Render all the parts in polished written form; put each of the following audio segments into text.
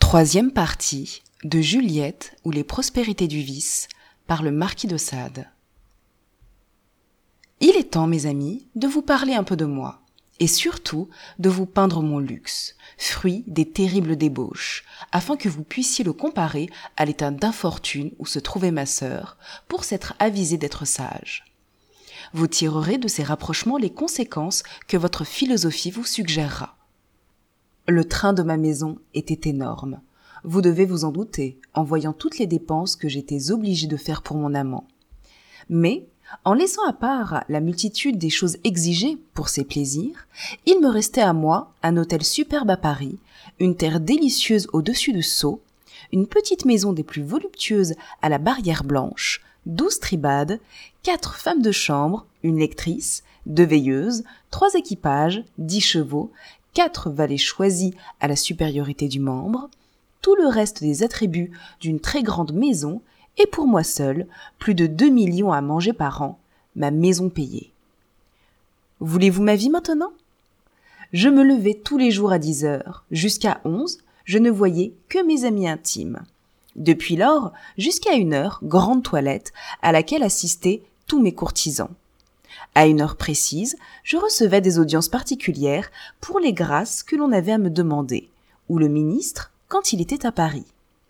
Troisième partie de Juliette ou les prospérités du vice par le marquis de Sade. Il est temps, mes amis, de vous parler un peu de moi, et surtout de vous peindre mon luxe, fruit des terribles débauches, afin que vous puissiez le comparer à l'état d'infortune où se trouvait ma sœur, pour s'être avisé d'être sage. Vous tirerez de ces rapprochements les conséquences que votre philosophie vous suggérera. Le train de ma maison était énorme. Vous devez vous en douter, en voyant toutes les dépenses que j'étais obligée de faire pour mon amant. Mais, en laissant à part la multitude des choses exigées pour ses plaisirs, il me restait à moi un hôtel superbe à Paris, une terre délicieuse au-dessus de Sceaux, une petite maison des plus voluptueuses à la Barrière Blanche, 12 tribades, 4 femmes de chambre, une lectrice, 2 veilleuses, 3 équipages, 10 chevaux, 4 valets choisis à la supériorité du membre, tout le reste des attributs d'une très grande maison, et pour moi seul, plus de 2 millions à manger par an, ma maison payée. Voulez-vous ma vie maintenant ? Je me levais tous les jours à 10 heures. Jusqu'à 11, je ne voyais que mes amis intimes. Depuis lors, jusqu'à 1 heure, grande toilette, à laquelle assistaient tous mes courtisans. À 1 heure précise, je recevais des audiences particulières pour les grâces que l'on avait à me demander, ou le ministre quand il était à Paris.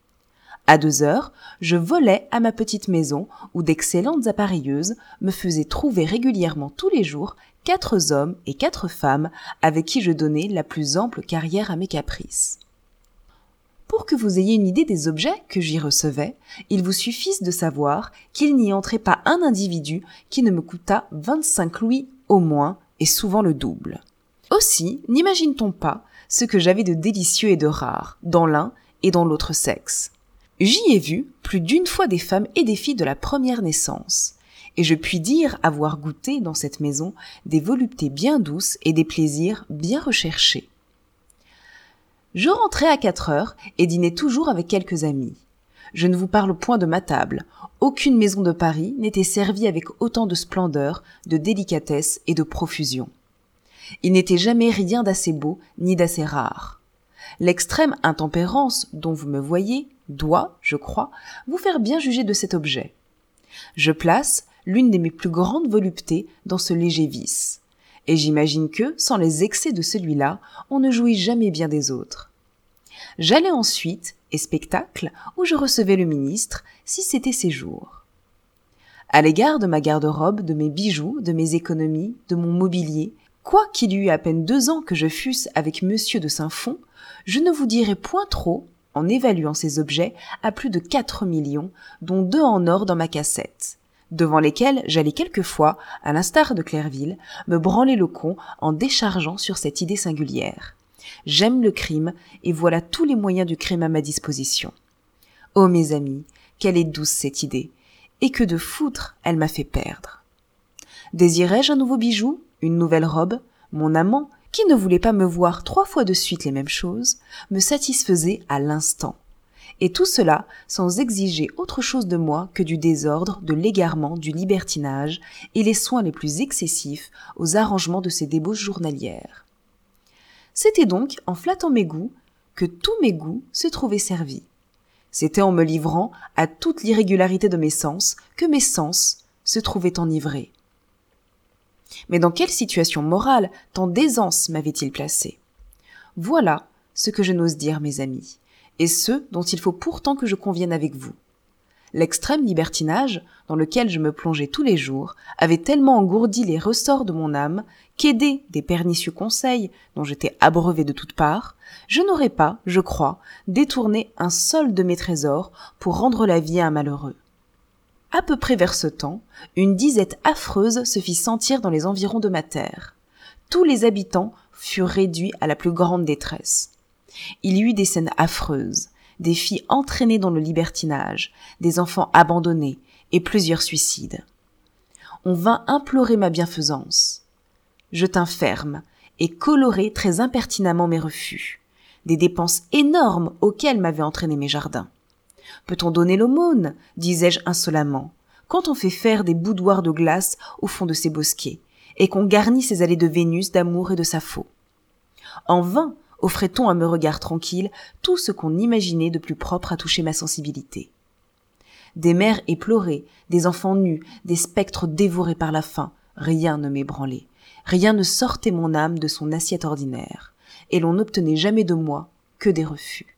À 2 heures, je volais à ma petite maison où d'excellentes appareilleuses me faisaient trouver régulièrement tous les jours 4 hommes et 4 femmes avec qui je donnais la plus ample carrière à mes caprices. Pour que vous ayez une idée des objets que j'y recevais, il vous suffise de savoir qu'il n'y entrait pas un individu qui ne me coûtât 25 louis au moins, et souvent le double. Aussi, n'imagine-t-on pas ce que j'avais de délicieux et de rare, dans l'un et dans l'autre sexe. J'y ai vu plus d'une fois des femmes et des filles de la première naissance, et je puis dire avoir goûté dans cette maison des voluptés bien douces et des plaisirs bien recherchés. Je rentrais à 4 heures et dînais toujours avec quelques amis. Je ne vous parle point de ma table. Aucune maison de Paris n'était servie avec autant de splendeur, de délicatesse et de profusion. Il n'était jamais rien d'assez beau ni d'assez rare. L'extrême intempérance dont vous me voyez doit, je crois, vous faire bien juger de cet objet. Je place l'une de mes plus grandes voluptés dans ce léger vice. Et j'imagine que, sans les excès de celui-là, on ne jouit jamais bien des autres. J'allais ensuite, et spectacle, où je recevais le ministre, si c'était ses jours. À l'égard de ma garde-robe, de mes bijoux, de mes économies, de mon mobilier, quoiqu'il y eût à peine 2 ans que je fusse avec monsieur de Saint-Fond, je ne vous dirai point trop, en évaluant ces objets à plus de 4 millions, dont 2 en or dans ma cassette, devant lesquels j'allais quelquefois, à l'instar de Clerville, me branler le con en déchargeant sur cette idée singulière. J'aime le crime, et voilà tous les moyens du crime à ma disposition. Oh mes amis, quelle est douce cette idée, et que de foutre elle m'a fait perdre. Désirais-je un nouveau bijou, une nouvelle robe ? Mon amant, qui ne voulait pas me voir 3 fois de suite les mêmes choses, me satisfaisait à l'instant. Et tout cela sans exiger autre chose de moi que du désordre, de l'égarement, du libertinage et les soins les plus excessifs aux arrangements de ces débauches journalières. C'était donc en flattant mes goûts que tous mes goûts se trouvaient servis. C'était en me livrant à toute l'irrégularité de mes sens que mes sens se trouvaient enivrés. Mais dans quelle situation morale tant d'aisance m'avait-il placé ? Voilà ce que je n'ose dire, mes amis, et ce dont il faut pourtant que je convienne avec vous. L'extrême libertinage, dans lequel je me plongeais tous les jours, avait tellement engourdi les ressorts de mon âme qu'aidé des pernicieux conseils dont j'étais abreuvé de toutes parts, je n'aurais pas, je crois, détourné un seul de mes trésors pour rendre la vie à un malheureux. À peu près vers ce temps, une disette affreuse se fit sentir dans les environs de ma terre. Tous les habitants furent réduits à la plus grande détresse. Il y eut des scènes affreuses, des filles entraînées dans le libertinage, des enfants abandonnés et plusieurs suicides. On vint implorer ma bienfaisance. Je tins ferme et colorai très impertinemment mes refus, des dépenses énormes auxquelles m'avaient entraîné mes jardins. Peut-on donner l'aumône, disais-je insolemment, quand on fait faire des boudoirs de glace au fond de ces bosquets, et qu'on garnit ces allées de Vénus, d'amour et de Sappho ? En vain Offrait-on à mes regards tranquilles tout ce qu'on imaginait de plus propre à toucher ma sensibilité? Des mères éplorées, des enfants nus, des spectres dévorés par la faim, rien ne m'ébranlait. Rien ne sortait mon âme de son assiette ordinaire, et l'on n'obtenait jamais de moi que des refus.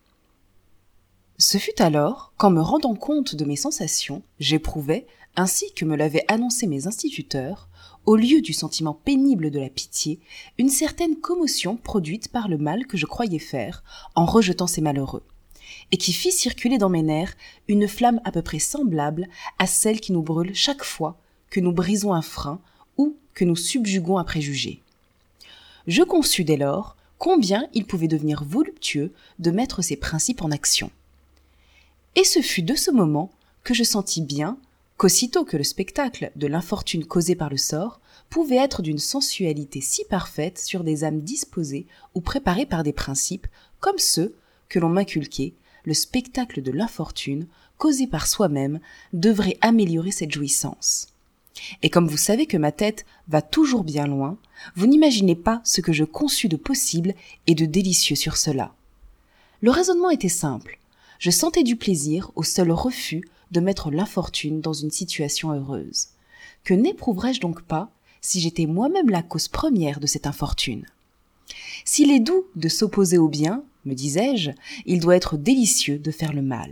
Ce fut alors qu'en me rendant compte de mes sensations, j'éprouvais, ainsi que me l'avaient annoncé mes instituteurs, au lieu du sentiment pénible de la pitié, une certaine commotion produite par le mal que je croyais faire en rejetant ces malheureux, et qui fit circuler dans mes nerfs une flamme à peu près semblable à celle qui nous brûle chaque fois que nous brisons un frein ou que nous subjuguons un préjugé. Je conçus dès lors combien il pouvait devenir voluptueux de mettre ces principes en action. Et ce fut de ce moment que je sentis bien qu'aussitôt que le spectacle de l'infortune causée par le sort pouvait être d'une sensualité si parfaite sur des âmes disposées ou préparées par des principes comme ceux que l'on m'inculquait, le spectacle de l'infortune causé par soi-même devrait améliorer cette jouissance. Et comme vous savez que ma tête va toujours bien loin, vous n'imaginez pas ce que je conçus de possible et de délicieux sur cela. Le raisonnement était simple. Je sentais du plaisir au seul refus de mettre l'infortune dans une situation heureuse. Que n'éprouverais-je donc pas si j'étais moi-même la cause première de cette infortune? S'il est doux de s'opposer au bien, me disais-je, il doit être délicieux de faire le mal.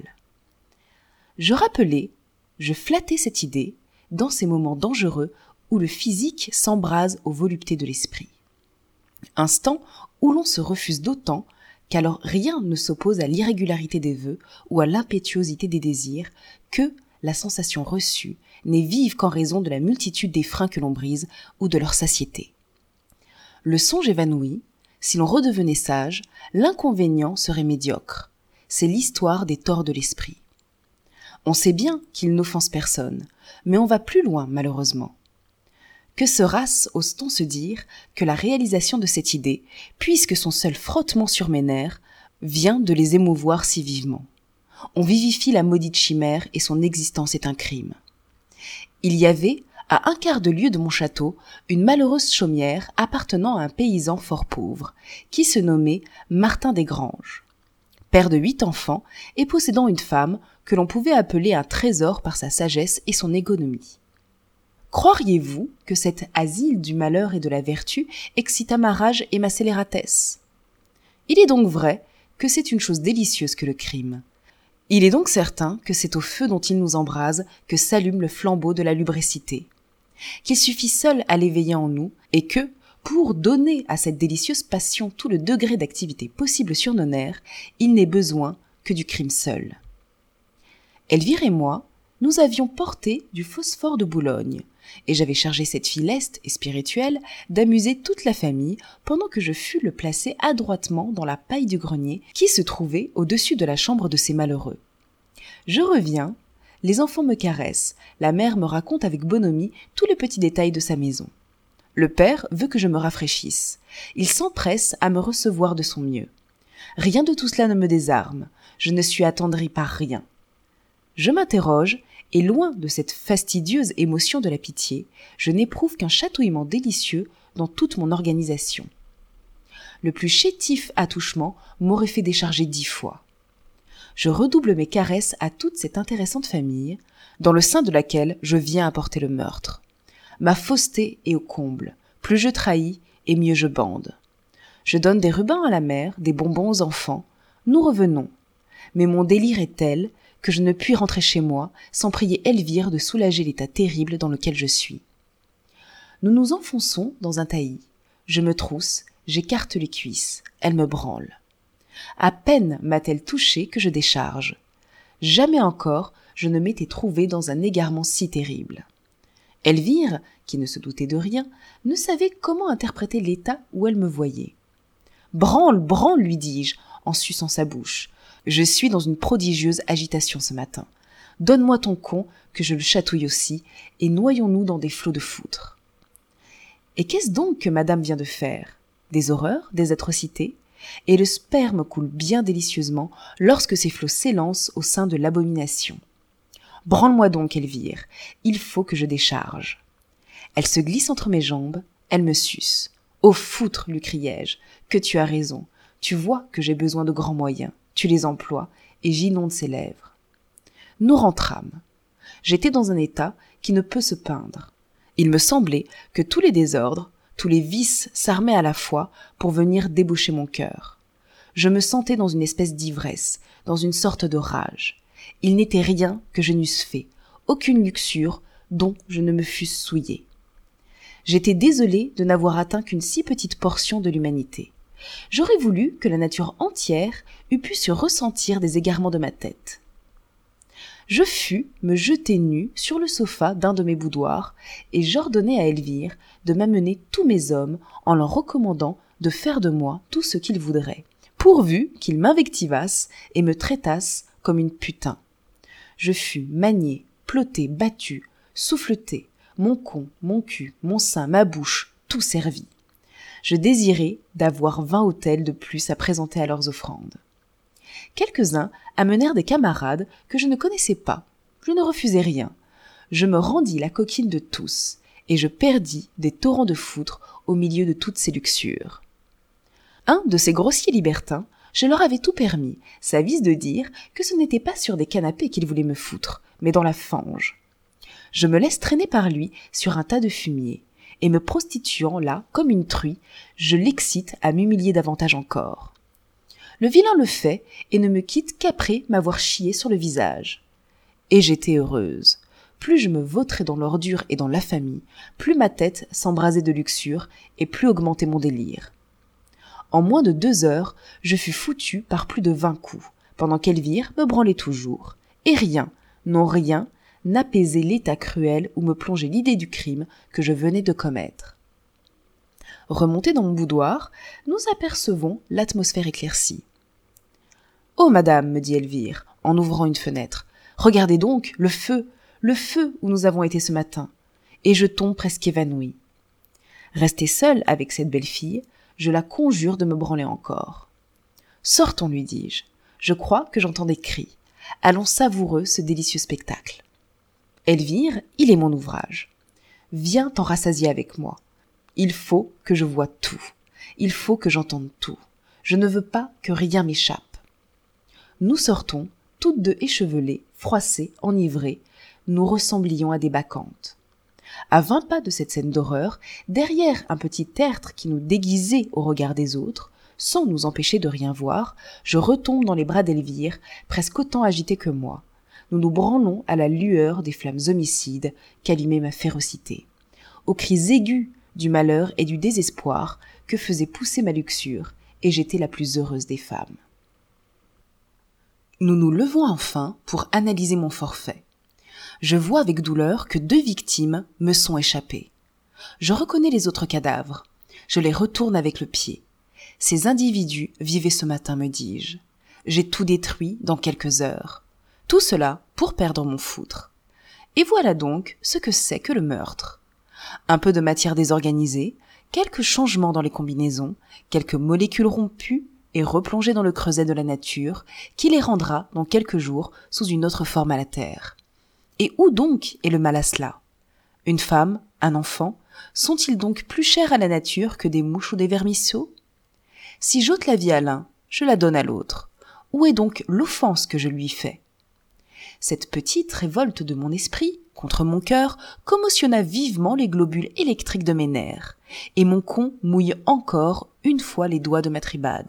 Je rappelais, je flattais cette idée dans ces moments dangereux où le physique s'embrase aux voluptés de l'esprit. Instant où l'on se refuse d'autant qu'alors rien ne s'oppose à l'irrégularité des vœux ou à l'impétuosité des désirs, que la sensation reçue n'est vive qu'en raison de la multitude des freins que l'on brise ou de leur satiété. Le songe évanoui, si l'on redevenait sage, l'inconvénient serait médiocre. C'est l'histoire des torts de l'esprit. On sait bien qu'il n'offense personne, mais on va plus loin malheureusement. Que sera-ce, ose-t-on se dire, que la réalisation de cette idée, puisque son seul frottement sur mes nerfs vient de les émouvoir si vivement. On vivifie la maudite chimère et son existence est un crime. Il y avait, à 1/4 de lieue de mon château, une malheureuse chaumière appartenant à un paysan fort pauvre, qui se nommait Martin Desgranges. Père de 8 enfants et possédant une femme que l'on pouvait appeler un trésor par sa sagesse et son économie. Croiriez-vous que cet asile du malheur et de la vertu excita ma rage et ma scélératesse? Il est donc vrai que c'est une chose délicieuse que le crime. Il est donc certain que c'est au feu dont il nous embrase que s'allume le flambeau de la lubricité, qu'il suffit seul à l'éveiller en nous et que, pour donner à cette délicieuse passion tout le degré d'activité possible sur nos nerfs, il n'est besoin que du crime seul. Elvire et moi, nous avions porté du phosphore de Boulogne, et j'avais chargé cette fille leste et spirituelle d'amuser toute la famille pendant que je fus le placer adroitement dans la paille du grenier qui se trouvait au-dessus de la chambre de ces malheureux. Je reviens, les enfants me caressent, la mère me raconte avec bonhomie tous les petits détails de sa maison. Le père veut que je me rafraîchisse. Il s'empresse à me recevoir de son mieux. Rien de tout cela ne me désarme. Je ne suis attendrie par rien. Je m'interroge, et loin de cette fastidieuse émotion de la pitié, je n'éprouve qu'un chatouillement délicieux dans toute mon organisation. Le plus chétif attouchement m'aurait fait décharger 10 fois. Je redouble mes caresses à toute cette intéressante famille, dans le sein de laquelle je viens apporter le meurtre. Ma fausseté est au comble. Plus je trahis, et mieux je bande. Je donne des rubans à la mère, des bonbons aux enfants. Nous revenons. Mais mon délire est tel que je ne puis rentrer chez moi sans prier Elvire de soulager l'état terrible dans lequel je suis. Nous nous enfonçons dans un taillis. Je me trousse, j'écarte les cuisses. Elle me branle. À peine m'a-t-elle touché que je décharge. Jamais encore je ne m'étais trouvé dans un égarement si terrible. Elvire, qui ne se doutait de rien, ne savait comment interpréter l'état où elle me voyait. « Branle, branle, lui dis-je, en suçant sa bouche. Je suis dans une prodigieuse agitation ce matin. Donne-moi ton con, que je le chatouille aussi, et noyons-nous dans des flots de foutre. » Et qu'est-ce donc que madame vient de faire? Des horreurs, des atrocités? Et le sperme coule bien délicieusement lorsque ces flots s'élancent au sein de l'abomination. Branle-moi donc, Elvire, il faut que je décharge. Elle se glisse entre mes jambes, elle me suce. Au foutre, lui criai-je, que tu as raison, Tu vois que j'ai besoin de grands moyens. Tu les emploies et j'inonde ses lèvres. Nous rentrâmes. J'étais dans un état qui ne peut se peindre. Il me semblait que tous les désordres, tous les vices s'armaient à la fois pour venir débaucher mon cœur. Je me sentais dans une espèce d'ivresse, dans une sorte de rage. Il n'était rien que je n'eusse fait, aucune luxure dont je ne me fusse souillé. J'étais désolé de n'avoir atteint qu'une si petite portion de l'humanité. J'aurais voulu que la nature entière eût pu se ressentir des égarements de ma tête. Je fus me jeter nu sur le sofa d'un de mes boudoirs et j'ordonnai à Elvire de m'amener tous mes hommes en leur recommandant de faire de moi tout ce qu'ils voudraient, pourvu qu'ils m'invectivassent et me traitassent comme une putain. Je fus manié, ploté, battu, souffleté, mon con, mon cul, mon sein, ma bouche, tout servi. Je désirais d'avoir 20 autels de plus à présenter à leurs offrandes. Quelques-uns amenèrent des camarades que je ne connaissais pas. Je ne refusai rien. Je me rendis la coquine de tous, et je perdis des torrents de foutre au milieu de toutes ces luxures. Un de ces grossiers libertins, je leur avais tout permis, s'avise de dire que ce n'était pas sur des canapés qu'il voulait me foutre, mais dans la fange. Je me laisse traîner par lui sur un tas de fumier, et me prostituant là comme une truie, je l'excite à m'humilier davantage encore. Le vilain le fait et ne me quitte qu'après m'avoir chié sur le visage. Et j'étais heureuse. Plus je me vautrais dans l'ordure et dans l'affamie, plus ma tête s'embrasait de luxure et plus augmentait mon délire. En moins de 2 heures, je fus foutu par plus de 20 coups, pendant qu'Elvire me branlait toujours. Et rien, non rien, n'apaisait l'état cruel où me plongeait l'idée du crime que je venais de commettre. Remonté dans mon boudoir, nous apercevons l'atmosphère éclaircie. « Oh, madame, me dit Elvire, en ouvrant une fenêtre, regardez donc, le feu où nous avons été ce matin. » Et je tombe presque évanoui. Restée seule avec cette belle fille, je la conjure de me branler encore. « Sortons, lui dis-je. Je crois que j'entends des cris. Allons savoureux ce délicieux spectacle. » Elvire, il est mon ouvrage. Viens t'en rassasier avec moi. Il faut que je voie tout. Il faut que j'entende tout. Je ne veux pas que rien m'échappe. Nous sortons, toutes deux échevelées, froissées, enivrées. Nous ressemblions à des bacchantes. À 20 pas de cette scène d'horreur, derrière un petit tertre qui nous déguisait au regard des autres, sans nous empêcher de rien voir, je retombe dans les bras d'Elvire, presque autant agitée que moi. Nous nous branlons à la lueur des flammes homicides qu'allumait ma férocité. Aux cris aigus du malheur et du désespoir que faisait pousser ma luxure, et j'étais la plus heureuse des femmes. Nous nous levons enfin pour analyser mon forfait. Je vois avec douleur que 2 victimes me sont échappées. Je reconnais les autres cadavres. Je les retourne avec le pied. Ces individus vivaient ce matin, me dis-je. J'ai tout détruit dans quelques heures. Tout cela pour perdre mon foutre. Et voilà donc ce que c'est que le meurtre. Un peu de matière désorganisée, quelques changements dans les combinaisons, quelques molécules rompues et replongées dans le creuset de la nature, qui les rendra dans quelques jours sous une autre forme à la terre. Et où donc est le mal à cela ? Une femme, un enfant, sont-ils donc plus chers à la nature que des mouches ou des vermisseaux ? Si j'ôte la vie à l'un, je la donne à l'autre. Où est donc l'offense que je lui fais ? Cette petite révolte de mon esprit contre mon cœur commotionna vivement les globules électriques de mes nerfs, et mon con mouille encore une fois les doigts de ma tribade.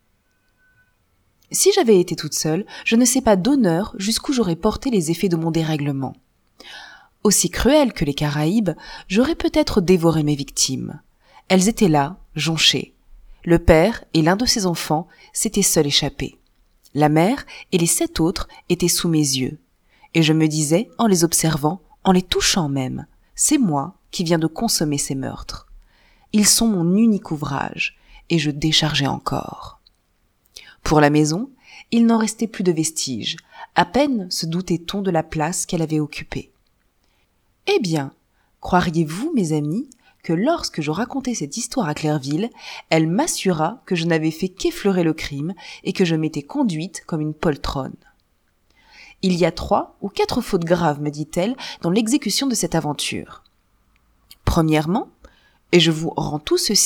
Si j'avais été toute seule, je ne sais pas d'honneur jusqu'où j'aurais porté les effets de mon dérèglement. Aussi cruel que les Caraïbes, j'aurais peut-être dévoré mes victimes. Elles étaient là, jonchées. Le père et l'un de ses enfants s'étaient seuls échappés. La mère et les 7 autres étaient sous mes yeux. Et je me disais, en les observant, en les touchant même, c'est moi qui viens de consommer ces meurtres. Ils sont mon unique ouvrage, et je déchargeais encore. Pour la maison, il n'en restait plus de vestiges. À peine se doutait-on de la place qu'elle avait occupée. Eh bien, croiriez-vous, mes amis, que lorsque je racontai cette histoire à Clairville, elle m'assura que je n'avais fait qu'effleurer le crime et que je m'étais conduite comme une poltronne. Il y a 3 ou 4 fautes graves, me dit-elle, dans l'exécution de cette aventure. Premièrement, et je vous rends tout ceci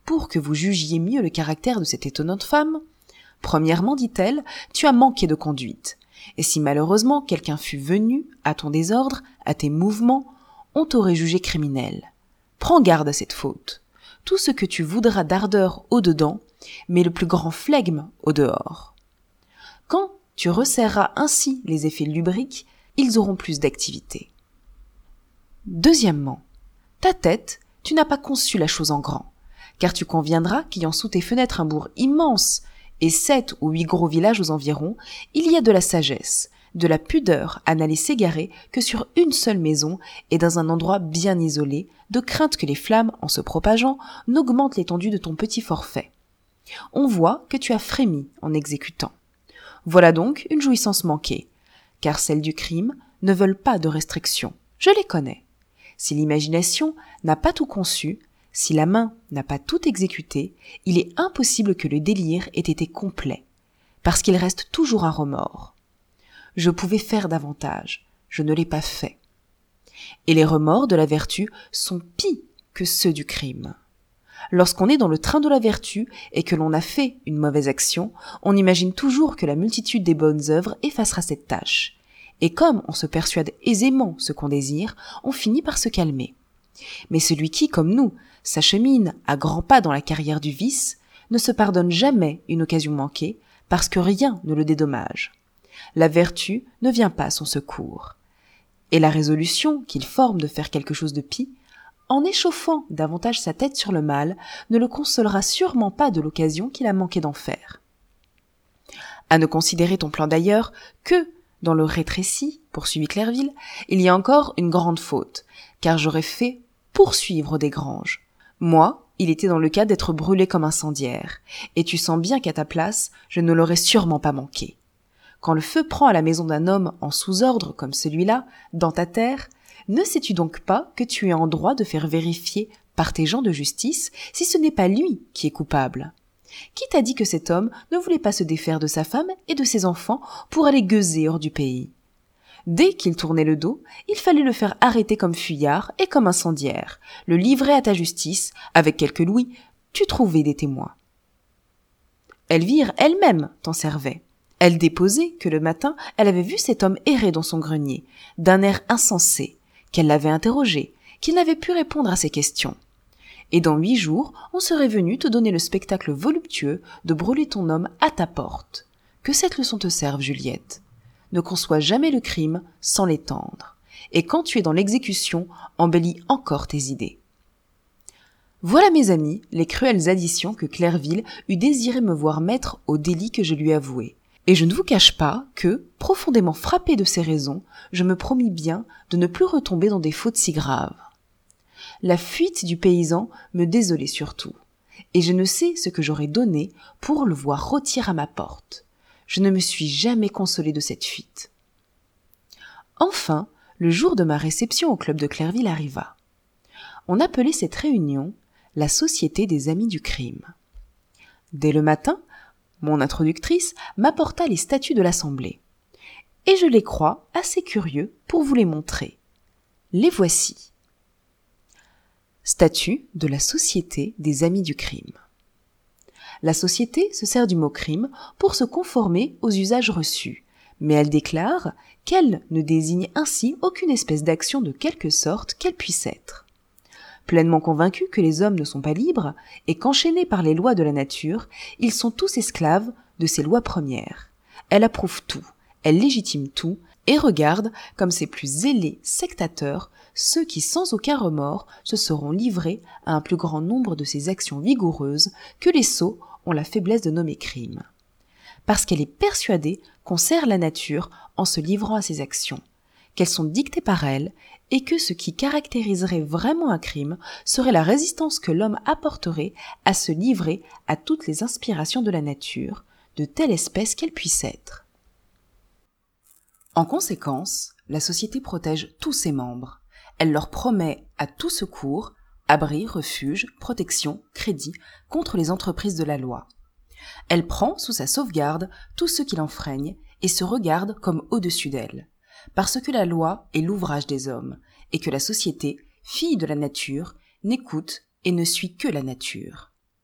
pour que vous jugiez mieux le caractère de cette étonnante femme ? Premièrement, dit-elle, tu as manqué de conduite. Et si malheureusement quelqu'un fût venu, à ton désordre, à tes mouvements, on t'aurait jugé criminel. Prends garde à cette faute. Tout ce que tu voudras d'ardeur au-dedans, mais le plus grand flegme au-dehors. Quand tu resserreras ainsi les effets lubriques, ils auront plus d'activité. Deuxièmement, ta tête, tu n'as pas conçu la chose en grand, car tu conviendras qu'ayant sous tes fenêtres un bourg immense et 7 ou 8 gros villages aux environs, il y a de la sagesse, de la pudeur à n'aller s'égarer que sur une seule maison et dans un endroit bien isolé, de crainte que les flammes, en se propageant, n'augmentent l'étendue de ton petit forfait. On voit que tu as frémi en exécutant. Voilà donc une jouissance manquée, car celles du crime ne veulent pas de restrictions. Je les connais. Si l'imagination n'a pas tout conçu, si la main n'a pas tout exécuté, il est impossible que le délire ait été complet, parce qu'il reste toujours un remords. Je pouvais faire davantage, je ne l'ai pas fait. Et les remords de la vertu sont pis que ceux du crime. Lorsqu'on est dans le train de la vertu et que l'on a fait une mauvaise action, on imagine toujours que la multitude des bonnes œuvres effacera cette tâche. Et comme on se persuade aisément ce qu'on désire, on finit par se calmer. Mais celui qui, comme nous, s'achemine à grands pas dans la carrière du vice, ne se pardonne jamais une occasion manquée, parce que rien ne le dédommage. La vertu ne vient pas à son secours. Et la résolution qu'il forme de faire quelque chose de pis, en échauffant davantage sa tête sur le mal, ne le consolera sûrement pas de l'occasion qu'il a manqué d'en faire. À ne considérer ton plan d'ailleurs que dans le rétréci, poursuivit Clerville, il y a encore une grande faute, car j'aurais fait poursuivre Desgranges. Moi, il était dans le cas d'être brûlé comme incendiaire, et tu sens bien qu'à ta place, je ne l'aurais sûrement pas manqué. Quand le feu prend à la maison d'un homme en sous-ordre comme celui-là, dans ta terre, ne sais-tu donc pas que tu es en droit de faire vérifier par tes gens de justice si ce n'est pas lui qui est coupable ? Qui t'a dit que cet homme ne voulait pas se défaire de sa femme et de ses enfants pour aller gueuser hors du pays ? Dès qu'il tournait le dos, il fallait le faire arrêter comme fuyard et comme incendiaire, le livrer à ta justice, avec quelques louis, tu trouvais des témoins. Elvire elle-même t'en servait. Elle déposait que le matin, elle avait vu cet homme errer dans son grenier, d'un air insensé, qu'elle l'avait interrogé, qu'il n'avait pu répondre à ses questions. Et dans 8 jours, on serait venu te donner le spectacle voluptueux de brûler ton homme à ta porte. Que cette leçon te serve, Juliette. Ne conçois jamais le crime sans l'étendre. Et quand tu es dans l'exécution, embellis encore tes idées. Voilà, mes amis, les cruelles additions que Clerville eût désiré me voir mettre au délit que je lui avouais. Et je ne vous cache pas que, profondément frappé de ces raisons, je me promis bien de ne plus retomber dans des fautes si graves. La fuite du paysan me désolait surtout, et je ne sais ce que j'aurais donné pour le voir rôtir à ma porte. Je ne me suis jamais consolé de cette fuite. Enfin, le jour de ma réception au club de Clerville arriva. On appelait cette réunion la Société des Amis du Crime. Dès le matin, mon introductrice m'apporta les statuts de l'Assemblée, et je les crois assez curieux pour vous les montrer. Les voici. Statut de la Société des Amis du Crime. La société se sert du mot crime pour se conformer aux usages reçus, mais elle déclare qu'elle ne désigne ainsi aucune espèce d'action de quelque sorte qu'elle puisse être. Pleinement convaincue que les hommes ne sont pas libres et qu'enchaînés par les lois de la nature, ils sont tous esclaves de ces lois premières. Elle approuve tout, elle légitime tout et regarde comme ses plus zélés sectateurs ceux qui sans aucun remords se seront livrés à un plus grand nombre de ces actions vigoureuses que les sots ont la faiblesse de nommer crimes. Parce qu'elle est persuadée qu'on sert la nature en se livrant à ces actions, qu'elles sont dictées par elle, et que ce qui caractériserait vraiment un crime serait la résistance que l'homme apporterait à se livrer à toutes les inspirations de la nature, de telle espèce qu'elle puisse être. En conséquence, la société protège tous ses membres. Elle leur promet à tout secours, abri, refuge, protection, crédit contre les entreprises de la loi. Elle prend sous sa sauvegarde tous ceux qui l'enfreignent et se regarde comme au-dessus d'elle, parce que la loi est l'ouvrage des hommes, et que la société, fille de la nature, n'écoute et ne suit que la nature.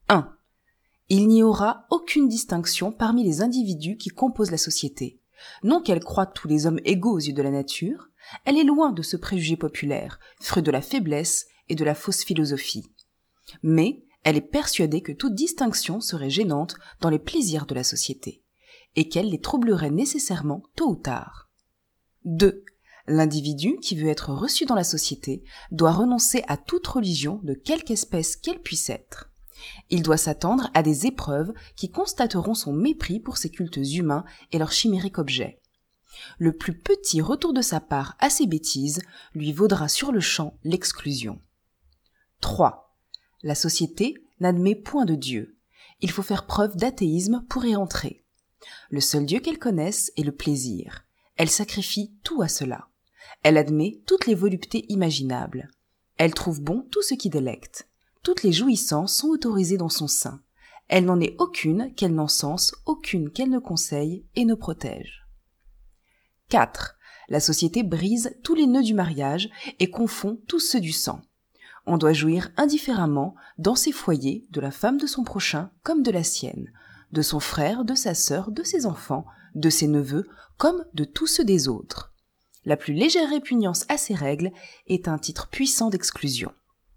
1. Il n'y aura aucune distinction parmi les individus qui composent la société. Non qu'elle croie tous les hommes égaux aux yeux de la nature, elle est loin de ce préjugé populaire, fruit de la faiblesse et de la fausse philosophie. Mais elle est persuadée que toute distinction serait gênante dans les plaisirs de la société, et qu'elle les troublerait nécessairement tôt ou tard. 2. L'individu qui veut être reçu dans la société doit renoncer à toute religion de quelque espèce qu'elle puisse être. Il doit s'attendre à des épreuves qui constateront son mépris pour ces cultes humains et leurs chimériques objets. Le plus petit retour de sa part à ces bêtises lui vaudra sur le champ l'exclusion. 3. La société n'admet point de Dieu. Il faut faire preuve d'athéisme pour y entrer. Le seul Dieu qu'elle connaisse est le plaisir. Elle sacrifie tout à cela. Elle admet toutes les voluptés imaginables. Elle trouve bon tout ce qui délecte. Toutes les jouissances sont autorisées dans son sein. Elle n'en est aucune qu'elle n'encense, aucune qu'elle ne conseille et ne protège. 4. La société brise tous les nœuds du mariage et confond tous ceux du sang. On doit jouir indifféremment dans ses foyers de la femme de son prochain comme de la sienne, de son frère, de sa sœur, de ses enfants, de ses neveux, comme de tous ceux des autres. La plus légère répugnance à ces règles est un titre puissant d'exclusion.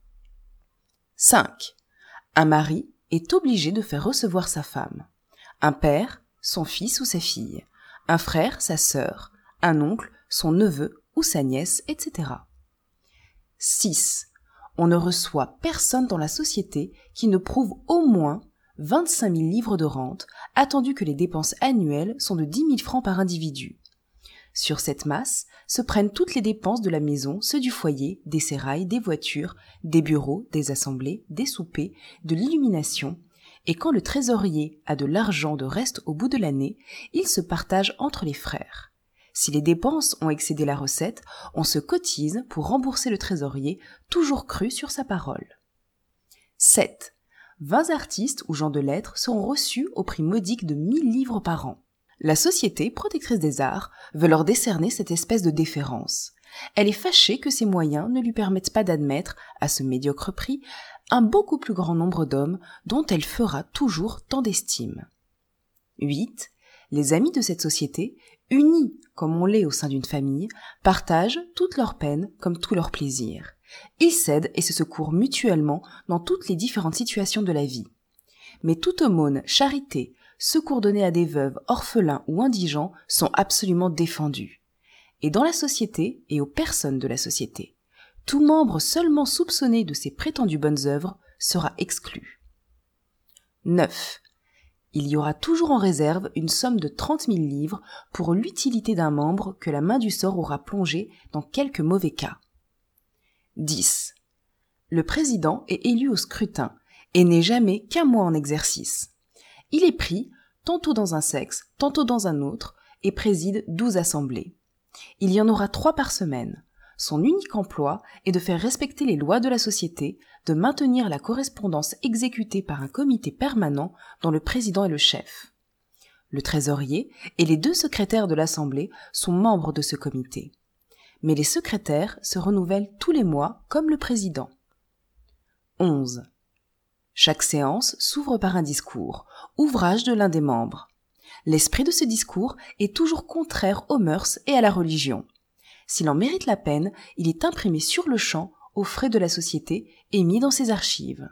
5. Un mari est obligé de faire recevoir sa femme. Un père, son fils ou sa fille. Un frère, sa sœur. Un oncle, son neveu ou sa nièce, etc. 6. On ne reçoit personne dans la société qui ne prouve au moins 25 000 livres de rente, attendu que les dépenses annuelles sont de 10 000 francs par individu. Sur cette masse se prennent toutes les dépenses de la maison, ceux du foyer, des sérails, des voitures, des bureaux, des assemblées, des soupers, de l'illumination, et quand le trésorier a de l'argent de reste au bout de l'année, il se partage entre les frères. Si les dépenses ont excédé la recette, on se cotise pour rembourser le trésorier, toujours cru sur sa parole. 7. 20 artistes ou gens de lettres seront reçus au prix modique de 1 000 livres par an. La Société protectrice des arts veut leur décerner cette espèce de déférence. Elle est fâchée que ses moyens ne lui permettent pas d'admettre, à ce médiocre prix, un beaucoup plus grand nombre d'hommes dont elle fera toujours tant d'estime. 8. Les amis de cette société, unis comme on l'est au sein d'une famille, partagent toutes leurs peines comme tous leurs plaisirs. Ils s'aident et se secourent mutuellement dans toutes les différentes situations de la vie. Mais toute aumône, charité, secours donnés à des veuves, orphelins ou indigents sont absolument défendus. Et dans la société et aux personnes de la société, tout membre seulement soupçonné de ces prétendues bonnes œuvres sera exclu. 9. Il y aura toujours en réserve une somme de 30 000 livres pour l'utilité d'un membre que la main du sort aura plongé dans quelque mauvais cas. 10. Le président est élu au scrutin et n'est jamais qu'un mois en exercice. Il est pris tantôt dans un sexe, tantôt dans un autre, et préside 12 assemblées. Il y en aura 3 par semaine. Son unique emploi est de faire respecter les lois de la société, de maintenir la correspondance exécutée par un comité permanent dont le président est le chef. Le trésorier et les 2 secrétaires de l'assemblée sont membres de ce comité. Mais les secrétaires se renouvellent tous les mois comme le président. 11. Chaque séance s'ouvre par un discours, ouvrage de l'un des membres. L'esprit de ce discours est toujours contraire aux mœurs et à la religion. S'il en mérite la peine, il est imprimé sur le champ aux frais de la société et mis dans ses archives.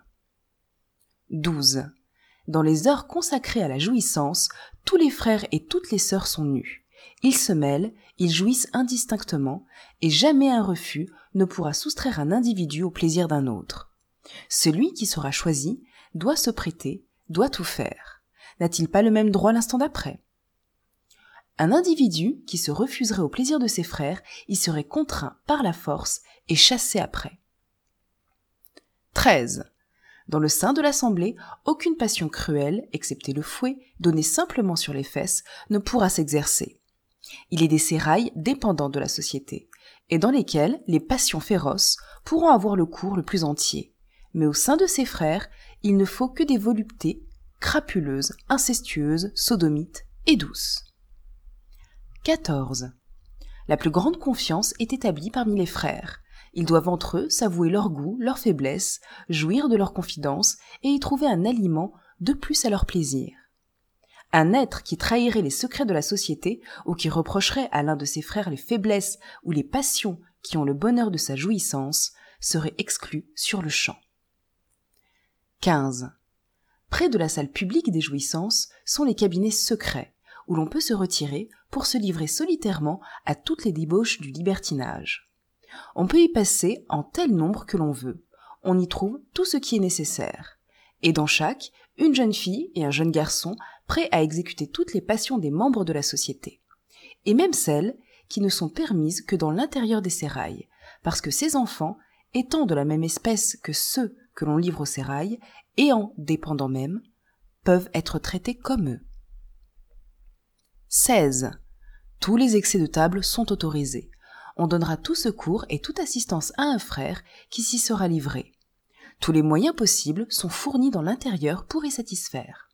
12. Dans les heures consacrées à la jouissance, tous les frères et toutes les sœurs sont nus. Ils se mêlent, ils jouissent indistinctement, et jamais un refus ne pourra soustraire un individu au plaisir d'un autre. Celui qui sera choisi doit se prêter, doit tout faire. N'a-t-il pas le même droit l'instant d'après ? Un individu qui se refuserait au plaisir de ses frères y serait contraint par la force et chassé après. 13. Dans le sein de l'assemblée, aucune passion cruelle, excepté le fouet, donné simplement sur les fesses, ne pourra s'exercer. Il est des sérails dépendants de la société, et dans lesquels les passions féroces pourront avoir le cours le plus entier. Mais au sein de ses frères, il ne faut que des voluptés crapuleuses, incestueuses, sodomites et douces. 14. La plus grande confiance est établie parmi les frères. Ils doivent entre eux s'avouer leurs goûts, leurs faiblesses, jouir de leurs confidences et y trouver un aliment de plus à leur plaisir. Un être qui trahirait les secrets de la société ou qui reprocherait à l'un de ses frères les faiblesses ou les passions qui ont le bonheur de sa jouissance serait exclu sur le champ. 15. Près de la salle publique des jouissances sont les cabinets secrets, où l'on peut se retirer pour se livrer solitairement à toutes les débauches du libertinage. On peut y passer en tel nombre que l'on veut. On y trouve tout ce qui est nécessaire. Et dans chaque, une jeune fille et un jeune garçon prêts à exécuter toutes les passions des membres de la société. Et même celles qui ne sont permises que dans l'intérieur des sérails, parce que ces enfants, étant de la même espèce que ceux que l'on livre au sérail, et en dépendant même, peuvent être traités comme eux. 16. Tous les excès de table sont autorisés. On donnera tout secours et toute assistance à un frère qui s'y sera livré. Tous les moyens possibles sont fournis dans l'intérieur pour y satisfaire.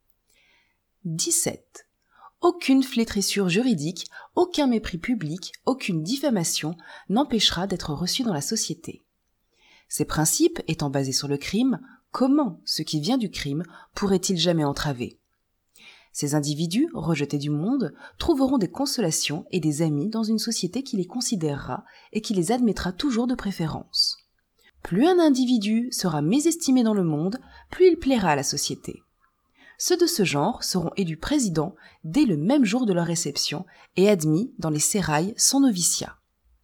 17. Aucune flétrissure juridique, aucun mépris public, aucune diffamation n'empêchera d'être reçu dans la société. Ces principes étant basés sur le crime, comment ce qui vient du crime pourrait-il jamais entraver ? Ces individus, rejetés du monde, trouveront des consolations et des amis dans une société qui les considérera et qui les admettra toujours de préférence. Plus un individu sera mésestimé dans le monde, plus il plaira à la société. Ceux de ce genre seront élus présidents dès le même jour de leur réception et admis dans les sérails sans noviciat.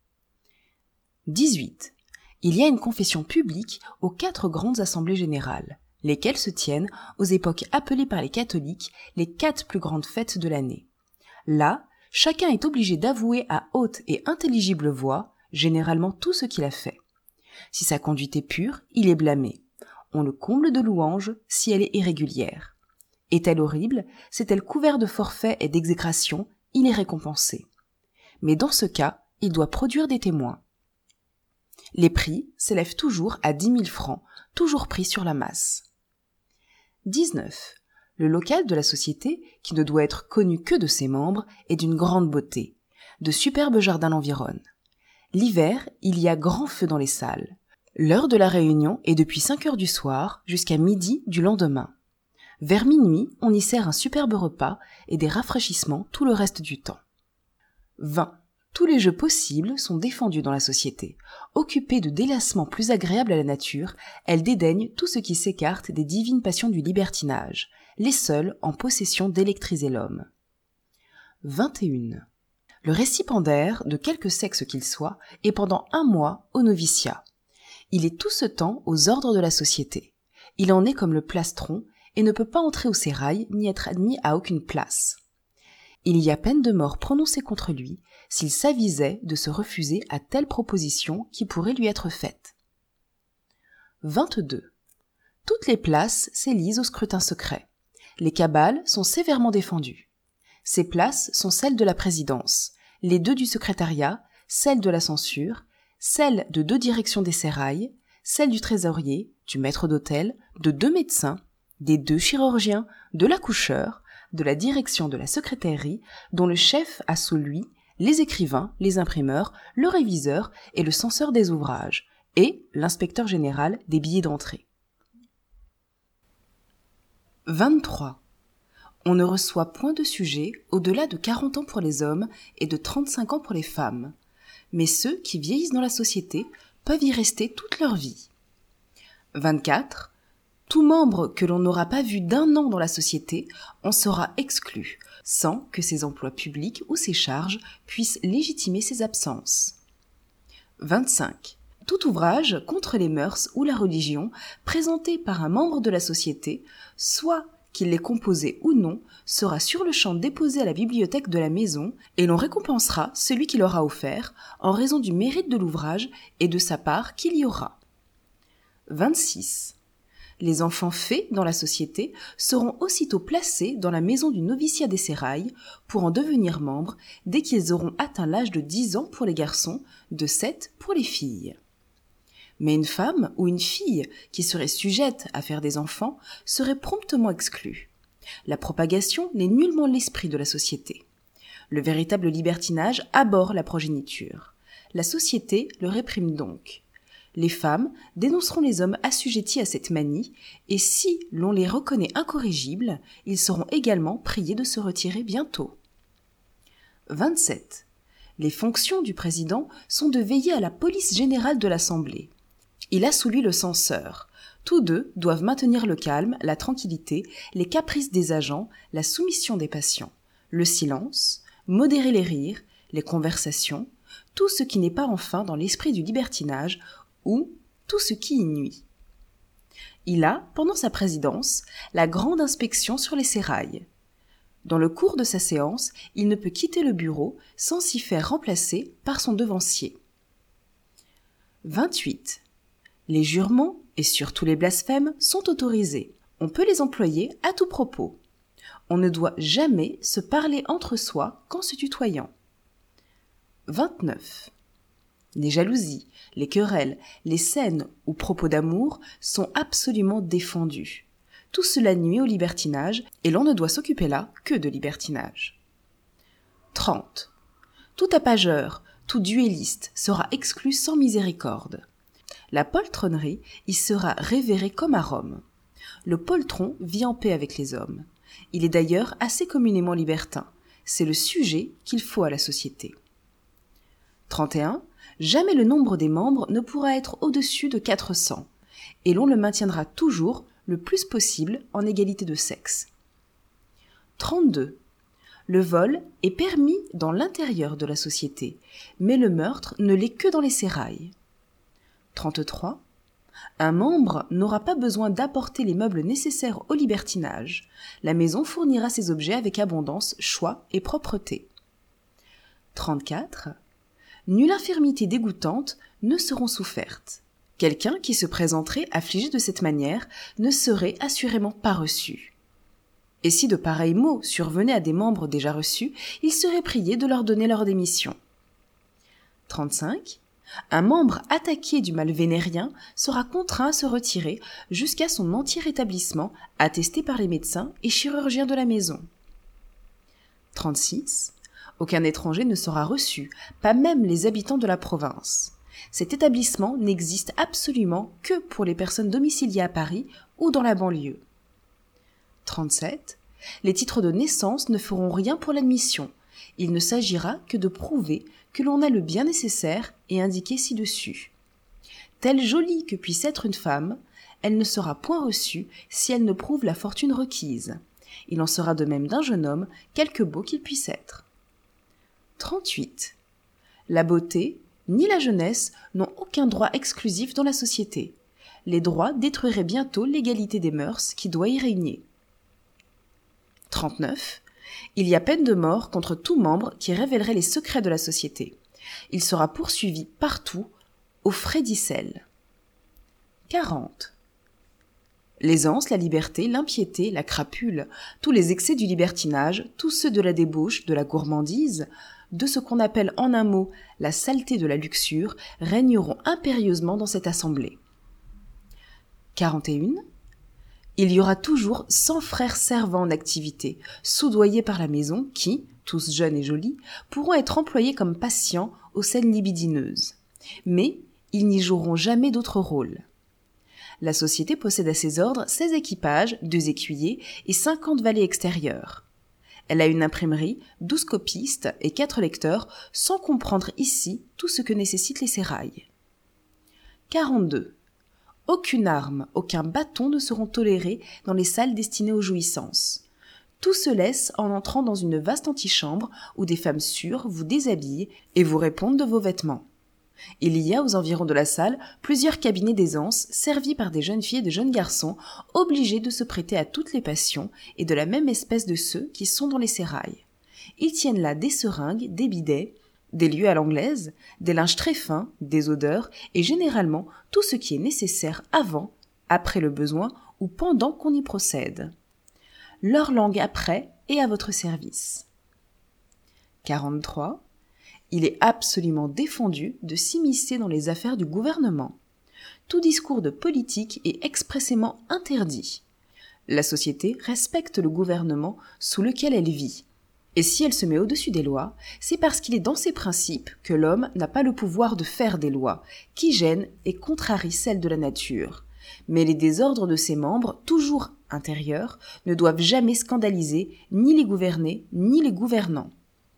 18. Il y a une confession publique aux 4 grandes assemblées générales, lesquelles se tiennent aux époques appelées par les catholiques les 4 plus grandes fêtes de l'année. Là, chacun est obligé d'avouer à haute et intelligible voix, généralement tout ce qu'il a fait. Si sa conduite est pure, il est blâmé. On le comble de louanges si elle est irrégulière. Est-elle horrible, s'est-elle couvert de forfaits et d'exécrations, il est récompensé. Mais dans ce cas, il doit produire des témoins. Les prix s'élèvent toujours à 10 000 francs, toujours pris sur la masse. 19. Le local de la société, qui ne doit être connu que de ses membres, est d'une grande beauté. De superbes jardins l'environnent. L'hiver, il y a grand feu dans les salles. L'heure de la réunion est depuis 5 heures du soir jusqu'à midi du lendemain. Vers minuit, on y sert un superbe repas et des rafraîchissements tout le reste du temps. 20. Tous les jeux possibles sont défendus dans la société. Occupée de délassements plus agréables à la nature, elle dédaigne tout ce qui s'écarte des divines passions du libertinage, les seuls en possession d'électriser l'homme. 21. Le récipiendaire, de quelque sexe qu'il soit, est pendant 1 mois au noviciat. Il est tout ce temps aux ordres de la société. Il en est comme le plastron et ne peut pas entrer au sérail ni être admis à aucune place. Il y a peine de mort prononcée contre lui s'il s'avisait de se refuser à telle proposition qui pourrait lui être faite. 22. Toutes les places s'élisent au scrutin secret. Les cabales sont sévèrement défendues. Ces places sont celles de la présidence, les 2 du secrétariat, celles de la censure, celles de 2 directions des sérails, celles du trésorier, du maître d'hôtel, de 2 médecins, des 2 chirurgiens, de l'accoucheur, de la direction de la secrétairie, dont le chef a sous lui les écrivains, les imprimeurs, le réviseur et le censeur des ouvrages, et l'inspecteur général des billets d'entrée. 23. On ne reçoit point de sujet au-delà de 40 ans pour les hommes et de 35 ans pour les femmes, mais ceux qui vieillissent dans la société peuvent y rester toute leur vie. 24. Tout membre que l'on n'aura pas vu d'1 an dans la société en sera exclu, sans que ses emplois publics ou ses charges puissent légitimer ses absences. 25. Tout ouvrage contre les mœurs ou la religion présenté par un membre de la société, soit qu'il l'ait composé ou non, sera sur-le-champ déposé à la bibliothèque de la maison et l'on récompensera celui qui l'aura offert en raison du mérite de l'ouvrage et de sa part qu'il y aura. 26. Les enfants faits dans la société seront aussitôt placés dans la maison du noviciat des sérails pour en devenir membres dès qu'ils auront atteint l'âge de 10 ans pour les garçons, de 7 pour les filles. Mais une femme ou une fille qui serait sujette à faire des enfants serait promptement exclue. La propagation n'est nullement l'esprit de la société. Le véritable libertinage abhorre la progéniture. La société le réprime donc. Les femmes dénonceront les hommes assujettis à cette manie, et si l'on les reconnaît incorrigibles, ils seront également priés de se retirer bientôt. 27. Les fonctions du président sont de veiller à la police générale de l'Assemblée. Il a sous lui le censeur. Tous deux doivent maintenir le calme, la tranquillité, les caprices des agents, la soumission des patients, le silence, modérer les rires, les conversations, tout ce qui n'est pas enfin dans l'esprit du libertinage ou tout ce qui y nuit. Il a, pendant sa présidence, la grande inspection sur les sérails. Dans le cours de sa séance, il ne peut quitter le bureau sans s'y faire remplacer par son devancier. 28. Les jurements, et surtout les blasphèmes, sont autorisés. On peut les employer à tout propos. On ne doit jamais se parler entre soi qu'en se tutoyant. 29. Les jalousies, les querelles, les scènes ou propos d'amour sont absolument défendus. Tout cela nuit au libertinage et l'on ne doit s'occuper là que de libertinage. 30. Tout tapageur, tout duelliste sera exclu sans miséricorde. La poltronnerie y sera révérée comme à Rome. Le poltron vit en paix avec les hommes. Il est d'ailleurs assez communément libertin. C'est le sujet qu'il faut à la société. 31. Jamais le nombre des membres ne pourra être au-dessus de 400, et l'on le maintiendra toujours le plus possible en égalité de sexe. 32. Le vol est permis dans l'intérieur de la société, mais le meurtre ne l'est que dans les sérails. 33. Un membre n'aura pas besoin d'apporter les meubles nécessaires au libertinage. La maison fournira ses objets avec abondance, choix et propreté. 34. Nulle infirmité dégoûtante ne seront souffertes. Quelqu'un qui se présenterait affligé de cette manière ne serait assurément pas reçu. Et si de pareils maux survenaient à des membres déjà reçus, il serait prié de leur donner leur démission. 35. Un membre attaqué du mal vénérien sera contraint à se retirer jusqu'à son entier rétablissement, attesté par les médecins et chirurgiens de la maison. 36. Aucun étranger ne sera reçu, pas même les habitants de la province. Cet établissement n'existe absolument que pour les personnes domiciliées à Paris ou dans la banlieue. 37. Les titres de naissance ne feront rien pour l'admission. Il ne s'agira que de prouver que l'on a le bien nécessaire et indiqué ci-dessus. Telle jolie que puisse être une femme, elle ne sera point reçue si elle ne prouve la fortune requise. Il en sera de même d'un jeune homme, quelque beau qu'il puisse être. 38. La beauté, ni la jeunesse n'ont aucun droit exclusif dans la société. Les droits détruiraient bientôt l'égalité des mœurs qui doit y régner. 39. Il y a peine de mort contre tout membre qui révélerait les secrets de la société. Il sera poursuivi partout aux frais d'Icelle. 40. L'aisance, la liberté, l'impiété, la crapule, tous les excès du libertinage, tous ceux de la débauche, de la gourmandise, de ce qu'on appelle en un mot la saleté de la luxure, régneront impérieusement dans cette assemblée. 41. Il y aura toujours 100 frères servants en activité, soudoyés par la maison, qui, tous jeunes et jolis, pourront être employés comme patients aux scènes libidineuses. Mais ils n'y joueront jamais d'autre rôle. La société possède à ses ordres 16 équipages, 2 écuyers et 50 valets extérieurs. Elle a une imprimerie, 12 copistes et 4 lecteurs, sans comprendre ici tout ce que nécessitent les sérails. 42. Aucune arme, aucun bâton ne seront tolérés dans les salles destinées aux jouissances. Tout se laisse en entrant dans une vaste antichambre où des femmes sûres vous déshabillent et vous répondent de vos vêtements. Il y a aux environs de la salle plusieurs cabinets d'aisance servis par des jeunes filles et de jeunes garçons obligés de se prêter à toutes les passions et de la même espèce de ceux qui sont dans les sérails. Ils tiennent là des seringues, des bidets, des lieux à l'anglaise, des linges très fins, des odeurs et généralement tout ce qui est nécessaire avant, après le besoin ou pendant qu'on y procède. Leur langue après est à votre service. 43. Il est absolument défendu de s'immiscer dans les affaires du gouvernement. Tout discours de politique est expressément interdit. La société respecte le gouvernement sous lequel elle vit. Et si elle se met au-dessus des lois, c'est parce qu'il est dans ses principes que l'homme n'a pas le pouvoir de faire des lois, qui gênent et contrarient celles de la nature. Mais les désordres de ses membres, toujours intérieurs, ne doivent jamais scandaliser ni les gouvernés ni les gouvernants.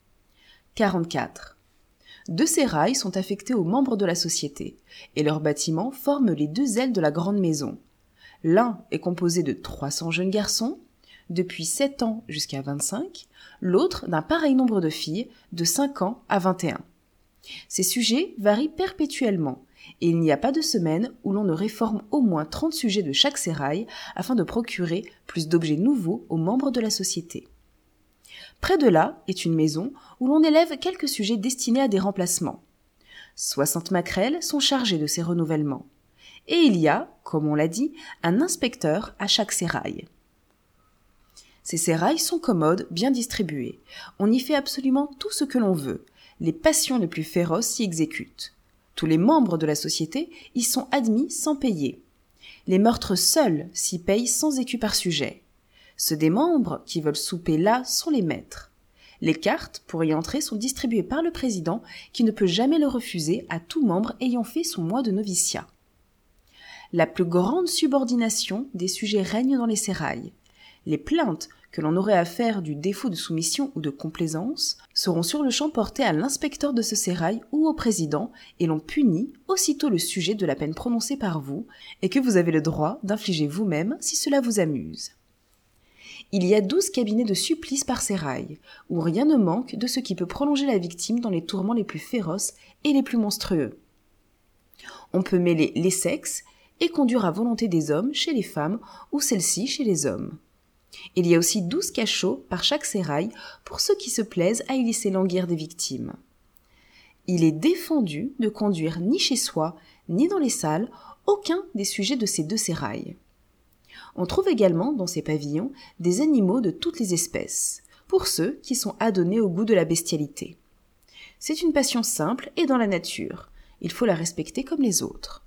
44. Deux sérails sont affectés aux membres de la société, et leurs bâtiments forment les deux ailes de la grande maison. L'un est composé de 300 jeunes garçons, depuis 7 ans jusqu'à 25, l'autre d'un pareil nombre de filles, de 5 ans à 21. Ces sujets varient perpétuellement, et il n'y a pas de semaine où l'on ne réforme au moins 30 sujets de chaque sérail afin de procurer plus d'objets nouveaux aux membres de la société. Près de là est une maison où l'on élève quelques sujets destinés à des remplacements. 60 maquerelles sont chargées de ces renouvellements. Et il y a, comme on l'a dit, un inspecteur à chaque sérail. Ces sérails sont commodes, bien distribués. On y fait absolument tout ce que l'on veut. Les passions les plus féroces s'y exécutent. Tous les membres de la société y sont admis sans payer. Les meurtres seuls s'y payent sans écu par sujet. Ceux des membres qui veulent souper là sont les maîtres. Les cartes pour y entrer sont distribuées par le président qui ne peut jamais le refuser à tout membre ayant fait son mois de noviciat. La plus grande subordination des sujets règne dans les sérails. Les plaintes que l'on aurait à faire du défaut de soumission ou de complaisance seront sur le champ portées à l'inspecteur de ce sérail ou au président et l'on punit aussitôt le sujet de la peine prononcée par vous et que vous avez le droit d'infliger vous-même si cela vous amuse. Il y a 12 cabinets de supplice par sérail, où rien ne manque de ce qui peut prolonger la victime dans les tourments les plus féroces et les plus monstrueux. On peut mêler les sexes et conduire à volonté des hommes chez les femmes ou celles-ci chez les hommes. Il y a aussi 12 cachots par chaque sérail pour ceux qui se plaisent à y laisser languir des victimes. Il est défendu de conduire ni chez soi, ni dans les salles, aucun des sujets de ces deux sérails. On trouve également dans ces pavillons des animaux de toutes les espèces, pour ceux qui sont adonnés au goût de la bestialité. C'est une passion simple et dans la nature, il faut la respecter comme les autres.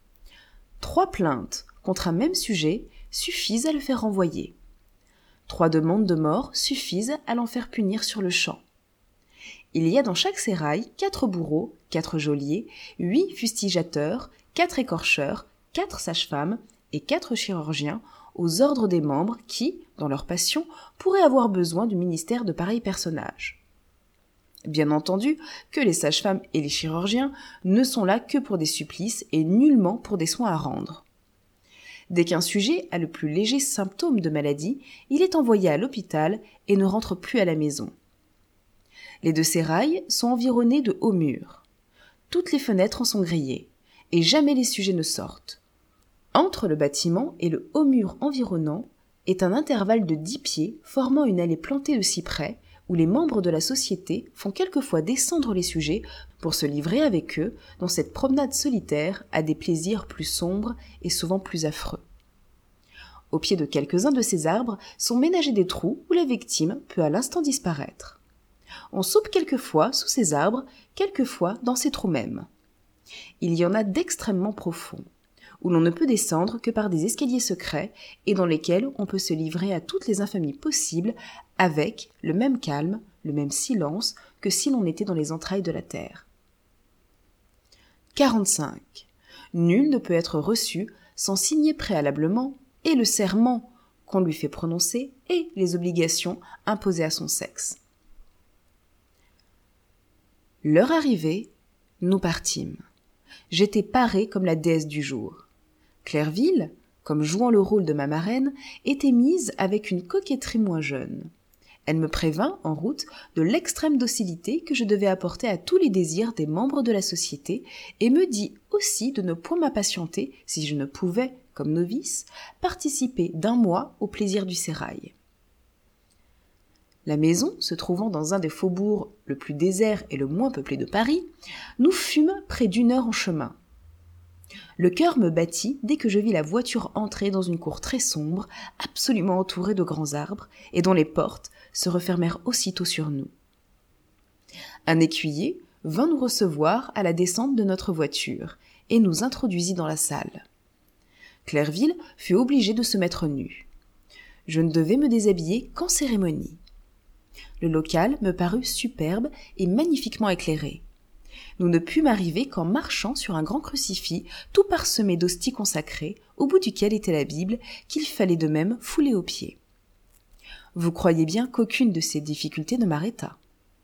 3 plaintes contre un même sujet suffisent à le faire renvoyer. 3 demandes de mort suffisent à l'en faire punir sur le champ. Il y a dans chaque sérail 4 bourreaux, 4 geôliers, 8 fustigateurs, 4 écorcheurs, 4 sages-femmes et 4 chirurgiens aux ordres des membres qui, dans leur passion, pourraient avoir besoin du ministère de pareils personnages. Bien entendu que les sages-femmes et les chirurgiens ne sont là que pour des supplices et nullement pour des soins à rendre. Dès qu'un sujet a le plus léger symptôme de maladie, il est envoyé à l'hôpital et ne rentre plus à la maison. Les 2 sérails sont environnés de hauts murs. Toutes les fenêtres en sont grillées, et jamais les sujets ne sortent. Entre le bâtiment et le haut mur environnant est un intervalle de 10 pieds formant une allée plantée de cyprès où les membres de la société font quelquefois descendre les sujets pour se livrer avec eux dans cette promenade solitaire à des plaisirs plus sombres et souvent plus affreux. Au pied de quelques-uns de ces arbres sont ménagés des trous où la victime peut à l'instant disparaître. On soupe quelquefois sous ces arbres, quelquefois dans ces trous mêmes. Il y en a d'extrêmement profonds, où l'on ne peut descendre que par des escaliers secrets et dans lesquels on peut se livrer à toutes les infamies possibles avec le même calme, le même silence que si l'on était dans les entrailles de la terre. 45. Nul ne peut être reçu sans signer préalablement et le serment qu'on lui fait prononcer et les obligations imposées à son sexe. L'heure arrivée, nous partîmes. J'étais parée comme la déesse du jour. Clerville, comme jouant le rôle de ma marraine, était mise avec une coquetterie moins jeune. Elle me prévint, en route, de l'extrême docilité que je devais apporter à tous les désirs des membres de la société et me dit aussi de ne point m'impatienter, si je ne pouvais, comme novice, participer d'un mois au plaisir du sérail. La maison, se trouvant dans un des faubourgs le plus désert et le moins peuplé de Paris, nous fûmes près d'1 heure en chemin. Le cœur me battit dès que je vis la voiture entrer dans une cour très sombre, absolument entourée de grands arbres, et dont les portes se refermèrent aussitôt sur nous. Un écuyer vint nous recevoir à la descente de notre voiture, et nous introduisit dans la salle. Clerville fut obligé de se mettre nu. Je ne devais me déshabiller qu'en cérémonie. Le local me parut superbe et magnifiquement éclairé. Nous ne pûmes arriver qu'en marchant sur un grand crucifix tout parsemé d'hosties consacrées, au bout duquel était la Bible, qu'il fallait de même fouler aux pieds. Vous croyez bien qu'aucune de ces difficultés ne m'arrêta.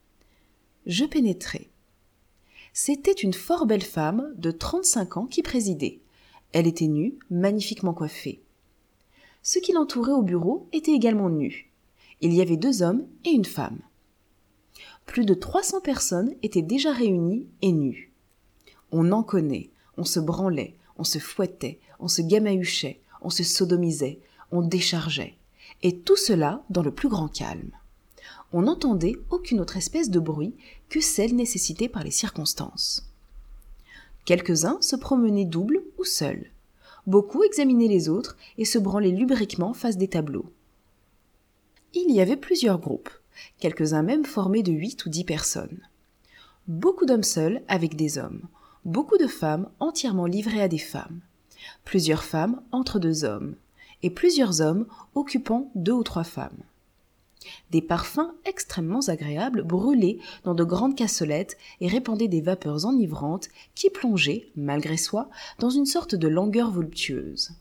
Je pénétrai. C'était une fort belle femme de 35 ans qui présidait. Elle était nue, magnifiquement coiffée. Ceux qui l'entouraient au bureau étaient également nus. Il y avait 2 hommes et une femme. Plus de 300 personnes étaient déjà réunies et nues. On en connaît, on se branlait, on se fouettait, on se gamahuchait, on se sodomisait, on déchargeait. Et tout cela dans le plus grand calme. On n'entendait aucune autre espèce de bruit que celle nécessitée par les circonstances. Quelques-uns se promenaient doubles ou seuls. Beaucoup examinaient les autres et se branlaient lubriquement face des tableaux. Il y avait plusieurs groupes, quelques-uns même formés de 8 ou 10 personnes. Beaucoup d'hommes seuls avec des hommes, beaucoup de femmes entièrement livrées à des femmes, plusieurs femmes entre 2 hommes, et plusieurs hommes occupant 2 ou 3 femmes. Des parfums extrêmement agréables brûlaient dans de grandes cassolettes et répandaient des vapeurs enivrantes qui plongeaient, malgré soi, dans une sorte de langueur voluptueuse.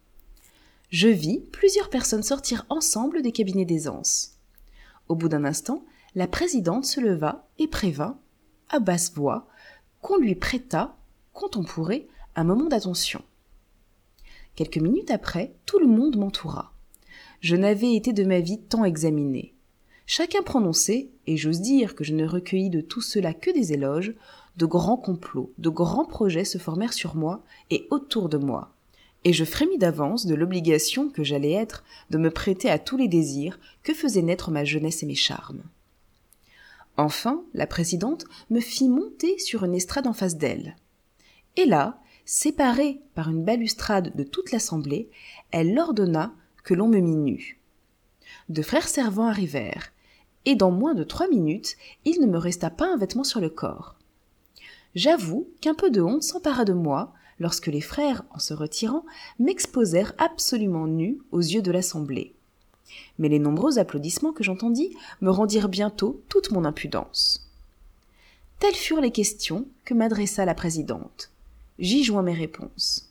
Je vis plusieurs personnes sortir ensemble des cabinets d'aisance. Au bout d'un instant, la présidente se leva et prévint, à basse voix, qu'on lui prêtât, quand on pourrait, un moment d'attention. Quelques minutes après, tout le monde m'entoura. Je n'avais été de ma vie tant examiné. Chacun prononçait, et j'ose dire que je ne recueillis de tout cela que des éloges, de grands complots, de grands projets se formèrent sur moi et autour de moi. Et je frémis d'avance de l'obligation que j'allais être de me prêter à tous les désirs que faisaient naître ma jeunesse et mes charmes. Enfin, la présidente me fit monter sur une estrade en face d'elle. Et là, séparée par une balustrade de toute l'assemblée, elle ordonna que l'on me mit nu. 2 frères servants arrivèrent, et dans moins de 3 minutes, il ne me resta pas un vêtement sur le corps. J'avoue qu'un peu de honte s'empara de moi lorsque les frères, en se retirant, m'exposèrent absolument nu aux yeux de l'assemblée. Mais les nombreux applaudissements que j'entendis me rendirent bientôt toute mon impudence. Telles furent les questions que m'adressa la présidente. J'y joins mes réponses.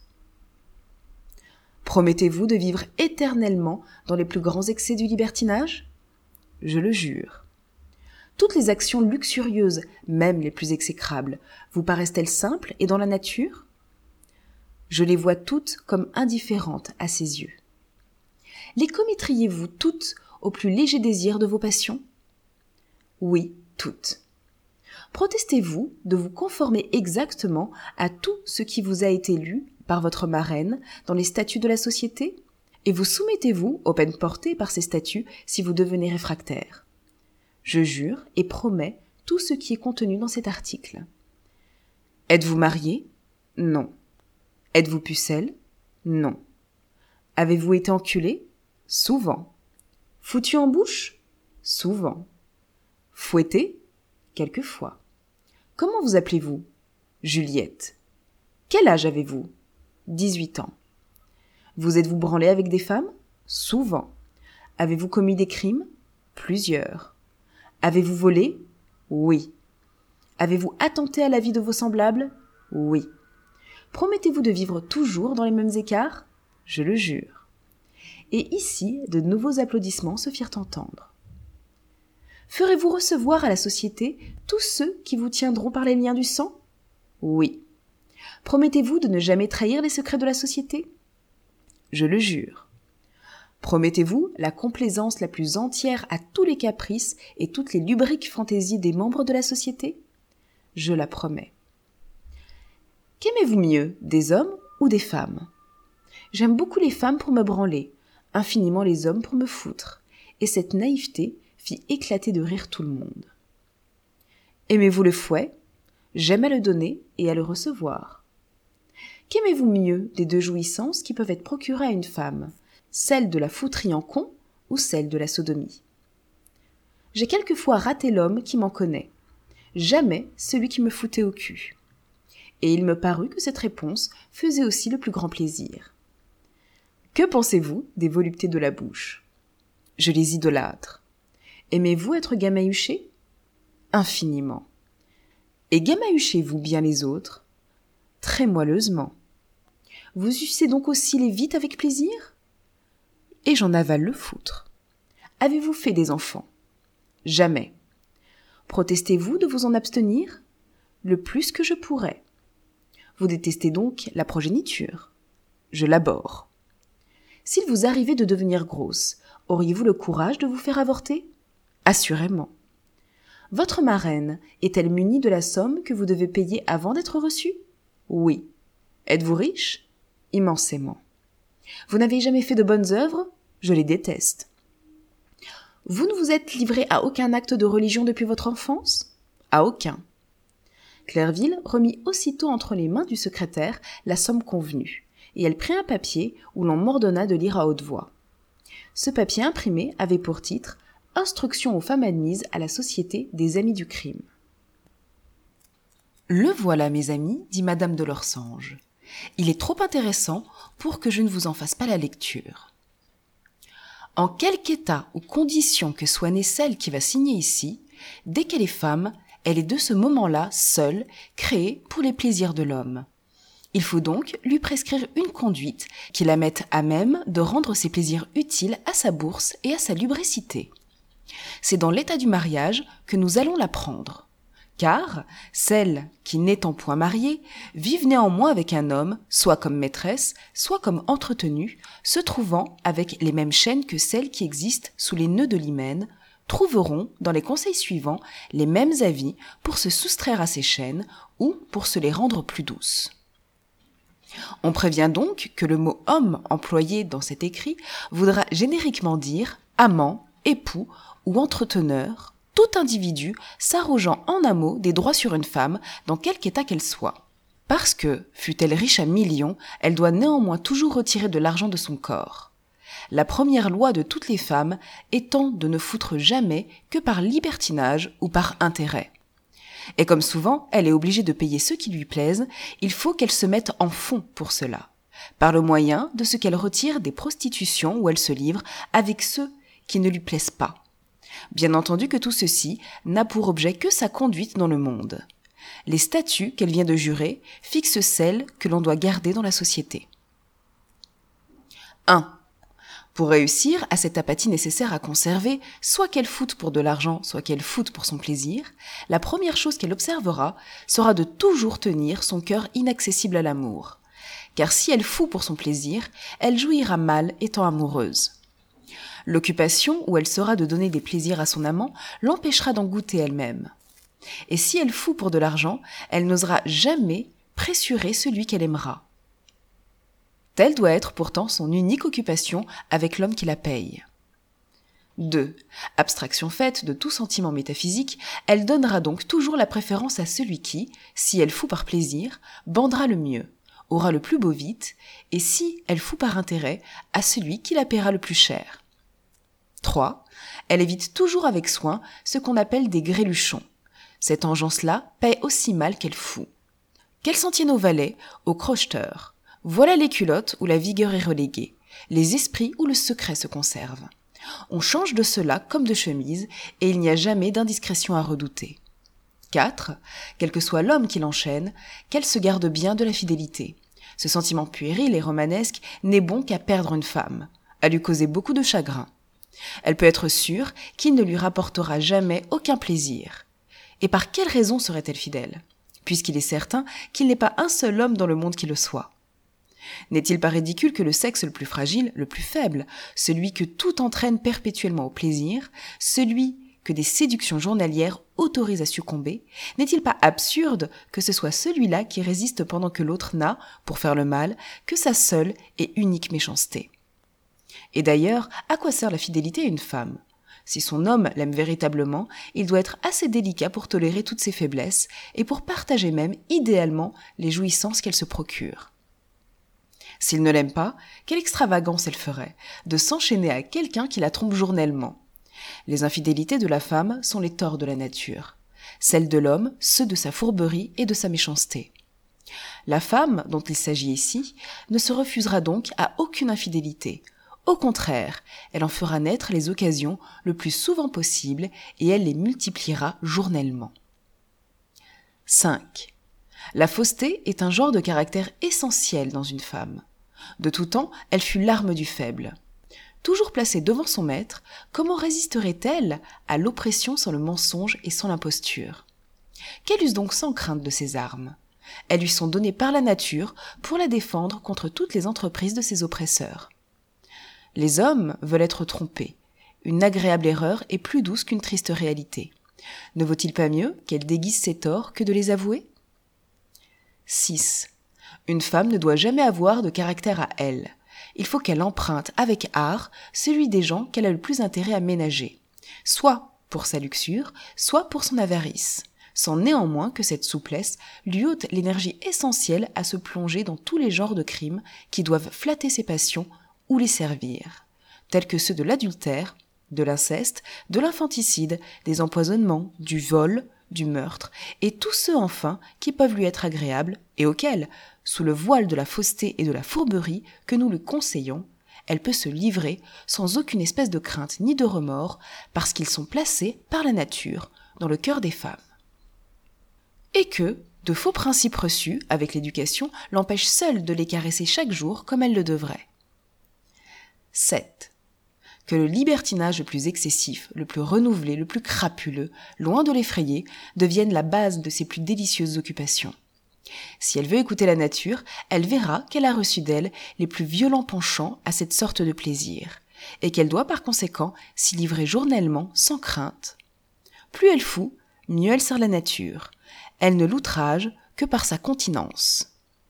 Promettez-vous de vivre éternellement dans les plus grands excès du libertinage ? Je le jure. Toutes les actions luxurieuses, même les plus exécrables, vous paraissent-elles simples et dans la nature ? Je les vois toutes comme indifférentes à ses yeux. Les commettriez-vous toutes au plus léger désir de vos passions ? Oui, toutes. Protestez-vous de vous conformer exactement à tout ce qui vous a été lu par votre marraine dans les statuts de la société ? Et vous soumettez-vous aux peines portées par ces statuts si vous devenez réfractaire ? Je jure et promets tout ce qui est contenu dans cet article. Êtes-vous marié ? Non. Êtes-vous pucelle ? Non. Avez-vous été enculé ? Souvent. Foutu en bouche ? Souvent. Fouetté ? Quelquefois. Comment vous appelez-vous ? Juliette. Quel âge avez-vous ? 18 ans. Vous êtes-vous branlé avec des femmes ? Souvent. Avez-vous commis des crimes ? Plusieurs. Avez-vous volé ? Oui. Avez-vous attenté à la vie de vos semblables ? Oui. Promettez-vous de vivre toujours dans les mêmes écarts ? Je le jure. Et ici, de nouveaux applaudissements se firent entendre. Ferez-vous recevoir à la société tous ceux qui vous tiendront par les liens du sang ? Oui. Promettez-vous de ne jamais trahir les secrets de la société ? Je le jure. Promettez-vous la complaisance la plus entière à tous les caprices et toutes les lubriques fantaisies des membres de la société ? Je la promets. Qu'aimez-vous mieux, des hommes ou des femmes ? J'aime beaucoup les femmes pour me branler, infiniment les hommes pour me foutre, et cette naïveté fit éclater de rire tout le monde. Aimez-vous le fouet ? J'aime à le donner et à le recevoir. Qu'aimez-vous mieux des 2 jouissances qui peuvent être procurées à une femme, celle de la fouterie en con ou celle de la sodomie ? J'ai quelquefois raté l'homme qui m'en connaît, jamais celui qui me foutait au cul. Et il me parut que cette réponse faisait aussi le plus grand plaisir. Que pensez-vous des voluptés de la bouche ? Je les idolâtre. Aimez-vous être gamahuché? Infiniment. Et gamahuchez-vous bien les autres? Très moelleusement. Vous sucez donc aussi les vites avec plaisir? Et j'en avale le foutre. Avez-vous fait des enfants? Jamais. Protestez-vous de vous en abstenir? Le plus que je pourrais. Vous détestez donc la progéniture? Je l'abhorre. S'il vous arrivait de devenir grosse, auriez-vous le courage de vous faire avorter? Assurément. Votre marraine est-elle munie de la somme que vous devez payer avant d'être reçue? Oui. Êtes-vous riche? Immensément. Vous n'avez jamais fait de bonnes œuvres? Je les déteste. Vous ne vous êtes livré à aucun acte de religion depuis votre enfance? À aucun. Clerville remit aussitôt entre les mains du secrétaire la somme convenue, et elle prit un papier où l'on m'ordonna de lire à haute voix. Ce papier imprimé avait pour titre « Instruction aux femmes admises à la Société des Amis du Crime ». « Le voilà, mes amis, dit Madame de Lorsange. Il est trop intéressant pour que je ne vous en fasse pas la lecture. En quelque état ou condition que soit née celle qui va signer ici, dès qu'elle est femme, elle est de ce moment-là seule, créée pour les plaisirs de l'homme. Il faut donc lui prescrire une conduite qui la mette à même de rendre ses plaisirs utiles à sa bourse et à sa lubricité. C'est dans l'état du mariage que nous allons la prendre. Car celles qui, n'étant point mariées, vivent néanmoins avec un homme, soit comme maîtresse, soit comme entretenue, se trouvant avec les mêmes chaînes que celles qui existent sous les nœuds de l'hymen, trouveront, dans les conseils suivants, les mêmes avis pour se soustraire à ces chaînes ou pour se les rendre plus douces. On prévient donc que le mot « homme » employé dans cet écrit voudra génériquement dire amant, époux ou entreteneur, tout individu s'arrogeant en un mot des droits sur une femme dans quelque état qu'elle soit. Parce que, fût-elle riche à millions, elle doit néanmoins toujours retirer de l'argent de son corps. La première loi de toutes les femmes étant de ne foutre jamais que par libertinage ou par intérêt. Et comme souvent elle est obligée de payer ce qui lui plaise, il faut qu'elle se mette en fond pour cela, par le moyen de ce qu'elle retire des prostitutions où elle se livre avec ceux qui ne lui plaisent pas. Bien entendu que tout ceci n'a pour objet que sa conduite dans le monde. Les statuts qu'elle vient de jurer fixent celles que l'on doit garder dans la société. 1. Pour réussir à cette apathie nécessaire à conserver, soit qu'elle foute pour de l'argent, soit qu'elle foute pour son plaisir, la première chose qu'elle observera sera de toujours tenir son cœur inaccessible à l'amour. Car si elle fout pour son plaisir, elle jouira mal étant amoureuse. L'occupation où elle sera de donner des plaisirs à son amant l'empêchera d'en goûter elle-même. Et si elle fout pour de l'argent, elle n'osera jamais pressurer celui qu'elle aimera. Telle doit être pourtant son unique occupation avec l'homme qui la paye. 2. Abstraction faite de tout sentiment métaphysique, elle donnera donc toujours la préférence à celui qui, si elle fout par plaisir, bandera le mieux, aura le plus beau vite, et si elle fout par intérêt, à celui qui la paiera le plus cher. 3. Elle évite toujours avec soin ce qu'on appelle des gréluchons. Cette engeance-là paie aussi mal qu'elle fout. Qu'elle s'en tienne aux valets, aux crocheteurs. Voilà les culottes où la vigueur est reléguée, les esprits où le secret se conserve. On change de cela comme de chemise, et il n'y a jamais d'indiscrétion à redouter. 4. Quel que soit l'homme qui l'enchaîne, qu'elle se garde bien de la fidélité. Ce sentiment puéril et romanesque n'est bon qu'à perdre une femme, à lui causer beaucoup de chagrin. Elle peut être sûre qu'il ne lui rapportera jamais aucun plaisir. Et par quelle raison serait-elle fidèle, puisqu'il est certain qu'il n'est pas un seul homme dans le monde qui le soit? N'est-il pas ridicule que le sexe le plus fragile, le plus faible, celui que tout entraîne perpétuellement au plaisir, celui que des séductions journalières autorisent à succomber, n'est-il pas absurde que ce soit celui-là qui résiste pendant que l'autre n'a, pour faire le mal, que sa seule et unique méchanceté? Et d'ailleurs, à quoi sert la fidélité à une femme? Si son homme l'aime véritablement, il doit être assez délicat pour tolérer toutes ses faiblesses et pour partager même, idéalement, les jouissances qu'elle se procure. S'il ne l'aime pas, quelle extravagance elle ferait, de s'enchaîner à quelqu'un qui la trompe journellement. Les infidélités de la femme sont les torts de la nature. Celles de l'homme, ceux de sa fourberie et de sa méchanceté. La femme, dont il s'agit ici, ne se refusera donc à aucune infidélité, Au contraire, elle en fera naître les occasions le plus souvent possible et elle les multipliera journellement. 5. La fausseté est un genre de caractère essentiel dans une femme. De tout temps, elle fut l'arme du faible. Toujours placée devant son maître, comment résisterait-elle à l'oppression sans le mensonge et sans l'imposture ? Qu'elle use donc sans crainte de ces armes. Elles lui sont données par la nature pour la défendre contre toutes les entreprises de ses oppresseurs. Les hommes veulent être trompés. Une agréable erreur est plus douce qu'une triste réalité. Ne vaut-il pas mieux qu'elle déguise ses torts que de les avouer ? 6. Une femme ne doit jamais avoir de caractère à elle. Il faut qu'elle emprunte avec art celui des gens qu'elle a le plus intérêt à ménager, soit pour sa luxure, soit pour son avarice, sans néanmoins que cette souplesse lui ôte l'énergie essentielle à se plonger dans tous les genres de crimes qui doivent flatter ses passions ou les servir, tels que ceux de l'adultère, de l'inceste, de l'infanticide, des empoisonnements, du vol, du meurtre, et tous ceux enfin qui peuvent lui être agréables et auxquels, sous le voile de la fausseté et de la fourberie que nous lui conseillons, elle peut se livrer sans aucune espèce de crainte ni de remords, parce qu'ils sont placés par la nature dans le cœur des femmes. Et que, de faux principes reçus avec l'éducation l'empêchent seuls de les caresser chaque jour comme elle le devrait. 7. Que le libertinage le plus excessif, le plus renouvelé, le plus crapuleux, loin de l'effrayer, devienne la base de ses plus délicieuses occupations. Si elle veut écouter la nature, elle verra qu'elle a reçu d'elle les plus violents penchants à cette sorte de plaisir, et qu'elle doit par conséquent s'y livrer journellement sans crainte. Plus elle fout, mieux elle sert la nature. Elle ne l'outrage que par sa continence.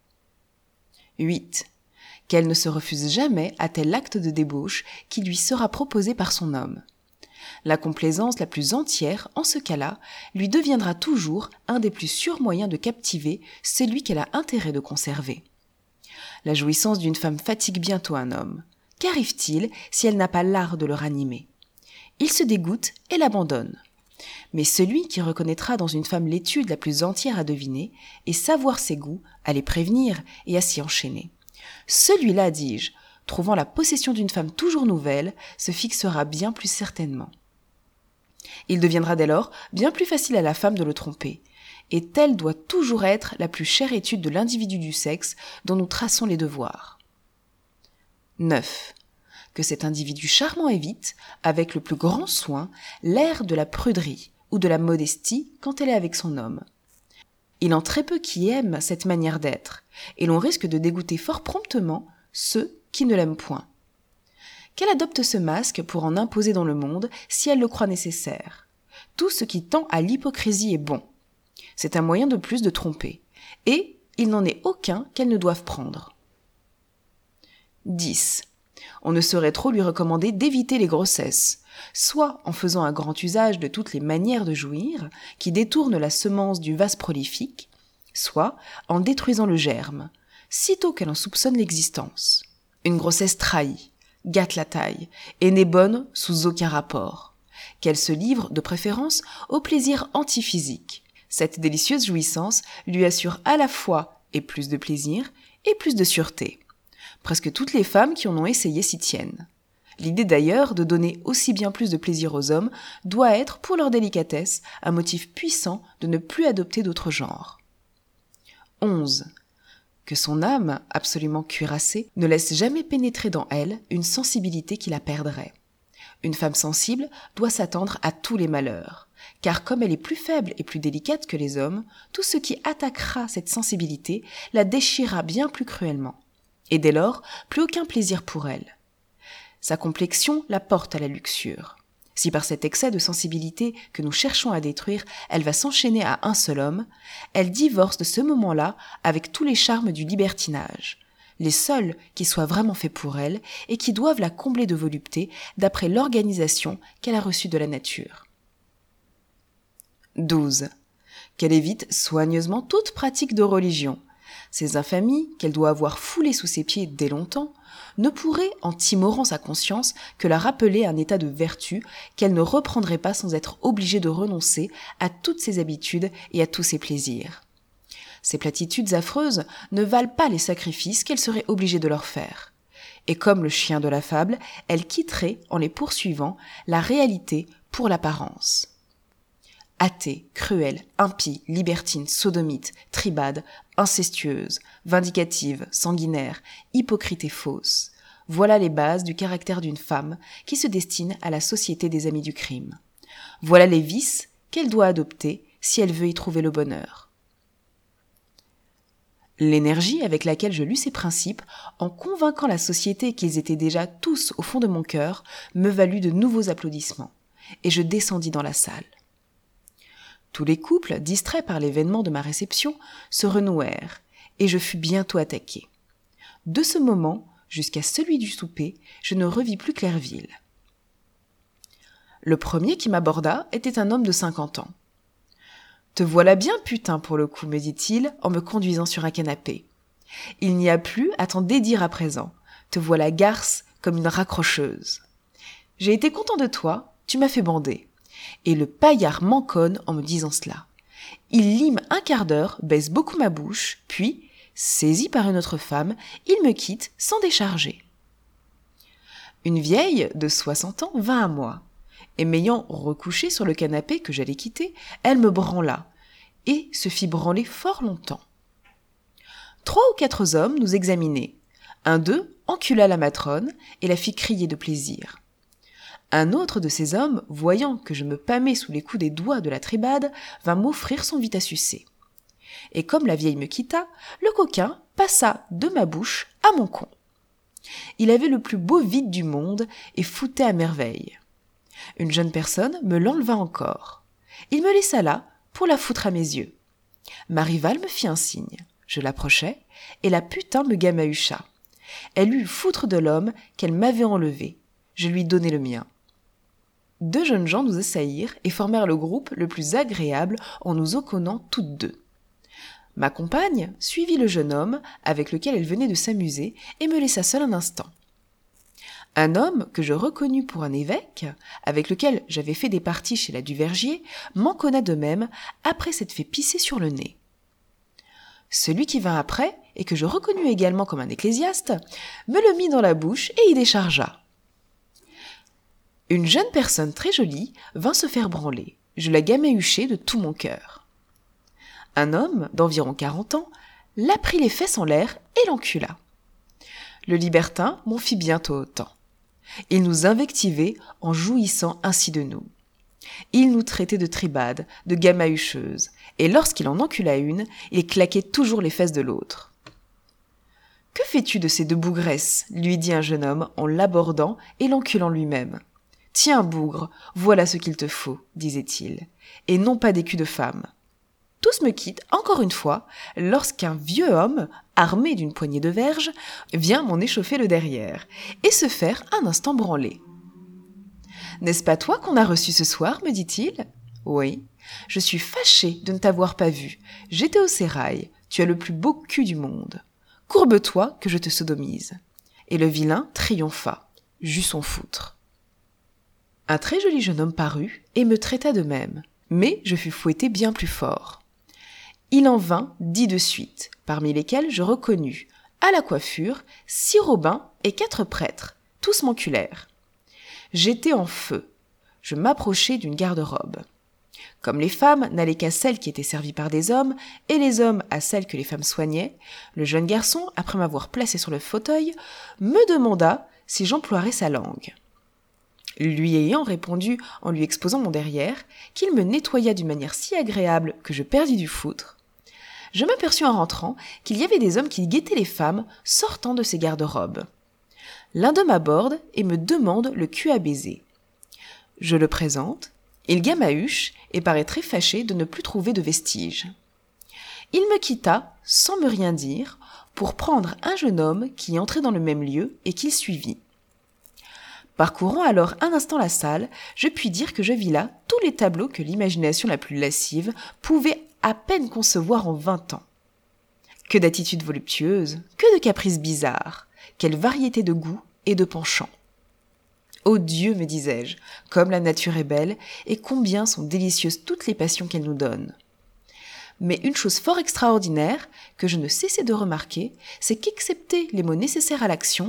8. Qu'elle ne se refuse jamais à tel acte de débauche qui lui sera proposé par son homme. La complaisance la plus entière, en ce cas-là, lui deviendra toujours un des plus sûrs moyens de captiver celui qu'elle a intérêt de conserver. La jouissance d'une femme fatigue bientôt un homme. Qu'arrive-t-il si elle n'a pas l'art de le ranimer ? Il se dégoûte et l'abandonne. Mais celui qui reconnaîtra dans une femme l'étude la plus entière à deviner et savoir ses goûts, à les prévenir et à s'y enchaîner. Celui-là, dis-je, trouvant la possession d'une femme toujours nouvelle, se fixera bien plus certainement. Il deviendra dès lors bien plus facile à la femme de le tromper, et telle doit toujours être la plus chère étude de l'individu du sexe dont nous traçons les devoirs. 9. Que cet individu charmant évite, avec le plus grand soin, l'air de la pruderie ou de la modestie quand elle est avec son homme. Il en très peu qui aiment cette manière d'être, et l'on risque de dégoûter fort promptement ceux qui ne l'aiment point. Qu'elle adopte ce masque pour en imposer dans le monde si elle le croit nécessaire. Tout ce qui tend à l'hypocrisie est bon. C'est un moyen de plus de tromper, et il n'en est aucun qu'elle ne doive prendre. 10. On ne saurait trop lui recommander d'éviter les grossesses, soit en faisant un grand usage de toutes les manières de jouir, qui détournent la semence du vase prolifique, soit en détruisant le germe, sitôt qu'elle en soupçonne l'existence. Une grossesse trahie, gâte la taille, et n'est bonne sous aucun rapport. Qu'elle se livre, de préférence, au plaisir antiphysique. Cette délicieuse jouissance lui assure à la fois et plus de plaisir et plus de sûreté. Presque toutes les femmes qui en ont essayé s'y tiennent. L'idée d'ailleurs de donner aussi bien plus de plaisir aux hommes doit être, pour leur délicatesse, un motif puissant de ne plus adopter d'autre genre. 11. Que son âme, absolument cuirassée, ne laisse jamais pénétrer dans elle une sensibilité qui la perdrait. Une femme sensible doit s'attendre à tous les malheurs, car comme elle est plus faible et plus délicate que les hommes, tout ce qui attaquera cette sensibilité la déchirera bien plus cruellement. Et dès lors, plus aucun plaisir pour elle. Sa complexion la porte à la luxure. Si par cet excès de sensibilité que nous cherchons à détruire, elle va s'enchaîner à un seul homme, elle divorce de ce moment-là avec tous les charmes du libertinage, les seuls qui soient vraiment faits pour elle et qui doivent la combler de volupté d'après l'organisation qu'elle a reçue de la nature. 12. Qu'elle évite soigneusement toute pratique de religion. Ces infamies, qu'elle doit avoir foulées sous ses pieds dès longtemps, ne pourraient, en timorant sa conscience, que la rappeler à un état de vertu qu'elle ne reprendrait pas sans être obligée de renoncer à toutes ses habitudes et à tous ses plaisirs. Ces platitudes affreuses ne valent pas les sacrifices qu'elle serait obligée de leur faire. Et comme le chien de la fable, elle quitterait, en les poursuivant, la réalité pour l'apparence. Athée, cruelle, impie, libertine, sodomite, tribade, incestueuse, vindicative, sanguinaire, hypocrite et fausse. Voilà les bases du caractère d'une femme qui se destine à la société des amis du crime. Voilà les vices qu'elle doit adopter si elle veut y trouver le bonheur. L'énergie avec laquelle je lus ces principes, en convainquant la société qu'ils étaient déjà tous au fond de mon cœur, me valut de nouveaux applaudissements, et je descendis dans la salle. Tous les couples, distraits par l'événement de ma réception, se renouèrent, et je fus bientôt attaquée. De ce moment jusqu'à celui du souper, je ne revis plus Clairville. Le premier qui m'aborda était un homme de 50 ans. « Te voilà bien putain pour le coup, me dit-il en me conduisant sur un canapé. Il n'y a plus à t'en dédire à présent. Te voilà garce comme une raccrocheuse. J'ai été content de toi, tu m'as fait bander. » Et le paillard m'enconne en me disant cela. Il lime un quart d'heure, baisse beaucoup ma bouche, puis, saisi par une autre femme, il me quitte sans décharger. Une vieille de 60 ans vint à moi, et m'ayant recouché sur le canapé que j'allais quitter, elle me branla, et se fit branler fort longtemps. 3 ou 4 hommes nous examinaient. Un d'eux encula la matrone et la fit crier de plaisir. Un autre de ces hommes, voyant que je me pâmais sous les coups des doigts de la tribade, vint m'offrir son vite à sucer. Et comme la vieille me quitta, le coquin passa de ma bouche à mon con. Il avait le plus beau vide du monde et foutait à merveille. Une jeune personne me l'enleva encore. Il me laissa là pour la foutre à mes yeux. Ma rivale me fit un signe. Je l'approchai, et la putain me gamahucha. Elle eut foutre de l'homme qu'elle m'avait enlevé. Je lui donnai le mien. 2 jeunes gens nous assaillirent et formèrent le groupe le plus agréable en nous oconnant toutes deux. Ma compagne suivit le jeune homme avec lequel elle venait de s'amuser et me laissa seule un instant. Un homme que je reconnus pour un évêque, avec lequel j'avais fait des parties chez la Duvergier, m'enconna de même après s'être fait pisser sur le nez. Celui qui vint après, et que je reconnus également comme un ecclésiaste, me le mit dans la bouche et y déchargea. Une jeune personne très jolie vint se faire branler. Je la gamahuchai de tout mon cœur. Un homme d'environ 40 ans la prit les fesses en l'air et l'encula. Le libertin m'en fit bientôt autant. Il nous invectivait en jouissant ainsi de nous. Il nous traitait de tribades, de gamahucheuses, et lorsqu'il en encula une, il claquait toujours les fesses de l'autre. « Que fais-tu de ces 2 bougresses ?» lui dit un jeune homme en l'abordant et l'enculant lui-même. « Tiens, bougre, voilà ce qu'il te faut, disait-il, et non pas des culs de femme. » Tous me quittent encore une fois lorsqu'un vieux homme, armé d'une poignée de verges, vient m'en échauffer le derrière et se faire un instant branler. « N'est-ce pas toi qu'on a reçu ce soir ?» me dit-il. « Oui, je suis fâché de ne t'avoir pas vu. J'étais au sérail, tu as le plus beau cul du monde. Courbe-toi que je te sodomise. » Et le vilain triompha, j'eus son foutre. Un très joli jeune homme parut et me traita de même, mais je fus fouetté bien plus fort. Il en vint 10 de suite, parmi lesquels je reconnus, à la coiffure, 6 robins et 4 prêtres, tous m'enculèrent. J'étais en feu. Je m'approchai d'une garde-robe. Comme les femmes n'allaient qu'à celles qui étaient servies par des hommes, et les hommes à celles que les femmes soignaient, le jeune garçon, après m'avoir placé sur le fauteuil, me demanda si j'emploierais sa langue. Lui ayant répondu en lui exposant mon derrière, qu'il me nettoya d'une manière si agréable que je perdis du foutre, je m'aperçus en rentrant qu'il y avait des hommes qui guettaient les femmes sortant de ces garde-robes. L'un d'eux m'aborde et me demande le cul à baiser. Je le présente, il gamahuche et paraît très fâché de ne plus trouver de vestiges. Il me quitta, sans me rien dire, pour prendre un jeune homme qui entrait dans le même lieu et qu'il suivit. Parcourant alors un instant la salle, je puis dire que je vis là tous les tableaux que l'imagination la plus lascive pouvait à peine concevoir en 20 ans. Que d'attitudes voluptueuses, que de caprices bizarres, quelle variété de goûts et de penchants. Ô Dieu, me disais-je, comme la nature est belle et combien sont délicieuses toutes les passions qu'elle nous donne. Mais une chose fort extraordinaire que je ne cessais de remarquer, c'est qu'excepté les mots nécessaires à l'action,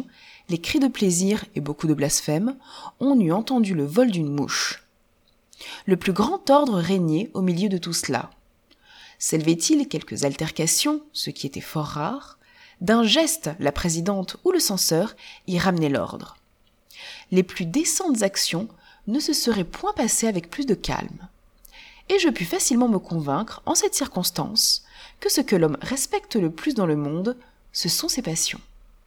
les cris de plaisir et beaucoup de blasphèmes, on eût entendu le vol d'une mouche. Le plus grand ordre régnait au milieu de tout cela. S'élevait-il quelques altercations, ce qui était fort rare, d'un geste, la présidente ou le censeur y ramenait l'ordre. Les plus décentes actions ne se seraient point passées avec plus de calme. Et je pus facilement me convaincre, en cette circonstance, que ce que l'homme respecte le plus dans le monde, ce sont ses passions.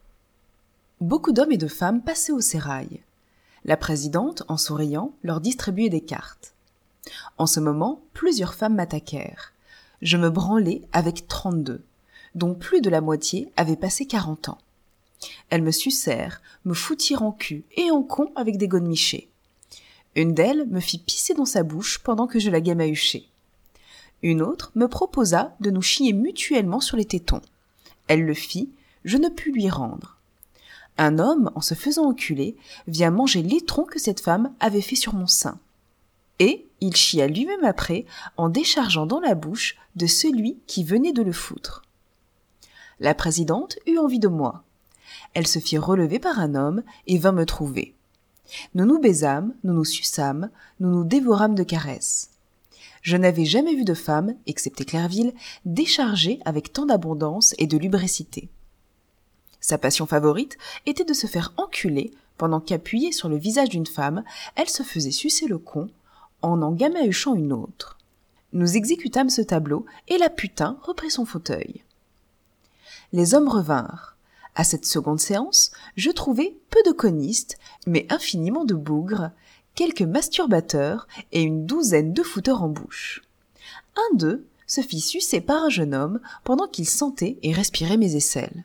Beaucoup d'hommes et de femmes passaient au sérail. La présidente, en souriant, leur distribuait des cartes. En ce moment, plusieurs femmes m'attaquèrent. Je me branlai avec 32, dont plus de la moitié avaient passé 40 ans. Elles me sucèrent, me foutirent en cul et en con avec des godemichés. Une d'elles me fit pisser dans sa bouche pendant que je la gamahuchais. Une autre me proposa de nous chier mutuellement sur les tétons. Elle le fit, je ne pus lui rendre. Un homme, en se faisant enculer, vient manger l'étron que cette femme avait fait sur mon sein. Et il chia lui-même après, en déchargeant dans la bouche de celui qui venait de le foutre. La présidente eut envie de moi. Elle se fit relever par un homme et vint me trouver. Nous nous baisâmes, nous nous suçâmes, nous nous dévorâmes de caresses. Je n'avais jamais vu de femme, excepté Clerville, déchargée avec tant d'abondance et de lubricité. Sa passion favorite était de se faire enculer, pendant qu'appuyée sur le visage d'une femme, elle se faisait sucer le con, en gamahuchant une autre. Nous exécutâmes ce tableau, et la putain reprit son fauteuil. Les hommes revinrent. À cette seconde séance, je trouvai peu de conistes, mais infiniment de bougres, quelques masturbateurs et une douzaine de fouteurs en bouche. Un d'eux se fit sucer par un jeune homme pendant qu'il sentait et respirait mes aisselles.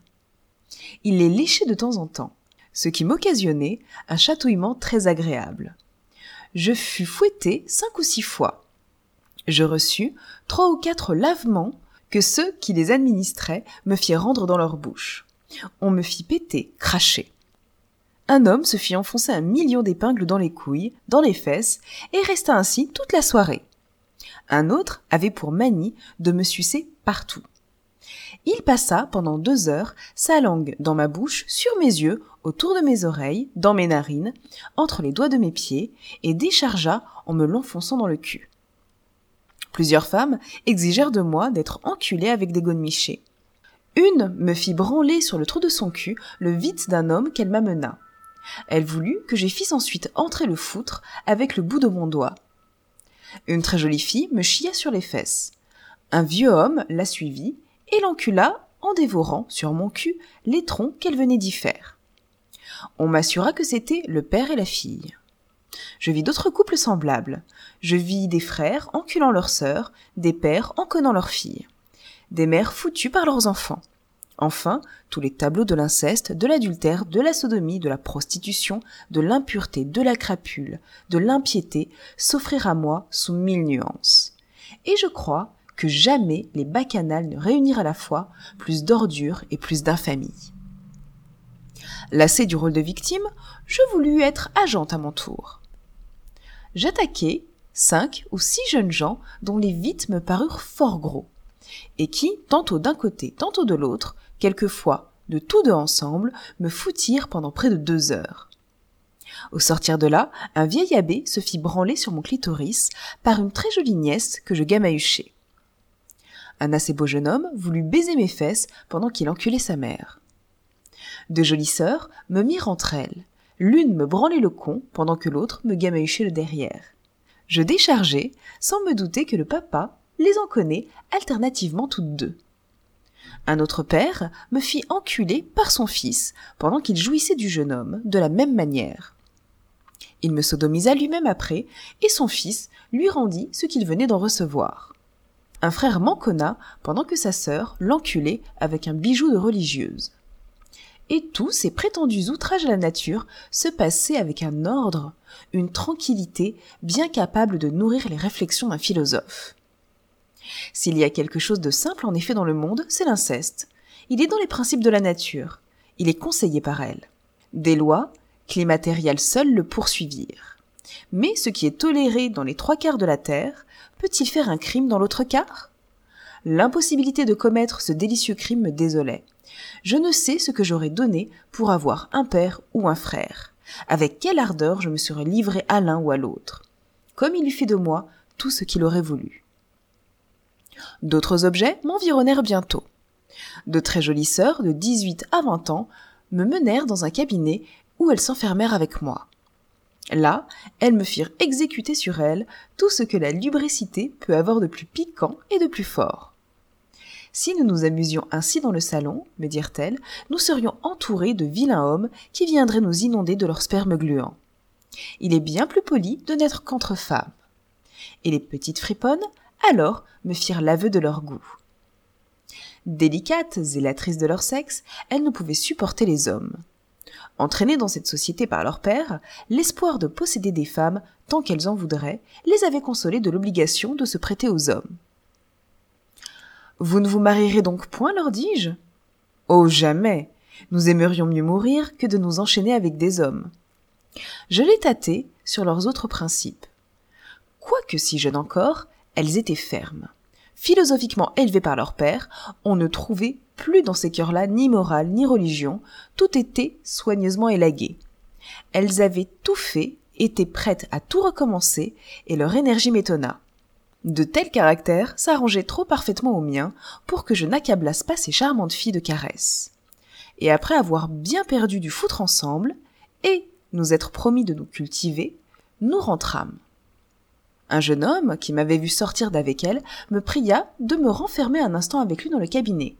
Il les léchait de temps en temps, ce qui m'occasionnait un chatouillement très agréable. Je fus fouetté 5 ou 6 fois. Je reçus 3 ou 4 lavements que ceux qui les administraient me firent rendre dans leur bouche. On me fit péter, cracher. Un homme se fit enfoncer 1 million d'épingles dans les couilles, dans les fesses, et resta ainsi toute la soirée. Un autre avait pour manie de me sucer partout. Il passa pendant 2 heures sa langue dans ma bouche, sur mes yeux, autour de mes oreilles, dans mes narines, entre les doigts de mes pieds, et déchargea en me l'enfonçant dans le cul. Plusieurs femmes exigèrent de moi d'être enculée avec des godemichés. Une me fit branler sur le trou de son cul le vite d'un homme qu'elle m'amena. Elle voulut que je fisse ensuite entrer le foutre avec le bout de mon doigt. Une très jolie fille me chia sur les fesses. Un vieux homme la suivit et l'encula en dévorant sur mon cul l'étron qu'elle venait d'y faire. On m'assura que c'était le père et la fille. Je vis d'autres couples semblables. Je vis des frères enculant leurs sœurs, des pères enconnant leurs filles, des mères foutues par leurs enfants. Enfin, tous les tableaux de l'inceste, de l'adultère, de la sodomie, de la prostitution, de l'impureté, de la crapule, de l'impiété s'offrirent à moi sous 1000 nuances. Et je crois que jamais les bacchanales ne réunirent à la fois plus d'ordures et plus d'infamie. Lassé du rôle de victime, je voulus être agente à mon tour. J'attaquai 5 ou 6 jeunes gens dont les vites me parurent fort gros, et qui, tantôt d'un côté, tantôt de l'autre, quelquefois, de tous deux ensemble, me foutirent pendant près de 2 heures. Au sortir de là, un vieil abbé se fit branler sur mon clitoris par une très jolie nièce que je gamahuchai. Un assez beau jeune homme voulut baiser mes fesses pendant qu'il enculait sa mère. 2 jolies sœurs me mirent entre elles. L'une me branlait le con pendant que l'autre me gamahuchait le derrière. Je déchargeai, sans me douter que le papa les en connaît alternativement toutes 2. Un autre père me fit enculer par son fils pendant qu'il jouissait du jeune homme de la même manière. Il me sodomisa lui-même après, et son fils lui rendit ce qu'il venait d'en recevoir. Un frère m'enconna pendant que sa sœur l'enculait avec un bijou de religieuse. Et tous ces prétendus outrages à la nature se passaient avec un ordre, une tranquillité bien capable de nourrir les réflexions d'un philosophe. S'il y a quelque chose de simple en effet dans le monde, c'est l'inceste. Il est dans les principes de la nature. Il est conseillé par elle. Des lois, climatériales seules le poursuivirent. Mais ce qui est toléré dans les 3 quarts de la terre, peut-il faire un crime dans l'autre quart ? L'impossibilité de commettre ce délicieux crime me désolait. Je ne sais ce que j'aurais donné pour avoir un père ou un frère. Avec quelle ardeur je me serais livré à l'un ou à l'autre. Comme il eût fait de moi tout ce qu'il aurait voulu. D'autres objets m'environnèrent bientôt. De très jolies sœurs de 18 à 20 ans me menèrent dans un cabinet où elles s'enfermèrent avec moi. Là, elles me firent exécuter sur elles tout ce que la lubricité peut avoir de plus piquant et de plus fort. Si nous nous amusions ainsi dans le salon, me dirent-elles, nous serions entourés de vilains hommes qui viendraient nous inonder de leur sperme gluant. Il est bien plus poli de n'être qu'entre femmes. Et les petites friponnes, alors, me firent l'aveu de leur goût. Délicates, zélatrices de leur sexe, elles ne pouvaient supporter les hommes. Entraînées dans cette société par leur père, l'espoir de posséder des femmes, tant qu'elles en voudraient, les avait consolées de l'obligation de se prêter aux hommes. « Vous ne vous marierez donc point, leur dis-je ? » ?»« Oh, jamais ! Nous aimerions mieux mourir que de nous enchaîner avec des hommes. » Je les tâtai sur leurs autres principes. Quoique si jeunes encore, elles étaient fermes. Philosophiquement élevées par leur père, on ne trouvait plus dans ces cœurs-là ni morale ni religion, tout était soigneusement élagué. Elles avaient tout fait, étaient prêtes à tout recommencer, et leur énergie m'étonna. De tels caractères s'arrangeaient trop parfaitement aux miens pour que je n'accablasse pas ces charmantes filles de caresses. Et après avoir bien perdu du foutre ensemble, et nous être promis de nous cultiver, nous rentrâmes. Un jeune homme, qui m'avait vu sortir d'avec elle, me pria de me renfermer un instant avec lui dans le cabinet.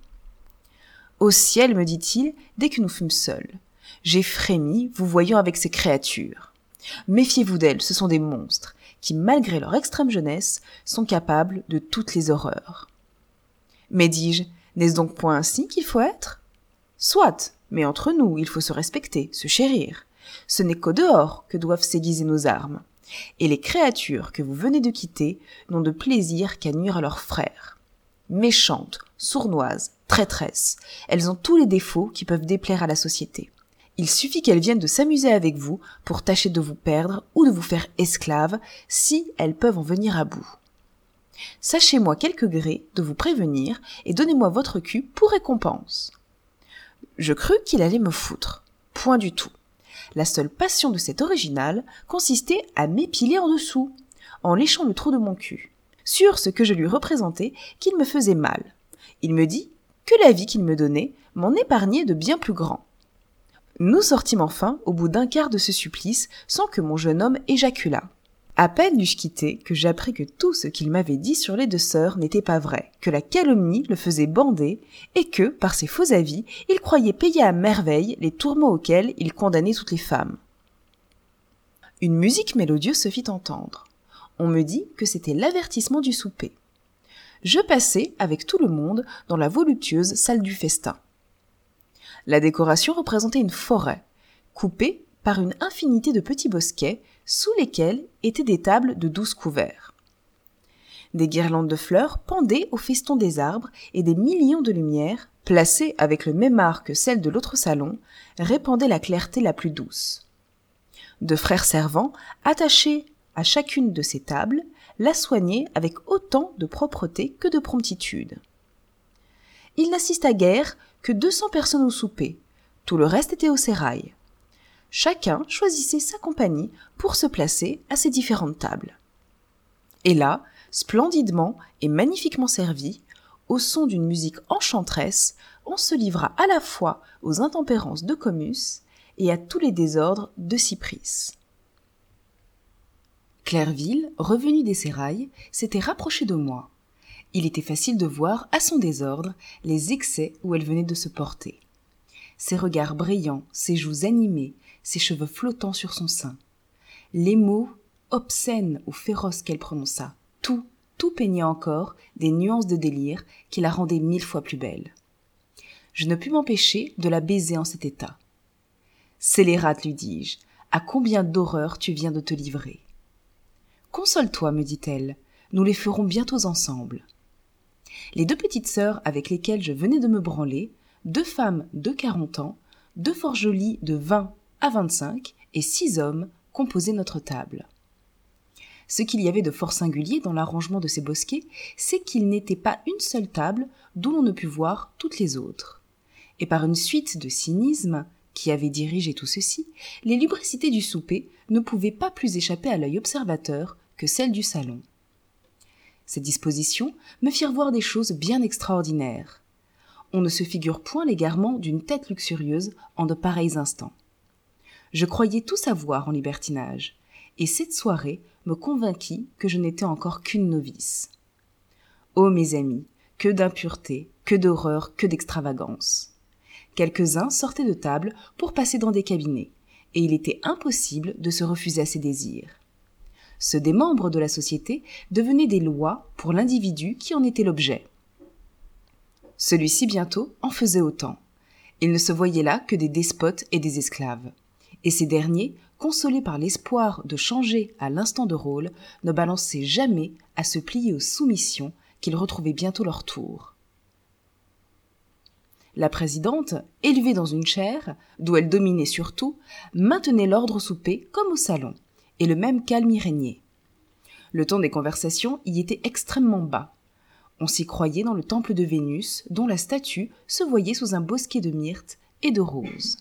« Au ciel, me dit-il, dès que nous fûmes seuls. J'ai frémi, vous voyant avec ces créatures. Méfiez-vous d'elles, ce sont des monstres, qui, malgré leur extrême jeunesse, sont capables de toutes les horreurs. Mais dis-je, n'est-ce donc point ainsi qu'il faut être ? Soit, mais entre nous, il faut se respecter, se chérir. Ce n'est qu'au dehors que doivent s'aiguiser nos armes. Et les créatures que vous venez de quitter n'ont de plaisir qu'à nuire à leurs frères. Méchantes, sournoises, traîtresses, elles ont tous les défauts qui peuvent déplaire à la société. Il suffit qu'elles viennent de s'amuser avec vous pour tâcher de vous perdre ou de vous faire esclaves, si elles peuvent en venir à bout. Sachez-moi quelque gré de vous prévenir et donnez-moi votre cul pour récompense. » Je crus qu'il allait me foutre. Point du tout. La seule passion de cet original consistait à m'épiler en dessous, en léchant le trou de mon cul, sur ce que je lui représentais qu'il me faisait mal. Il me dit que la vie qu'il me donnait m'en épargnait de bien plus grands. Nous sortîmes enfin au bout d'un quart de ce supplice sans que mon jeune homme éjaculât. À peine l'eus-je quitté que j'appris que tout ce qu'il m'avait dit sur les deux sœurs n'était pas vrai, que la calomnie le faisait bander et que, par ses faux avis, il croyait payer à merveille les tourments auxquels il condamnait toutes les femmes. Une musique mélodieuse se fit entendre. On me dit que c'était l'avertissement du souper. Je passai, avec tout le monde, dans la voluptueuse salle du festin. La décoration représentait une forêt, coupée par une infinité de petits bosquets, sous lesquels étaient des tables de 12 couverts. Des guirlandes de fleurs pendaient au feston des arbres et des millions de lumières, placées avec le même art que celles de l'autre salon, répandaient la clarté la plus douce. De frères servants, attachés à chacune de ces tables, la soignaient avec autant de propreté que de promptitude. Il n'assista guère que 200 personnes au souper, tout le reste était au sérail. Chacun choisissait sa compagnie pour se placer à ses différentes tables. Et là, splendidement et magnifiquement servi, au son d'une musique enchanteresse, on se livra à la fois aux intempérances de Comus et à tous les désordres de Cypris. Clerville, revenu des sérails, s'était rapproché de moi. Il était facile de voir, à son désordre, les excès où elle venait de se porter. Ses regards brillants, ses joues animées, ses cheveux flottants sur son sein. Les mots obscènes ou féroces qu'elle prononça, tout peignait encore des nuances de délire qui la rendaient 1000 fois plus belle. Je ne pus m'empêcher de la baiser en cet état. « Scélérate, lui dis-je, à combien d'horreurs tu viens de te livrer ?»« Console-toi, me dit-elle, nous les ferons bientôt ensemble. » Les 2 petites sœurs avec lesquelles je venais de me branler, 2 femmes de 40 ans, 2 fort jolies de 20 à 25 et 6 hommes composaient notre table. Ce qu'il y avait de fort singulier dans l'arrangement de ces bosquets, c'est qu'il n'était pas une seule table d'où l'on ne put voir toutes les autres. Et par une suite de cynismes qui avait dirigé tout ceci, les lubricités du souper ne pouvaient pas plus échapper à l'œil observateur que celles du salon. Ces dispositions me firent voir des choses bien extraordinaires. On ne se figure point l'égarement d'une tête luxurieuse en de pareils instants. Je croyais tout savoir en libertinage, et cette soirée me convainquit que je n'étais encore qu'une novice. Ô mes amis, que d'impureté, que d'horreur, que d'extravagance. Quelques-uns sortaient de table pour passer dans des cabinets, et il était impossible de se refuser à ses désirs. Ceux des membres de la société devenaient des lois pour l'individu qui en était l'objet. Celui-ci bientôt en faisait autant. Il ne se voyait là que des despotes et des esclaves. Et ces derniers, consolés par l'espoir de changer à l'instant de rôle, ne balançaient jamais à se plier aux soumissions qu'ils retrouvaient bientôt leur tour. La présidente, élevée dans une chaire, d'où elle dominait surtout, maintenait l'ordre au souper comme au salon, et le même calme y régnait. Le ton des conversations y était extrêmement bas. On s'y croyait dans le temple de Vénus, dont la statue se voyait sous un bosquet de myrtes et de roses.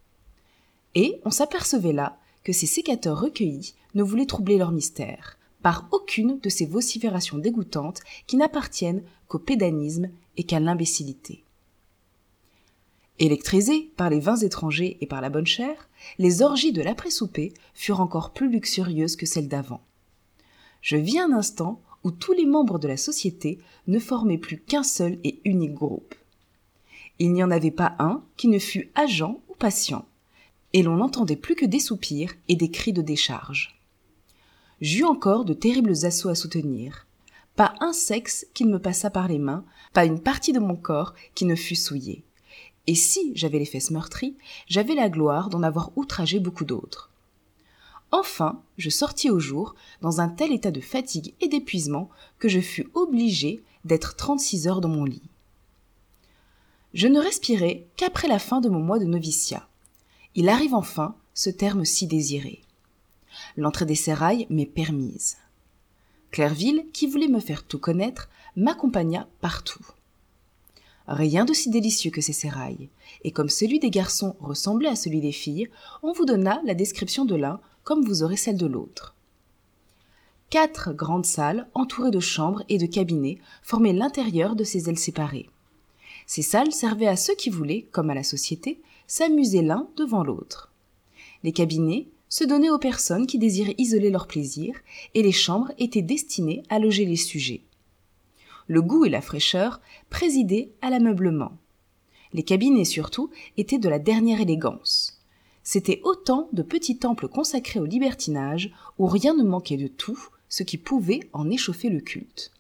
Et on s'apercevait là que ces sécateurs recueillis ne voulaient troubler leur mystère, par aucune de ces vociférations dégoûtantes qui n'appartiennent qu'au pédanisme et qu'à l'imbécilité. Électrisés par les vins étrangers et par la bonne chère, les orgies de l'après-souper furent encore plus luxurieuses que celles d'avant. Je vis un instant où tous les membres de la société ne formaient plus qu'un seul et unique groupe. Il n'y en avait pas un qui ne fût agent ou patient, et l'on n'entendait plus que des soupirs et des cris de décharge. J'eus encore de terribles assauts à soutenir. Pas un sexe qui ne me passât par les mains, pas une partie de mon corps qui ne fût souillée. Et si j'avais les fesses meurtries, j'avais la gloire d'en avoir outragé beaucoup d'autres. Enfin, je sortis au jour, dans un tel état de fatigue et d'épuisement que je fus obligé d'être 36 heures dans mon lit. Je ne respirais qu'après la fin de mon mois de noviciat. Il arrive enfin ce terme si désiré. L'entrée des sérails m'est permise. Clerville, qui voulait me faire tout connaître, m'accompagna partout. Rien de si délicieux que ces sérails, et comme celui des garçons ressemblait à celui des filles, on vous donna la description de l'un comme vous aurez celle de l'autre. 4 grandes salles, entourées de chambres et de cabinets, formaient l'intérieur de ces ailes séparées. Ces salles servaient à ceux qui voulaient, comme à la société, s'amuser l'un devant l'autre. Les cabinets se donnaient aux personnes qui désiraient isoler leur plaisir, et les chambres étaient destinées à loger les sujets. Le goût et la fraîcheur présidaient à l'ameublement. Les cabinets surtout étaient de la dernière élégance. C'étaient autant de petits temples consacrés au libertinage où rien ne manquait de tout ce qui pouvait en échauffer le culte.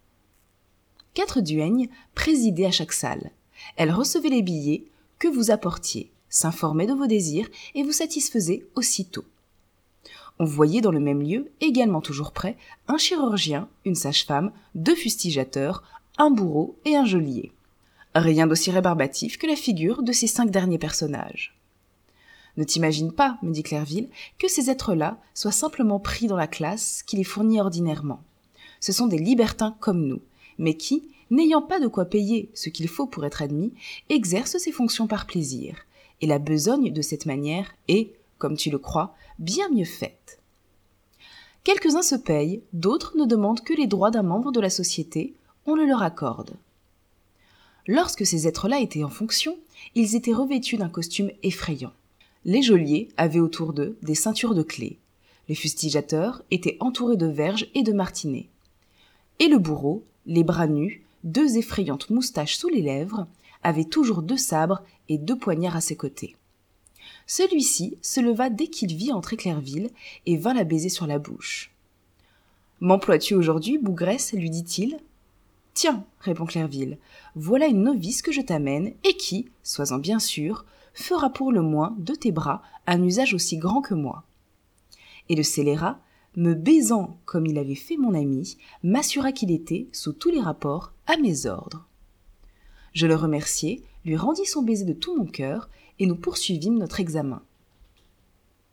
4 duègnes présidaient à chaque salle. Elles recevaient les billets que vous apportiez, s'informaient de vos désirs et vous satisfaisaient aussitôt. On voyait dans le même lieu, également toujours prêt, un chirurgien, une sage-femme, 2 fustigateurs, un bourreau et un geôlier. Rien d'aussi rébarbatif que la figure de ces 5 derniers personnages. Ne t'imagine pas, me dit Clerville, que ces êtres-là soient simplement pris dans la classe qui les fournit ordinairement. Ce sont des libertins comme nous, mais qui, n'ayant pas de quoi payer ce qu'il faut pour être admis, exercent ces fonctions par plaisir, et la besogne de cette manière est, comme tu le crois, bien mieux faite. Quelques-uns se payent, d'autres ne demandent que les droits d'un membre de la société, on le leur accorde. Lorsque ces êtres-là étaient en fonction, ils étaient revêtus d'un costume effrayant. Les geôliers avaient autour d'eux des ceintures de clés. Les fustigateurs étaient entourés de verges et de martinets. Et le bourreau, les bras nus, 2 effrayantes moustaches sous les lèvres, avait toujours 2 sabres et 2 poignards à ses côtés. Celui-ci se leva dès qu'il vit entrer Clerville et vint la baiser sur la bouche. « M'emploies-tu aujourd'hui, bougresse ?» lui dit-il. « Tiens, répond Clerville, voilà une novice que je t'amène et qui, sois-en bien sûr, fera pour le moins de tes bras un usage aussi grand que moi. » Et le scélérat, me baisant comme il avait fait mon ami, m'assura qu'il était, sous tous les rapports, à mes ordres. Je le remerciai, lui rendis son baiser de tout mon cœur, et nous poursuivîmes notre examen.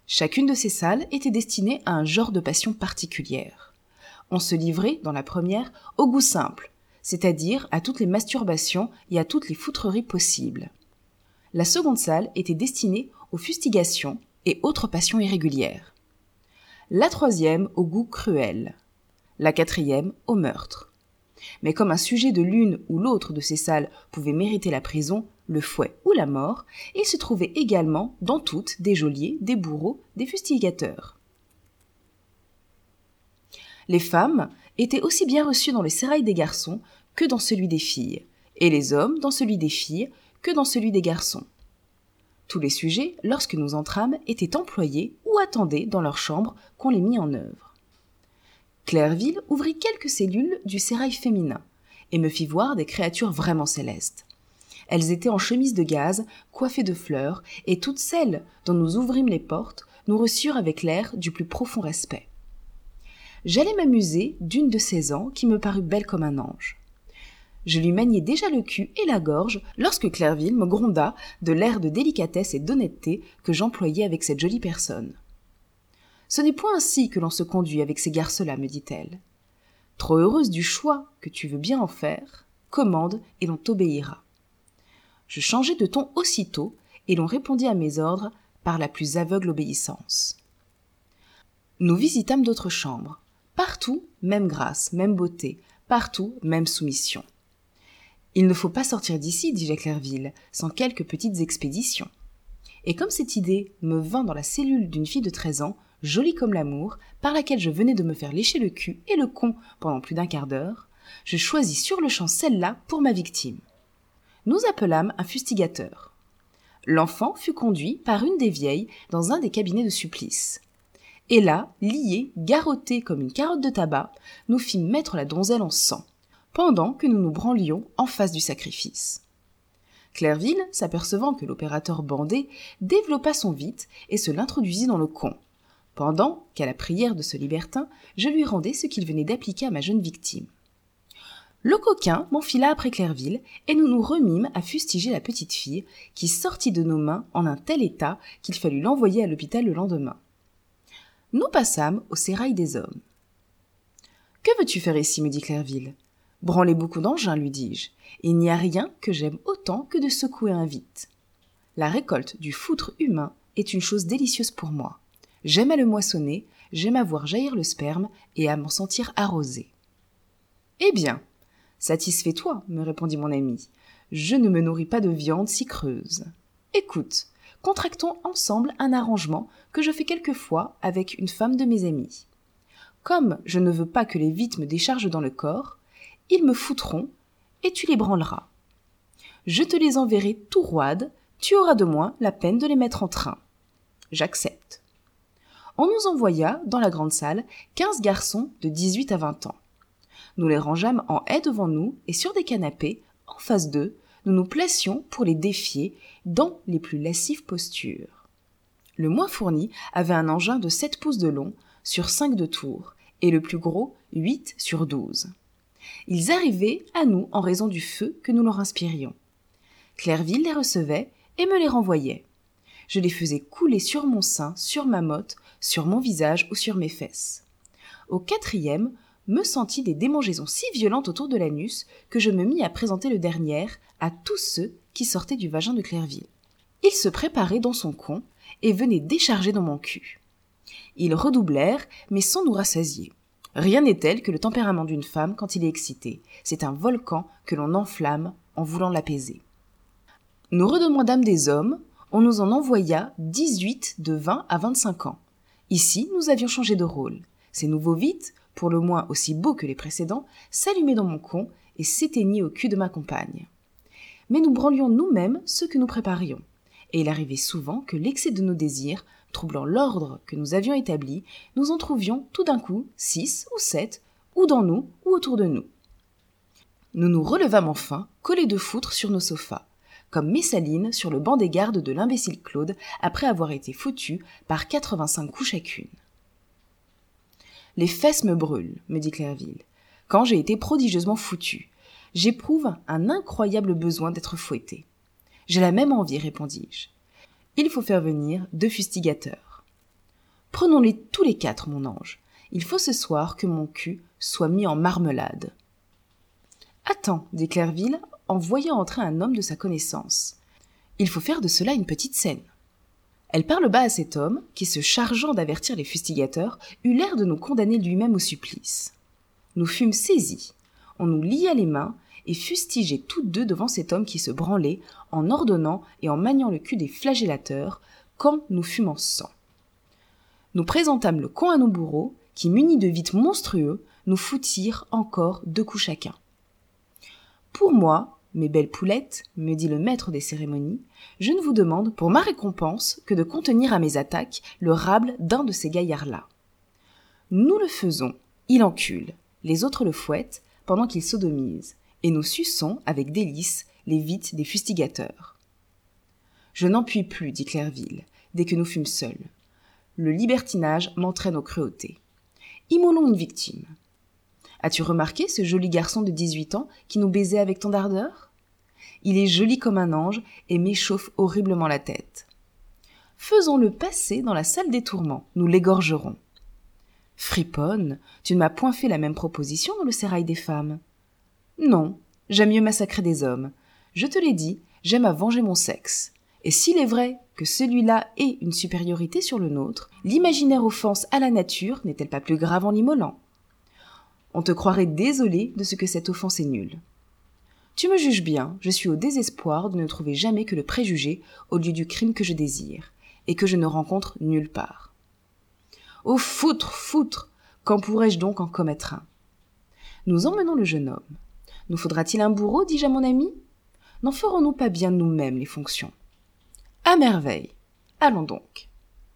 Chacune de ces salles était destinée à un genre de passion particulière. On se livrait, dans la première, au goût simple, c'est-à-dire à toutes les masturbations et à toutes les foutreries possibles. La seconde salle était destinée aux fustigations et autres passions irrégulières. La troisième au goût cruel. La quatrième au meurtre. Mais comme un sujet de l'une ou l'autre de ces salles pouvait mériter la prison, le fouet ou la mort, il se trouvait également dans toutes des geôliers, des bourreaux, des fustigateurs. Les femmes étaient aussi bien reçues dans le sérail des garçons que dans celui des filles, et les hommes dans celui des filles que dans celui des garçons. Tous les sujets, lorsque nous entrâmes, étaient employés ou attendaient dans leur chambre qu'on les mît en œuvre. Clairville ouvrit quelques cellules du sérail féminin et me fit voir des créatures vraiment célestes. Elles étaient en chemise de gaze, coiffées de fleurs, et toutes celles dont nous ouvrîmes les portes nous reçurent avec l'air du plus profond respect. J'allais m'amuser d'une de 16 ans qui me parut belle comme un ange. Je lui maniai déjà le cul et la gorge lorsque Clairville me gronda de l'air de délicatesse et d'honnêteté que j'employais avec cette jolie personne. « Ce n'est point ainsi que l'on se conduit avec ces garces-là, me dit-elle. Trop heureuse du choix que tu veux bien en faire, commande et l'on t'obéira. » Je changeai de ton aussitôt et l'on répondit à mes ordres par la plus aveugle obéissance. Nous visitâmes d'autres chambres. Partout, même grâce, même beauté, partout, même soumission. Il ne faut pas sortir d'ici, dis-je à Clairville, sans quelques petites expéditions. Et comme cette idée me vint dans la cellule d'une fille de 13 ans, jolie comme l'amour, par laquelle je venais de me faire lécher le cul et le con pendant plus d'un quart d'heure, je choisis sur le champ celle-là pour ma victime. Nous appelâmes un fustigateur. L'enfant fut conduit par une des vieilles dans un des cabinets de supplice. Et là, liés, garrottés comme une carotte de tabac, nous fîmes mettre la donzelle en sang, pendant que nous nous branlions en face du sacrifice. Clairville, s'apercevant que l'opérateur bandait, développa son vite et se l'introduisit dans le con, pendant qu'à la prière de ce libertin, je lui rendais ce qu'il venait d'appliquer à ma jeune victime. Le coquin m'enfila après Clairville, et nous nous remîmes à fustiger la petite fille, qui sortit de nos mains en un tel état qu'il fallut l'envoyer à l'hôpital le lendemain. Nous passâmes au sérail des hommes. « Que veux-tu faire ici ?» me dit Clairville. « Branler beaucoup d'engins, lui dis-je. Il n'y a rien que j'aime autant que de secouer un vite. La récolte du foutre humain est une chose délicieuse pour moi. J'aime à le moissonner, j'aime à voir jaillir le sperme et à m'en sentir arrosé. »« Eh bien, satisfais-toi, me répondit mon ami. Je ne me nourris pas de viande si creuse. Écoute, contractons ensemble un arrangement que je fais quelquefois avec une femme de mes amies. Comme je ne veux pas que les vites me déchargent dans le corps, ils me foutront et tu les branleras. Je te les enverrai tout roides, tu auras de moins la peine de les mettre en train. J'accepte. On nous envoya dans la grande salle 15 garçons de 18 à 20 ans. Nous les rangeâmes en haie devant nous et sur des canapés, en face d'eux, nous nous placions pour les défier dans les plus lascives postures. Le moins fourni avait un engin de 7 pouces de long sur 5 de tour et le plus gros 8 sur 12. Ils arrivaient à nous en raison du feu que nous leur inspirions. Clairville les recevait et me les renvoyait. Je les faisais couler sur mon sein, sur ma motte, sur mon visage ou sur mes fesses. Au 4e, me sentis des démangeaisons si violentes autour de l'anus que je me mis à présenter le dernier à tous ceux qui sortaient du vagin de Clairville. Il se préparait dans son con et venait décharger dans mon cul. Ils redoublèrent, mais sans nous rassasier. Rien n'est tel que le tempérament d'une femme quand il est excité. C'est un volcan que l'on enflamme en voulant l'apaiser. Nous redemandâmes des hommes, on nous en envoya 18 de 20 à 25 ans. Ici, nous avions changé de rôle. Ces nouveaux vites, pour le moins aussi beaux que les précédents, s'allumaient dans mon con et s'éteignaient au cul de ma compagne. Mais nous branlions nous-mêmes ce que nous préparions. Et il arrivait souvent que l'excès de nos désirs, troublant l'ordre que nous avions établi, nous en trouvions tout d'un coup 6 ou 7, ou dans nous ou autour de nous. Nous nous relevâmes enfin, collés de foutre sur nos sofas, comme Messaline sur le banc des gardes de l'imbécile Claude après avoir été foutu par 85 coups chacune. « Les fesses me brûlent, me dit Clairville, quand j'ai été prodigieusement foutu. J'éprouve un incroyable besoin d'être fouetté. J'ai la même envie, répondis-je. Il faut faire venir 2 fustigateurs. Prenons-les tous les 4, mon ange. Il faut ce soir que mon cul soit mis en marmelade. » « Attends, » dit Clerville, en voyant entrer un homme de sa connaissance. « Il faut faire de cela une petite scène. » Elle parle bas à cet homme, qui, se chargeant d'avertir les fustigateurs, eut l'air de nous condamner lui-même au supplice. Nous fûmes saisis, on nous lia les mains, et fustigeait tous deux devant cet homme qui se branlait, en ordonnant et en maniant le cul des flagellateurs, quand nous fûmes en sang. Nous présentâmes le camp à nos bourreaux, qui, munis de vites monstrueux, nous foutirent encore 2 coups chacun. « Pour moi, mes belles poulettes, me dit le maître des cérémonies, je ne vous demande pour ma récompense que de contenir à mes attaques le rable d'un de ces gaillards-là. Nous le faisons, il encule, les autres le fouettent pendant qu'il sodomise, et nous suçons avec délice les vites des fustigateurs. »« Je n'en puis plus, dit Clerville, dès que nous fûmes seuls. Le libertinage m'entraîne aux cruautés. Immolons une victime. As-tu remarqué ce joli garçon de 18 ans qui nous baisait avec tant d'ardeur ? Il est joli comme un ange et m'échauffe horriblement la tête. Faisons-le passer dans la salle des tourments, nous l'égorgerons. Friponne, tu ne m'as point fait la même proposition dans le sérail des femmes. Non, j'aime mieux massacrer des hommes. Je te l'ai dit, j'aime à venger mon sexe. Et s'il est vrai que celui-là ait une supériorité sur le nôtre, l'imaginaire offense à la nature n'est-elle pas plus grave en l'immolant ? On te croirait désolé de ce que cette offense est nulle. Tu me juges bien, je suis au désespoir de ne trouver jamais que le préjugé au lieu du crime que je désire, et que je ne rencontre nulle part. Oh, foutre, foutre, quand pourrais-je donc en commettre un ? Nous emmenons le jeune homme. Nous faudra-t-il un bourreau, dis-je à mon ami ? N'en ferons-nous pas bien nous-mêmes les fonctions ? À merveille. Allons donc.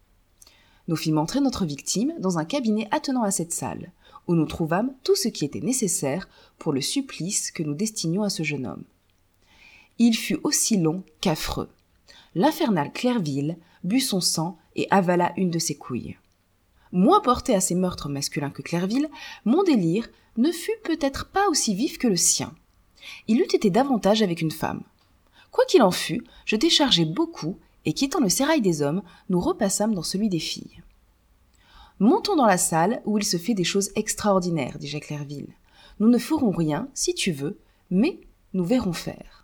Nous fîmes entrer notre victime dans un cabinet attenant à cette salle, où nous trouvâmes tout ce qui était nécessaire pour le supplice que nous destinions à ce jeune homme. Il fut aussi long qu'affreux. L'infernal Clerville but son sang et avala une de ses couilles. Moins porté à ces meurtres masculins que Clerville, mon délire ne fut peut-être pas aussi vif que le sien. Il eût été davantage avec une femme. Quoi qu'il en fût, je déchargeai beaucoup, et quittant le sérail des hommes, nous repassâmes dans celui des filles. Montons dans la salle où il se fait des choses extraordinaires, dit Clerville. Nous ne ferons rien, si tu veux, mais nous verrons faire.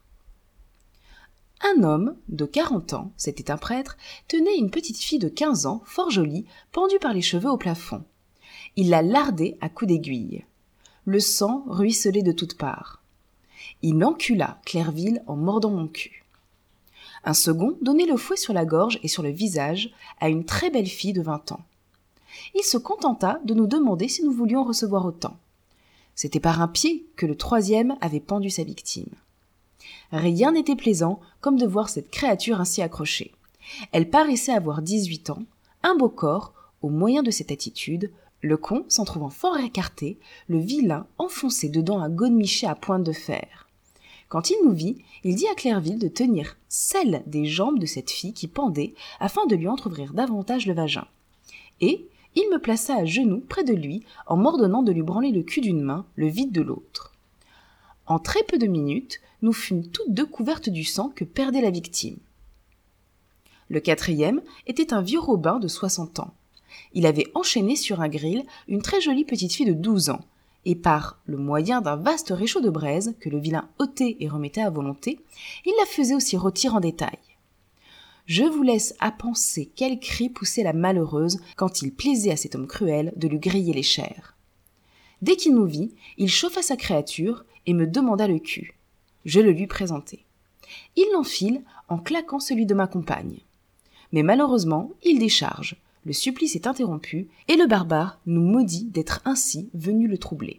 Un homme de 40 ans, c'était un prêtre, tenait une petite fille de 15 ans, fort jolie, pendue par les cheveux au plafond. Il la lardait à coups d'aiguille. Le sang ruisselait de toutes parts. Il encula Clerville en mordant mon cul. Un second donnait le fouet sur la gorge et sur le visage à une très belle fille de 20 ans. Il se contenta de nous demander si nous voulions recevoir autant. C'était par un pied que le 3e avait pendu sa victime. Rien n'était plaisant comme de voir cette créature ainsi accrochée. Elle paraissait avoir 18 ans, un beau corps, au moyen de cette attitude, le con s'en trouvant fort écarté, le vilain enfonçait dedans un godemiché à pointe de fer. Quand il nous vit, il dit à Clerville de tenir celle des jambes de cette fille qui pendait afin de lui entrouvrir davantage le vagin. Et il me plaça à genoux près de lui en m'ordonnant de lui branler le cul d'une main, le vide de l'autre. En très peu de minutes, nous fûmes toutes deux couvertes du sang que perdait la victime. Le 4e était un vieux robin de 60 ans. Il avait enchaîné sur un gril une très jolie petite fille de 12 ans, et par le moyen d'un vaste réchaud de braise que le vilain ôtait et remettait à volonté, il la faisait aussi rôtir en détail. Je vous laisse à penser quel cri poussait la malheureuse quand il plaisait à cet homme cruel de lui griller les chairs. Dès qu'il nous vit, il chauffa sa créature et me demanda le cul. Je le lui présentai. Il l'enfile en claquant celui de ma compagne. Mais malheureusement, il décharge, le supplice est interrompu, et le barbare nous maudit d'être ainsi venu le troubler.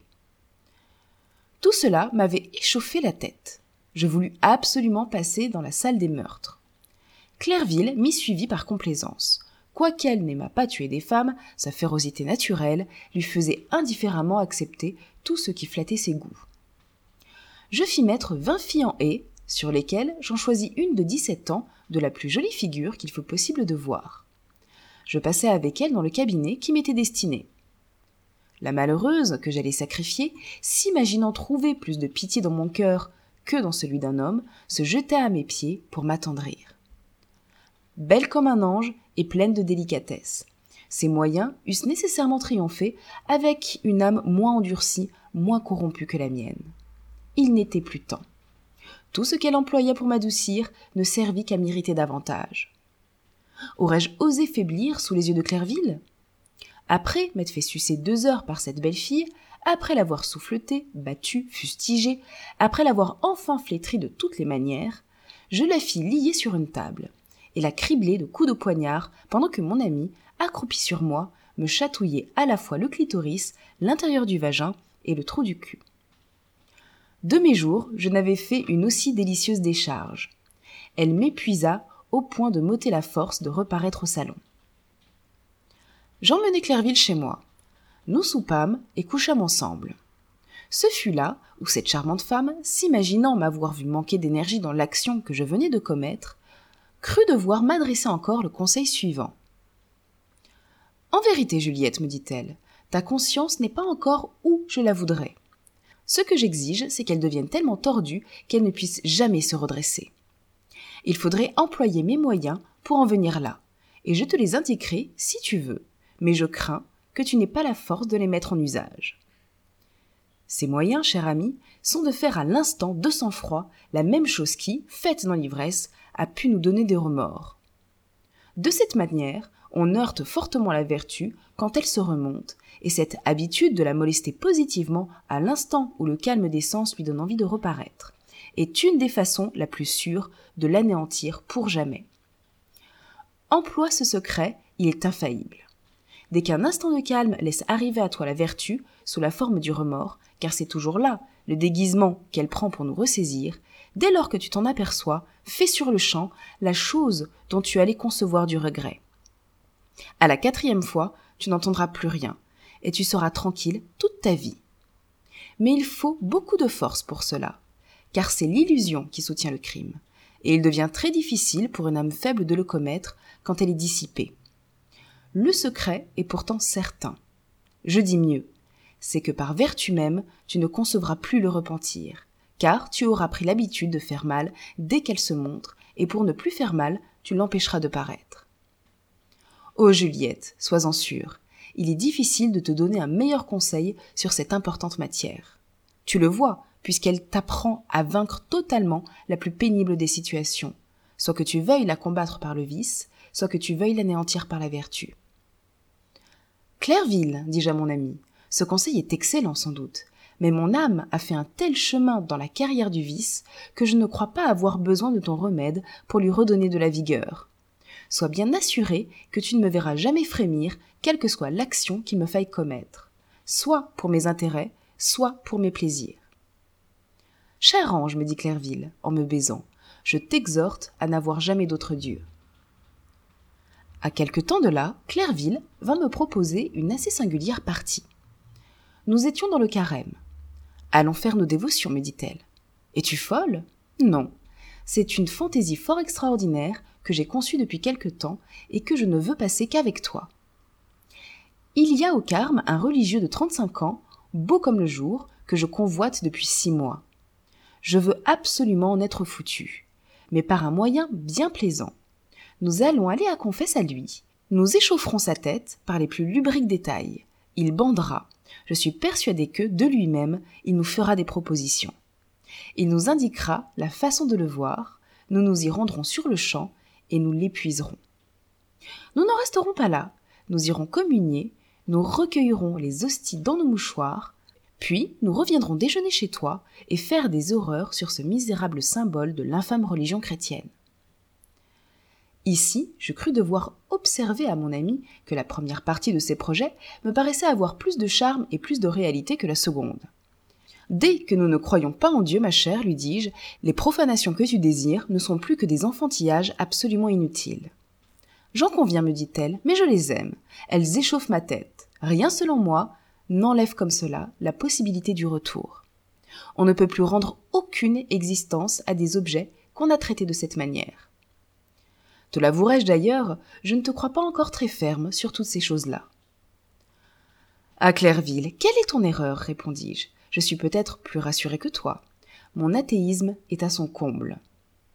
Tout cela m'avait échauffé la tête. Je voulus absolument passer dans la salle des meurtres. Clerville m'y suivit par complaisance. Quoiqu'elle n'aimât pas tuer des femmes, sa férocité naturelle lui faisait indifféremment accepter tout ce qui flattait ses goûts. Je fis mettre 20 filles en haie, sur lesquelles j'en choisis une de 17 ans, de la plus jolie figure qu'il fut possible de voir. Je passai avec elle dans le cabinet qui m'était destiné. La malheureuse, que j'allais sacrifier, s'imaginant trouver plus de pitié dans mon cœur que dans celui d'un homme, se jeta à mes pieds pour m'attendrir. Belle comme un ange et pleine de délicatesse. Ces moyens eussent nécessairement triomphé avec une âme moins endurcie, moins corrompue que la mienne. Il n'était plus temps. Tout ce qu'elle employait pour m'adoucir ne servit qu'à m'irriter davantage. Aurais-je osé faiblir sous les yeux de Clerville ? Après m'être fait sucer 2 heures par cette belle fille, après l'avoir souffletée, battue, fustigée, après l'avoir enfin flétrie de toutes les manières, je la fis lier sur une table et la cribler de coups de poignard pendant que mon ami, accroupi sur moi, me chatouillait à la fois le clitoris, l'intérieur du vagin et le trou du cul. De mes jours, je n'avais fait une aussi délicieuse décharge. Elle m'épuisa au point de m'ôter la force de reparaître au salon. J'emmenai Clerville chez moi. Nous soupâmes et couchâmes ensemble. Ce fut là où cette charmante femme, s'imaginant m'avoir vu manquer d'énergie dans l'action que je venais de commettre, crut devoir m'adresser encore le conseil suivant. « En vérité, Juliette, me dit-elle, ta conscience n'est pas encore où je la voudrais. Ce que j'exige, c'est qu'elle devienne tellement tordue qu'elle ne puisse jamais se redresser. Il faudrait employer mes moyens pour en venir là, et je te les indiquerai si tu veux, mais je crains que tu n'aies pas la force de les mettre en usage. Ces moyens, cher ami, sont de faire à l'instant de sang-froid la même chose qui, faite dans l'ivresse, a pu nous donner des remords. De cette manière, on heurte fortement la vertu quand elle se remonte, et cette habitude de la molester positivement à l'instant où le calme des sens lui donne envie de reparaître, est une des façons la plus sûres de l'anéantir pour jamais. Emploie ce secret, il est infaillible. Dès qu'un instant de calme laisse arriver à toi la vertu, sous la forme du remords, car c'est toujours là le déguisement qu'elle prend pour nous ressaisir, dès lors que tu t'en aperçois, fais sur le champ la chose dont tu allais concevoir du regret. À la 4e fois, tu n'entendras plus rien, et tu seras tranquille toute ta vie. Mais il faut beaucoup de force pour cela, car c'est l'illusion qui soutient le crime, et il devient très difficile pour une âme faible de le commettre quand elle est dissipée. Le secret est pourtant certain. Je dis mieux, c'est que par vertu même, tu ne concevras plus le repentir, car tu auras pris l'habitude de faire mal dès qu'elle se montre, et pour ne plus faire mal, tu l'empêcheras de paraître. Ô Juliette, sois-en sûre, il est difficile de te donner un meilleur conseil sur cette importante matière. Tu le vois, puisqu'elle t'apprend à vaincre totalement la plus pénible des situations, soit que tu veuilles la combattre par le vice, soit que tu veuilles l'anéantir par la vertu. Clerville, dis-je à mon ami, ce conseil est excellent sans doute, mais mon âme a fait un tel chemin dans la carrière du vice que je ne crois pas avoir besoin de ton remède pour lui redonner de la vigueur. Sois bien assuré que tu ne me verras jamais frémir, quelle que soit l'action qu'il me faille commettre, soit pour mes intérêts, soit pour mes plaisirs. Cher ange, me dit Clerville, en me baisant, je t'exhorte à n'avoir jamais d'autre Dieu. À quelque temps de là, Clerville vint me proposer une assez singulière partie. Nous étions dans le carême. « Allons faire nos dévotions, me dit-elle. « Es-tu folle ? Non. C'est une fantaisie fort extraordinaire que j'ai conçue depuis quelque temps et que je ne veux passer qu'avec toi. Il y a au Carme un religieux de 35 ans, beau comme le jour, que je convoite depuis 6 mois. Je veux absolument en être foutu, mais par un moyen bien plaisant. Nous allons aller à confesse à lui. Nous échaufferons sa tête par les plus lubriques détails. Il bandera. Je suis persuadée que, de lui-même, il nous fera des propositions. Il nous indiquera la façon de le voir, nous nous y rendrons sur le champ et nous l'épuiserons. Nous n'en resterons pas là. Nous irons communier, nous recueillerons les hosties dans nos mouchoirs, puis nous reviendrons déjeuner chez toi et faire des horreurs sur ce misérable symbole de l'infâme religion chrétienne. Ici, je crus devoir observer à mon ami que la première partie de ses projets me paraissait avoir plus de charme et plus de réalité que la seconde. Dès que nous ne croyons pas en Dieu, ma chère, lui dis-je, les profanations que tu désires ne sont plus que des enfantillages absolument inutiles. J'en conviens, me dit-elle, mais je les aime. Elles échauffent ma tête. Rien, selon moi, n'enlève comme cela la possibilité du retour. On ne peut plus rendre aucune existence à des objets qu'on a traités de cette manière. Te l'avouerai-je d'ailleurs, je ne te crois pas encore très ferme sur toutes ces choses-là. À Clerville, quelle est ton erreur, répondis-je. Je suis peut-être plus rassurée que toi. Mon athéisme est à son comble.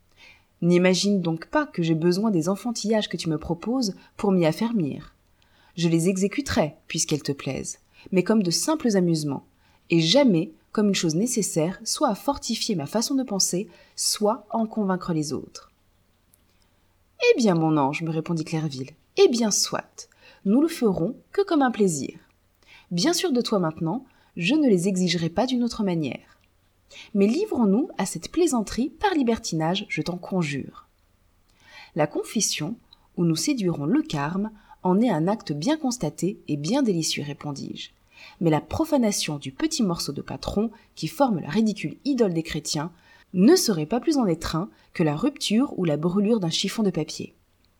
N'imagine donc pas que j'ai besoin des enfantillages que tu me proposes pour m'y affermir. Je les exécuterai, puisqu'elles te plaisent, mais comme de simples amusements, et jamais comme une chose nécessaire, soit à fortifier ma façon de penser, soit à en convaincre les autres. « Eh bien, mon ange, me répondit Clerville, eh bien, soit. Nous le ferons que comme un plaisir. Bien sûr de toi maintenant, je ne les exigerai pas d'une autre manière. Mais livrons-nous à cette plaisanterie par libertinage, je t'en conjure. La confession, où nous séduirons le carme, en est un acte bien constaté et bien délicieux, répondis-je. Mais la profanation du petit morceau de patron, qui forme la ridicule idole des chrétiens, ne serait pas plus en étreint que la rupture ou la brûlure d'un chiffon de papier.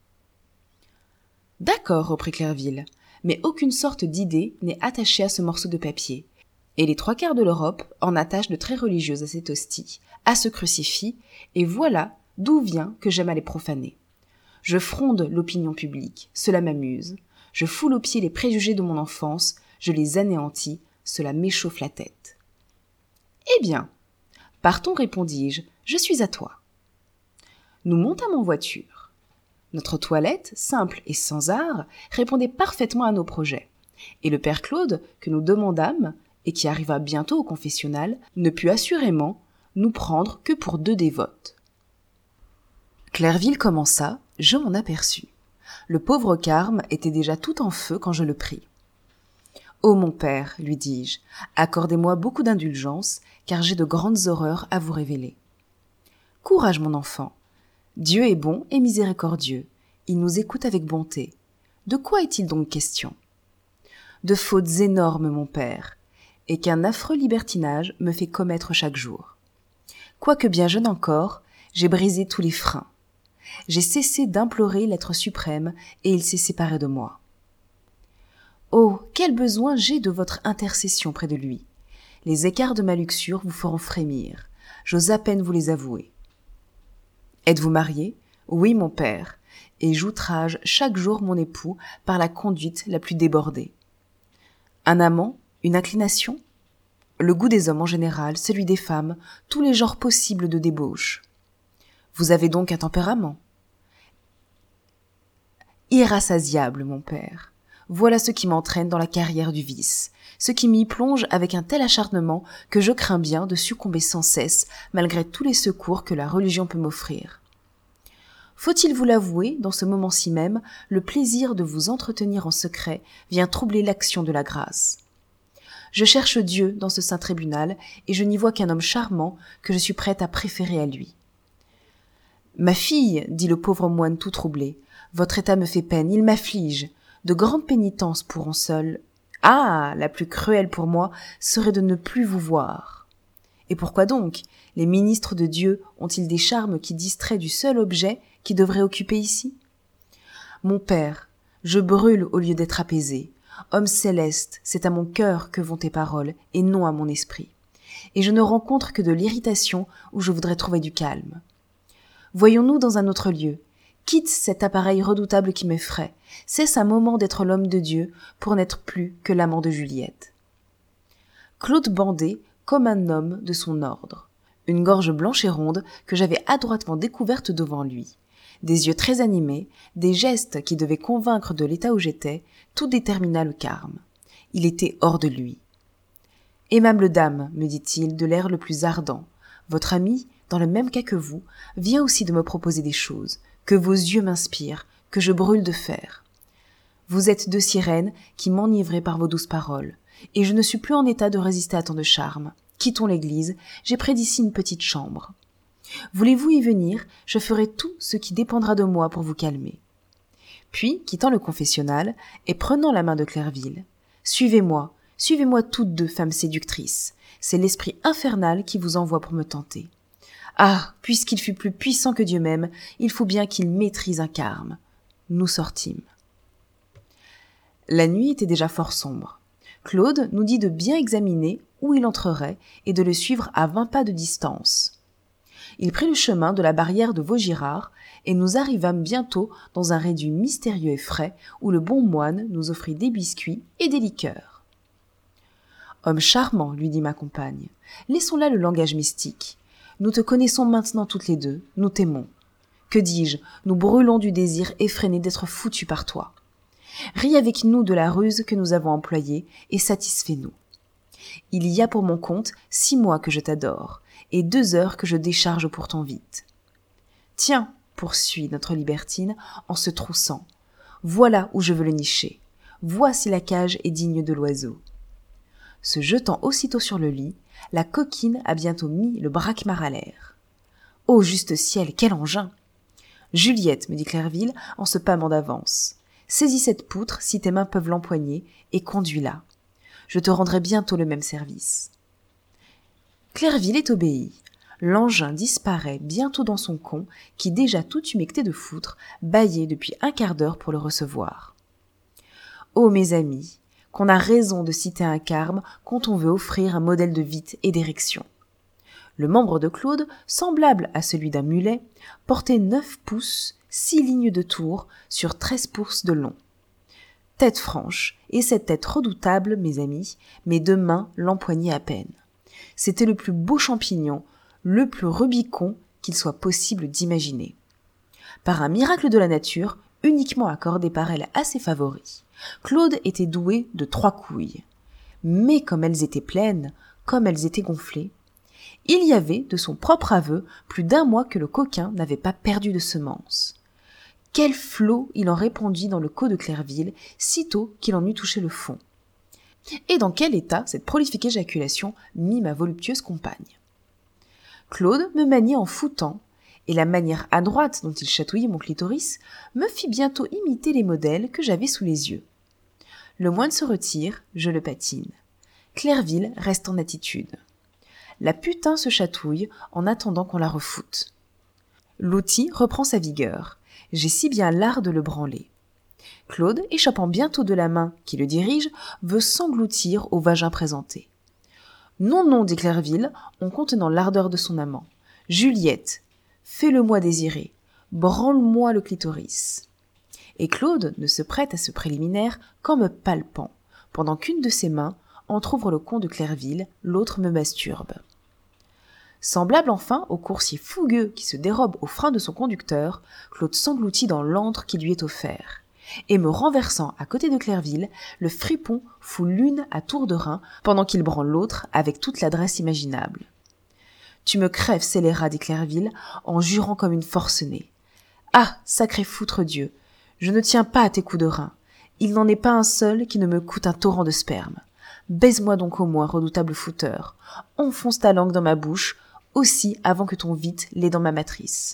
« D'accord, reprit Clerville, mais aucune sorte d'idée n'est attachée à ce morceau de papier, et les 3/4 de l'Europe en attachent de très religieuses à cette hostie, à ce crucifix, et voilà d'où vient que j'aime à les profaner. Je fronde l'opinion publique, cela m'amuse, je foule aux pieds les préjugés de mon enfance, je les anéantis, cela m'échauffe la tête. »« Eh bien, partons, répondis-je, je suis à toi. » Nous montâmes en voiture. Notre toilette, simple et sans art, répondait parfaitement à nos projets. Et le père Claude, que nous demandâmes, et qui arriva bientôt au confessionnal, ne put assurément nous prendre que pour 2 dévotes. Clerville commença, je m'en aperçus. Le pauvre carme était déjà tout en feu quand je le pris. « Ô mon père, lui dis-je, accordez-moi beaucoup d'indulgence, car j'ai de grandes horreurs à vous révéler. »« Courage, mon enfant. Dieu est bon et miséricordieux. Il nous écoute avec bonté. De quoi est-il donc question ? » ?»« De fautes énormes, mon père, et qu'un affreux libertinage me fait commettre chaque jour. Quoique bien jeune encore, j'ai brisé tous les freins. J'ai cessé d'implorer l'être suprême, et il s'est séparé de moi. Oh, quel besoin j'ai de votre intercession près de lui. Les écarts de ma luxure vous feront frémir. J'ose à peine vous les avouer. Êtes-vous marié ? Oui, mon père, et j'outrage chaque jour mon époux par la conduite la plus débordée. Un amant ? Une inclination ? Le goût des hommes en général, celui des femmes, tous les genres possibles de débauche. Vous avez donc un tempérament ? Irrassasiable, mon père. Voilà ce qui m'entraîne dans la carrière du vice, ce qui m'y plonge avec un tel acharnement que je crains bien de succomber sans cesse, malgré tous les secours que la religion peut m'offrir. Faut-il vous l'avouer, dans ce moment-ci même, le plaisir de vous entretenir en secret vient troubler l'action de la grâce. Je cherche Dieu dans ce saint tribunal, et je n'y vois qu'un homme charmant que je suis prête à préférer à lui. « Ma fille, dit le pauvre moine tout troublé, votre état me fait peine, il m'afflige. De grandes pénitences pourront seules. Ah, la plus cruelle pour moi serait de ne plus vous voir. Et pourquoi donc ? Les ministres de Dieu ont-ils des charmes qui distraient du seul objet qui devrait occuper ici ? Mon père, je brûle au lieu d'être apaisé. Homme céleste, c'est à mon cœur que vont tes paroles, et non à mon esprit. Et je ne rencontre que de l'irritation où je voudrais trouver du calme. Voyons-nous dans un autre lieu. Quitte cet appareil redoutable qui m'effraie. Cesse un moment d'être l'homme de Dieu pour n'être plus que l'amant de Juliette. Claude bandait comme un homme de son ordre. Une gorge blanche et ronde que j'avais adroitement découverte devant lui. Des yeux très animés, des gestes qui devaient convaincre de l'état où j'étais, tout détermina le carme. Il était hors de lui. « Aimable dame, me dit-il de l'air le plus ardent, votre ami, dans le même cas que vous, vient aussi de me proposer des choses, que vos yeux m'inspirent, que je brûle de faire. Vous êtes 2 sirènes qui m'enivrez par vos douces paroles, et je ne suis plus en état de résister à tant de charmes. Quittons l'église, j'ai près d'ici une petite chambre. Voulez-vous y venir ? Je ferai tout ce qui dépendra de moi pour vous calmer. » Puis, quittant le confessionnal, et prenant la main de Clerville, « Suivez-moi, suivez-moi toutes 2, femmes séductrices. C'est l'esprit infernal qui vous envoie pour me tenter. Ah, puisqu'il fut plus puissant que Dieu même, il faut bien qu'il maîtrise un carme. » Nous sortîmes. La nuit était déjà fort sombre. Claude nous dit de bien examiner où il entrerait et de le suivre à 20 pas de distance. Il prit le chemin de la barrière de Vaugirard et nous arrivâmes bientôt dans un réduit mystérieux et frais où le bon moine nous offrit des biscuits et des liqueurs. « Homme charmant, lui dit ma compagne, laissons là le langage mystique. Nous te connaissons maintenant toutes les 2, nous t'aimons. Que dis-je, nous brûlons du désir effréné d'être foutus par toi. Ris avec nous de la ruse que nous avons employée et satisfais-nous. Il y a pour mon compte 6 mois que je t'adore, et 2 heures que je décharge pour ton vide. Tiens, poursuit notre libertine en se troussant, voilà où je veux le nicher. Vois si la cage est digne de l'oiseau. Se jetant aussitôt sur le lit, la coquine a bientôt mis le braquemar à l'air. Ô juste ciel, quel engin! Juliette, me dit Clerville en se pâmant d'avance, saisis cette poutre si tes mains peuvent l'empoigner et conduis-la. Je te rendrai bientôt le même service. Clerville est obéie. L'engin disparaît bientôt dans son con, qui déjà tout humecté de foutre, bâillait depuis un quart d'heure pour le recevoir. Ô mes amis, qu'on a raison de citer un carme quand on veut offrir un modèle de vite et d'érection. Le membre de Claude, semblable à celui d'un mulet, portait 9 pouces, 6 lignes de tour sur 13 pouces de long. Tête franche, et cette tête redoutable, mes amis, mes 2 mains l'empoignaient à peine. C'était le plus beau champignon, le plus rubicond qu'il soit possible d'imaginer. Par un miracle de la nature, uniquement accordé par elle à ses favoris, Claude était doué de 3 couilles. Mais comme elles étaient pleines, comme elles étaient gonflées, il y avait, de son propre aveu, plus d'1 mois que le coquin n'avait pas perdu de semences. Quel flot il en répandit dans le cau de Clerville, sitôt qu'il en eut touché le fond. Et dans quel état cette prolifique éjaculation mit ma voluptueuse compagne. Claude me maniait en foutant, et la manière adroite dont il chatouillait mon clitoris me fit bientôt imiter les modèles que j'avais sous les yeux. Le moine se retire, je le patine. Clerville reste en attitude. La putain se chatouille en attendant qu'on la refoute. L'outil reprend sa vigueur. J'ai si bien l'art de le branler. Claude, échappant bientôt de la main qui le dirige, veut s'engloutir au vagin présenté. Non, non, dit Clerville, en contenant l'ardeur de son amant. Juliette, fais-le-moi désirer, branle-moi le clitoris. Et Claude ne se prête à ce préliminaire qu'en me palpant, pendant qu'une de ses mains entr'ouvre le con de Clerville, l'autre me masturbe. Semblable enfin au coursier fougueux qui se dérobe au frein de son conducteur, Claude s'engloutit dans l'antre qui lui est offert. Et me renversant à côté de Clerville, le fripon fout l'une à tour de rein pendant qu'il branle l'autre avec toute l'adresse imaginable. Tu me crèves, scélérat, dit Clerville, en jurant comme une forcenée. Ah, sacré foutre Dieu, je ne tiens pas à tes coups de rein. Il n'en est pas un seul qui ne me coûte un torrent de sperme. Baise-moi donc au moins, redoutable fouteur. Enfonce ta langue dans ma bouche, aussi avant que ton vite l'ait dans ma matrice.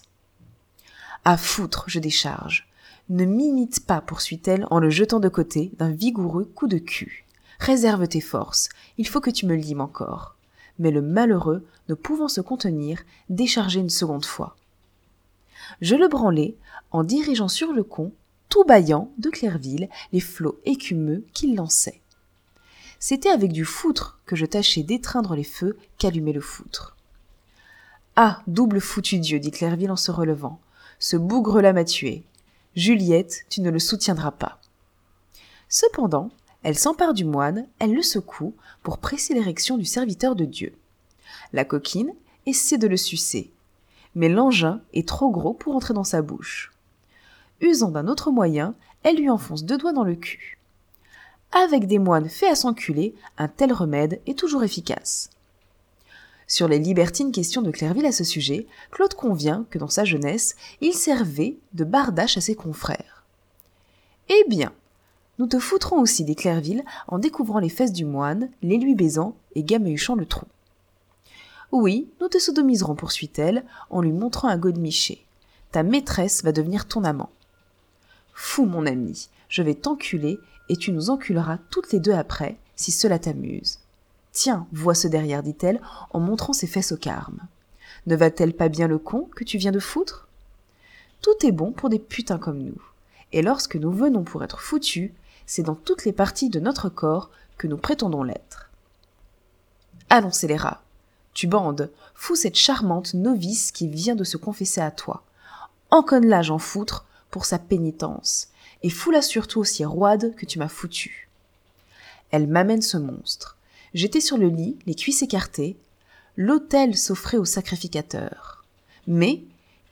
À foutre, je décharge. Ne m'imite pas, poursuit-elle en le jetant de côté d'un vigoureux coup de cul. Réserve tes forces, il faut que tu me limes encore. Mais le malheureux, ne pouvant se contenir, déchargeait une seconde fois. Je le branlai, en dirigeant sur le con, tout bâillant, de Clerville, les flots écumeux qu'il lançait. C'était avec du foutre que je tâchais d'étreindre les feux qu'allumait le foutre. Ah, double foutu Dieu, dit Clerville en se relevant. Ce bougre-là m'a tué. Juliette, tu ne le soutiendras pas. Cependant, elle s'empare du moine, elle le secoue pour presser l'érection du serviteur de Dieu. La coquine essaie de le sucer, mais l'engin est trop gros pour entrer dans sa bouche. Usant d'un autre moyen, elle lui enfonce 2 doigts dans le cul. Avec des moines faits à s'enculer, un tel remède est toujours efficace. Sur les libertines questions de Clerville à ce sujet, Claude convient que dans sa jeunesse, il servait de bardache à ses confrères. Eh bien, nous te foutrons aussi des Clerville en découvrant les fesses du moine, les lui baisant et gaméuchant le trou. Oui, nous te sodomiserons, poursuit-elle, en lui montrant un godemiché. Ta maîtresse va devenir ton amant. Fou, mon ami, je vais t'enculer et tu nous enculeras toutes les 2 après, si cela t'amuse. Tiens, vois ce derrière, dit-elle, en montrant ses fesses au carme. Ne va-t-elle pas bien le con que tu viens de foutre? Tout est bon pour des putains comme nous. Et lorsque nous venons pour être foutus, c'est dans toutes les parties de notre corps que nous prétendons l'être. Allons, scélérat. Tu bandes, fous cette charmante novice qui vient de se confesser à toi. Enconne-la, j'en foutre, pour sa pénitence, et fous-la surtout aussi roide que tu m'as foutu. Elle m'amène ce monstre. J'étais sur le lit, les cuisses écartées. L'autel s'offrait au sacrificateur. Mais,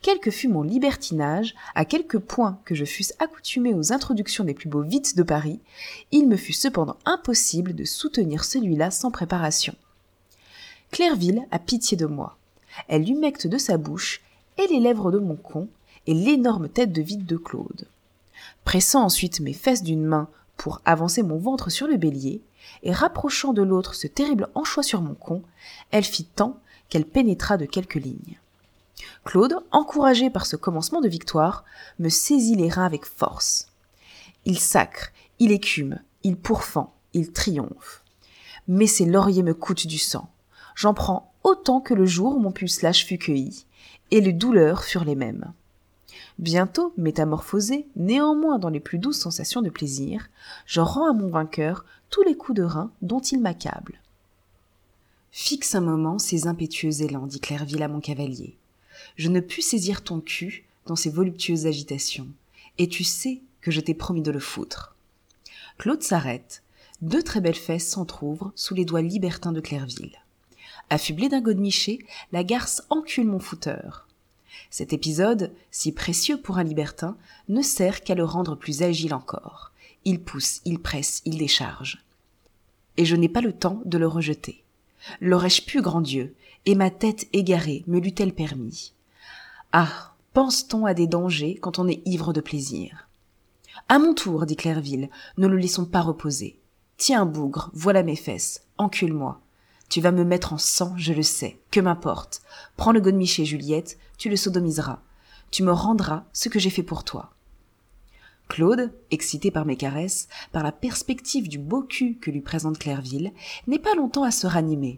Quel que fût mon libertinage, à quelque point que je fusse accoutumé aux introductions des plus beaux vites de Paris, il me fut cependant impossible de soutenir celui-là sans préparation. Clerville a pitié de moi. Elle humecte de sa bouche et les lèvres de mon con et l'énorme tête de vide de Claude. Pressant ensuite mes fesses d'une main pour avancer mon ventre sur le bélier, et rapprochant de l'autre ce terrible anchois sur mon con, elle fit tant qu'elle pénétra de quelques lignes. Claude, encouragé par ce commencement de victoire, me saisit les reins avec force. Il sacre, il écume, il pourfend, il triomphe. Mais ces lauriers me coûtent du sang. J'en prends autant que le jour où mon pucelage fut cueilli, et les douleurs furent les mêmes. Bientôt métamorphosé, néanmoins dans les plus douces sensations de plaisir, je rends à mon vainqueur tous les coups de rein dont il m'accable. Fixe un moment ces impétueux élans, dit Clerville à mon cavalier. Je ne pus saisir ton cul dans ces voluptueuses agitations, et tu sais que je t'ai promis de le foutre. Claude s'arrête, 2 très belles fesses s'entr'ouvrent sous les doigts libertins de Clerville. Affublé d'un godemiché, la garce encule mon fouteur. Cet épisode, si précieux pour un libertin, ne sert qu'à le rendre plus agile encore. Il pousse, il presse, il décharge. Et je n'ai pas le temps de le rejeter. L'aurais-je pu, grand Dieu, et ma tête égarée me l'eût-elle permis? Ah, pense-t-on à des dangers quand on est ivre de plaisir? À mon tour, dit Clerville, ne le laissons pas reposer. Tiens, bougre, voilà mes fesses, encule-moi. Tu vas me mettre en sang, je le sais, que m'importe. Prends le godemiché, Juliette, tu le sodomiseras. Tu me rendras ce que j'ai fait pour toi. Claude, excité par mes caresses, par la perspective du beau cul que lui présente Clerville, n'est pas longtemps à se ranimer.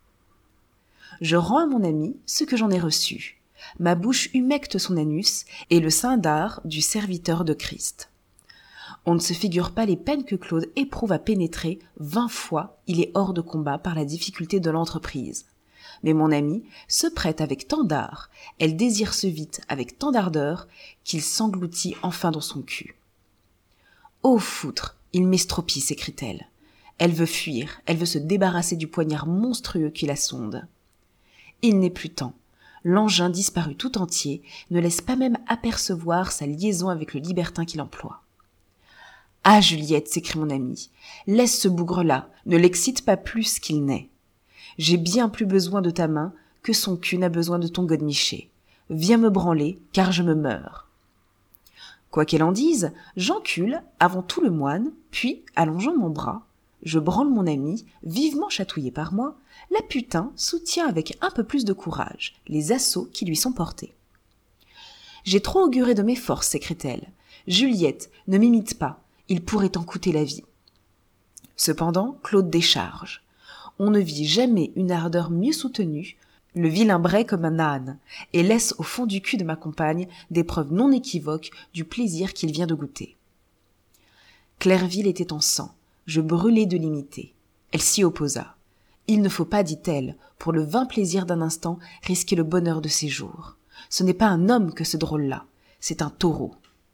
Je rends à mon ami ce que j'en ai reçu. Ma bouche humecte son anus et le sein d'art du serviteur de Christ. On ne se figure pas les peines que Claude éprouve à pénétrer 20 fois il est hors de combat par la difficulté de l'entreprise. Mais mon ami se prête avec tant d'art, elle désire ce vite avec tant d'ardeur, qu'il s'engloutit enfin dans son cul. « Ô foutre, il m'estropie » s'écrie-t-elle. Elle veut fuir, elle veut se débarrasser du poignard monstrueux qui la sonde. Il n'est plus temps. L'engin disparu tout entier ne laisse pas même apercevoir sa liaison avec le libertin qui l'emploie. « Ah, Juliette, s'écrie mon ami, laisse ce bougre-là, ne l'excite pas plus qu'il n'est. J'ai bien plus besoin de ta main que son cul n'a besoin de ton godemiché. Viens me branler, car je me meurs. » Quoi qu'elle en dise, j'encule avant tout le moine, puis, allongeant mon bras, je branle mon ami, vivement chatouillé par moi, la putain soutient avec un peu plus de courage les assauts qui lui sont portés. « J'ai trop auguré de mes forces, s'écrie-t-elle. Juliette, ne m'imite pas, il pourrait t'en coûter la vie. » Cependant, Claude décharge. On ne vit jamais une ardeur mieux soutenue, le vilain braie comme un âne, et laisse au fond du cul de ma compagne des preuves non équivoques du plaisir qu'il vient de goûter. Clerville était en sang, je brûlais de l'imiter. Elle s'y opposa. Il ne faut pas, dit-elle, pour le vain plaisir d'un instant, risquer le bonheur de ses jours. Ce n'est pas un homme que ce drôle-là, c'est un taureau.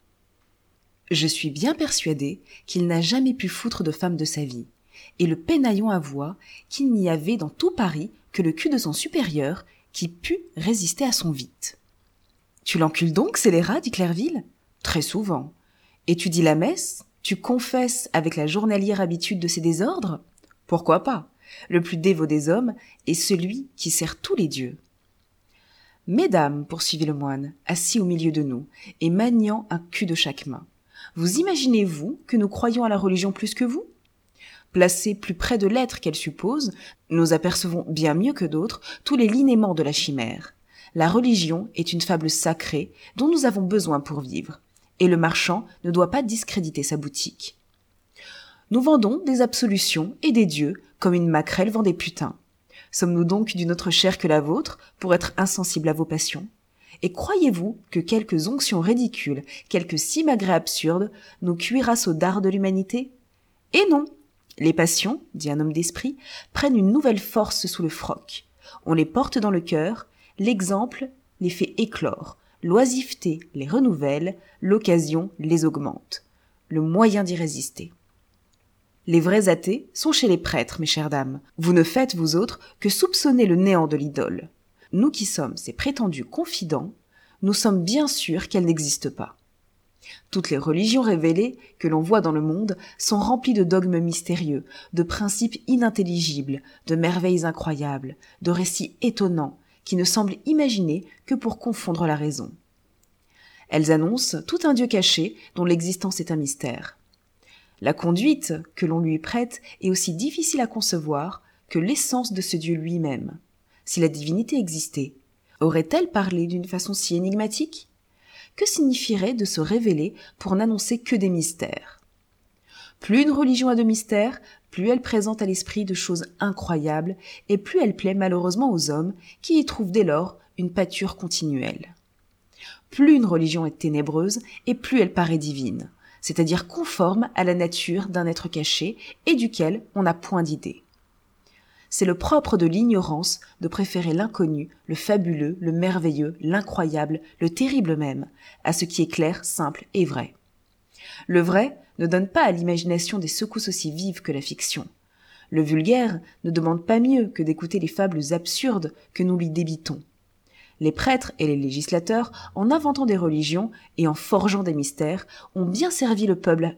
Je suis bien persuadée qu'il n'a jamais pu foutre de femme de sa vie, et le pénaillon avoua qu'il n'y avait dans tout Paris que le cul de son supérieur qui pût résister à son vite. « Tu l'encules donc, scélérat » dit Clerville. « Très souvent. Et tu dis la messe ? Tu confesses avec la journalière habitude de ses désordres ? Pourquoi pas ? Le plus dévot des hommes est celui qui sert tous les dieux. » « Mesdames, poursuivit le moine, assis au milieu de nous, et maniant un cul de chaque main, vous imaginez-vous que nous croyons à la religion plus que vous ? Placés plus près de l'être qu'elle suppose, nous apercevons bien mieux que d'autres tous les linéaments de la chimère. La religion est une fable sacrée dont nous avons besoin pour vivre, et le marchand ne doit pas discréditer sa boutique. Nous vendons des absolutions et des dieux comme une maquerelle vend des putains. Sommes-nous donc d'une autre chair que la vôtre pour être insensibles à vos passions ? Et croyez-vous que quelques onctions ridicules, quelques simagrées absurdes, nous cuirassent au dard de l'humanité ? Et non ! Les passions, dit un homme d'esprit, prennent une nouvelle force sous le froc. On les porte dans le cœur, l'exemple les fait éclore, l'oisiveté les renouvelle, l'occasion les augmente. Le moyen d'y résister. Les vrais athées sont chez les prêtres, mes chères dames. Vous ne faites, vous autres, que soupçonner le néant de l'idole. Nous qui sommes ses prétendus confidents, nous sommes bien sûrs qu'elle n'existe pas. Toutes les religions révélées que l'on voit dans le monde sont remplies de dogmes mystérieux, de principes inintelligibles, de merveilles incroyables, de récits étonnants qui ne semblent imaginés que pour confondre la raison. Elles annoncent tout un Dieu caché dont l'existence est un mystère. La conduite que l'on lui prête est aussi difficile à concevoir que l'essence de ce Dieu lui-même. Si la divinité existait, aurait-elle parlé d'une façon si énigmatique ? Que signifierait de se révéler pour n'annoncer que des mystères ? Plus une religion a de mystères, plus elle présente à l'esprit de choses incroyables, et plus elle plaît malheureusement aux hommes qui y trouvent dès lors une pâture continuelle. Plus une religion est ténébreuse, et plus elle paraît divine, c'est-à-dire conforme à la nature d'un être caché et duquel on n'a point d'idée. C'est le propre de l'ignorance de préférer l'inconnu, le fabuleux, le merveilleux, l'incroyable, le terrible même, à ce qui est clair, simple et vrai. Le vrai ne donne pas à l'imagination des secousses aussi vives que la fiction. Le vulgaire ne demande pas mieux que d'écouter les fables absurdes que nous lui débitons. Les prêtres et les législateurs, en inventant des religions et en forgeant des mystères, ont bien servi le peuple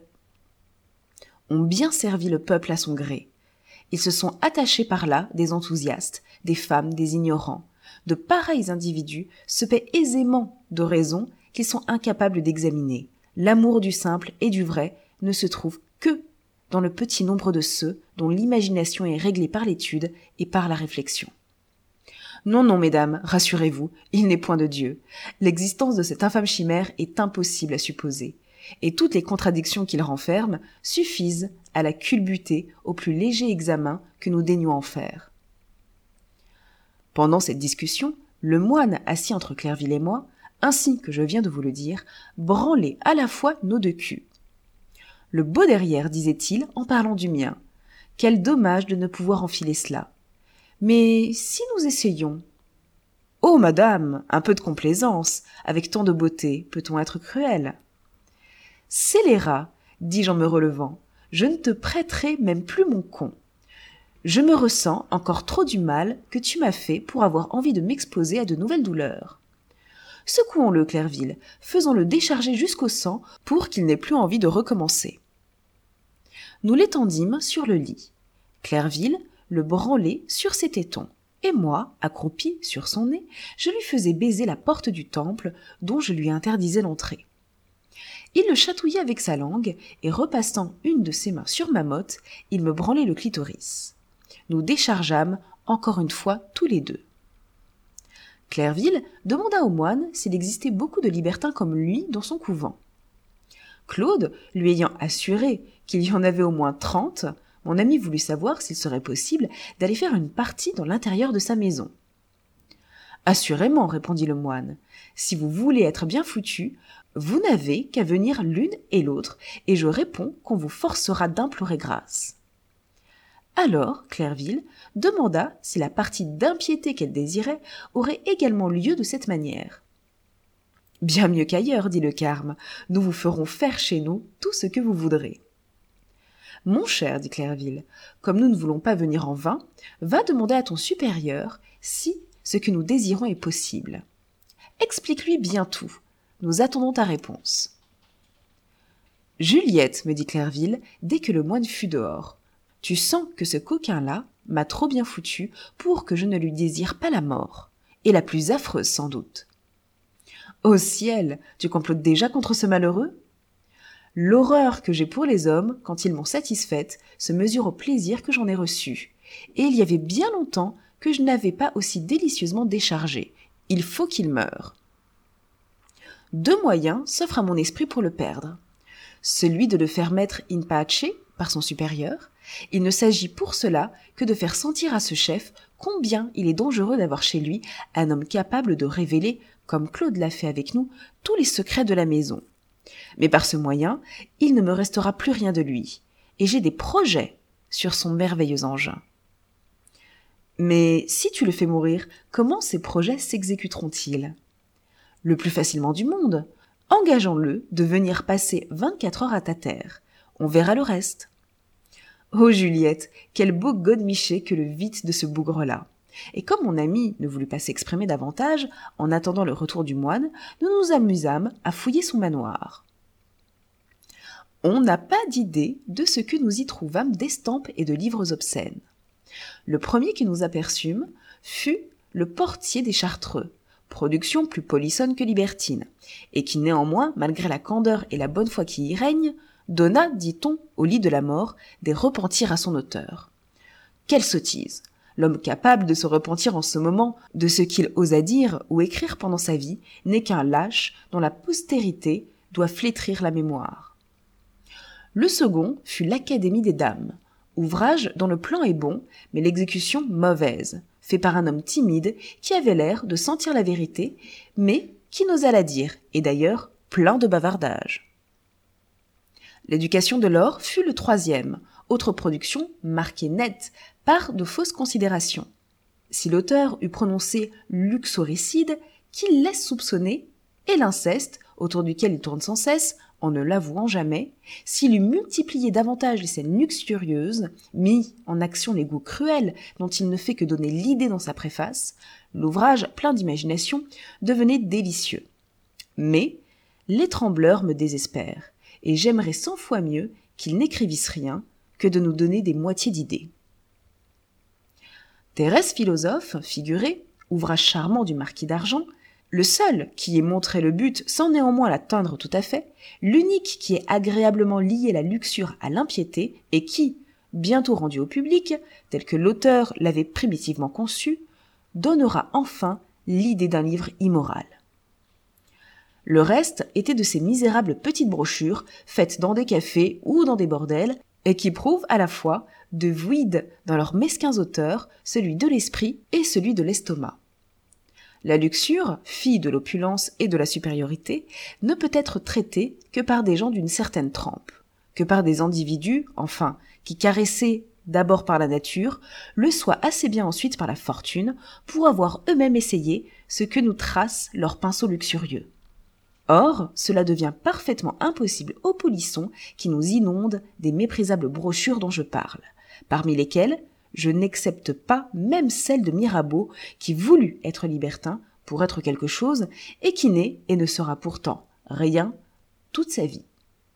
à son gré. Ils se sont attachés par là des enthousiastes, des femmes, des ignorants. De pareils individus se paient aisément de raisons qu'ils sont incapables d'examiner. L'amour du simple et du vrai ne se trouve que dans le petit nombre de ceux dont l'imagination est réglée par l'étude et par la réflexion. Non, non, mesdames, rassurez-vous, il n'est point de Dieu. L'existence de cette infâme chimère est impossible à supposer, et toutes les contradictions qu'il renferme suffisent à la culbuter au plus léger examen que nous daignons en faire. Pendant cette discussion, le moine assis entre Clerville et moi, ainsi que je viens de vous le dire, branlait à la fois nos deux culs. Le beau derrière, disait-il en parlant du mien. Quel dommage de ne pouvoir enfiler cela. Mais si nous essayions ? Oh, madame, un peu de complaisance. Avec tant de beauté, peut-on être cruel ? Scélérat, dis-je en me relevant, je ne te prêterai même plus mon con. Je me ressens encore trop du mal que tu m'as fait pour avoir envie de m'exposer à de nouvelles douleurs. Secouons-le, Clerville, faisons-le décharger jusqu'au sang pour qu'il n'ait plus envie de recommencer. Nous l'étendîmes sur le lit. Clerville le branlait sur ses tétons, et moi, accroupi sur son nez, je lui faisais baiser la porte du temple dont je lui interdisais l'entrée. Il le chatouillait avec sa langue, et repassant une de ses mains sur ma motte, il me branlait le clitoris. Nous déchargeâmes encore une fois tous les deux. Clerville demanda au moine s'il existait beaucoup de libertins comme lui dans son couvent. Claude, lui ayant assuré qu'il y en avait au moins 30, mon ami voulut savoir s'il serait possible d'aller faire une partie dans l'intérieur de sa maison. « Assurément, répondit le moine, si vous voulez être bien foutu, vous n'avez qu'à venir l'une et l'autre, et je réponds qu'on vous forcera d'implorer grâce. » Alors, Clerville demanda si la partie d'impiété qu'elle désirait aurait également lieu de cette manière. « Bien mieux qu'ailleurs, dit le carme, nous vous ferons faire chez nous tout ce que vous voudrez. » « Mon cher, dit Clerville, comme nous ne voulons pas venir en vain, va demander à ton supérieur si ce que nous désirons est possible. Explique-lui bien tout. Nous attendons ta réponse. »« Juliette, me dit Clerville, dès que le moine fut dehors, tu sens que ce coquin-là m'a trop bien foutu pour que je ne lui désire pas la mort, et la plus affreuse sans doute. »« Ô ciel, tu complotes déjà contre ce malheureux ? L'horreur que j'ai pour les hommes, quand ils m'ont satisfaite, se mesure au plaisir que j'en ai reçu. Et il y avait bien longtemps que je n'avais pas aussi délicieusement déchargé. Il faut qu'il meure. Deux moyens s'offrent à mon esprit pour le perdre. Celui de le faire mettre in pace par son supérieur. Il ne s'agit pour cela que de faire sentir à ce chef combien il est dangereux d'avoir chez lui un homme capable de révéler, comme Claude l'a fait avec nous, tous les secrets de la maison. Mais par ce moyen, il ne me restera plus rien de lui, et j'ai des projets sur son merveilleux engin. Mais si tu le fais mourir, comment ces projets s'exécuteront-ils ? Le plus facilement du monde. Engageons-le de venir passer 24 heures à ta terre. On verra le reste. Oh Juliette, quel beau godemiché que le vite de ce bougre-là. Et comme mon ami ne voulut pas s'exprimer davantage, en attendant le retour du moine, nous nous amusâmes à fouiller son manoir. On n'a pas d'idée de ce que nous y trouvâmes d'estampes et de livres obscènes. Le premier que nous aperçûmes fut le Portier des Chartreux, production plus polissonne que libertine, et qui néanmoins, malgré la candeur et la bonne foi qui y règnent, donna, dit-on, au lit de la mort, des repentirs à son auteur. Quelle sottise! L'homme capable de se repentir en ce moment de ce qu'il osa dire ou écrire pendant sa vie n'est qu'un lâche dont la postérité doit flétrir la mémoire. Le second fut l'Académie des Dames, ouvrage dont le plan est bon, mais l'exécution mauvaise, fait par un homme timide qui avait l'air de sentir la vérité, mais qui n'osa la dire, et d'ailleurs plein de bavardage. L'éducation de l'or fut le troisième, autre production marquée nette par de fausses considérations. Si l'auteur eût prononcé luxoricide, qu'il laisse soupçonner, et l'inceste, autour duquel il tourne sans cesse, en ne l'avouant jamais, s'il eût multiplié davantage les scènes luxurieuses, mis en action les goûts cruels dont il ne fait que donner l'idée dans sa préface, l'ouvrage, plein d'imagination, devenait délicieux. Mais les trembleurs me désespèrent, et j'aimerais 100 fois mieux qu'ils n'écrivissent rien que de nous donner des moitiés d'idées. Thérèse philosophe, figurée, ouvrage charmant du marquis d'Argent, le seul qui ait montré le but sans néanmoins l'atteindre tout à fait, l'unique qui ait agréablement lié la luxure à l'impiété et qui, bientôt rendu au public, tel que l'auteur l'avait primitivement conçu, donnera enfin l'idée d'un livre immoral. Le reste était de ces misérables petites brochures faites dans des cafés ou dans des bordels et qui prouvent à la fois de vide dans leurs mesquins auteurs, celui de l'esprit et celui de l'estomac. La luxure, fille de l'opulence et de la supériorité, ne peut être traitée que par des gens d'une certaine trempe, que par des individus, enfin, qui caressés d'abord par la nature, le soient assez bien ensuite par la fortune, pour avoir eux-mêmes essayé ce que nous trace leur pinceau luxurieux. Or, cela devient parfaitement impossible aux polissons qui nous inondent des méprisables brochures dont je parle, parmi lesquelles je n'accepte pas même celle de Mirabeau qui voulut être libertin pour être quelque chose et qui n'est et ne sera pourtant rien toute sa vie.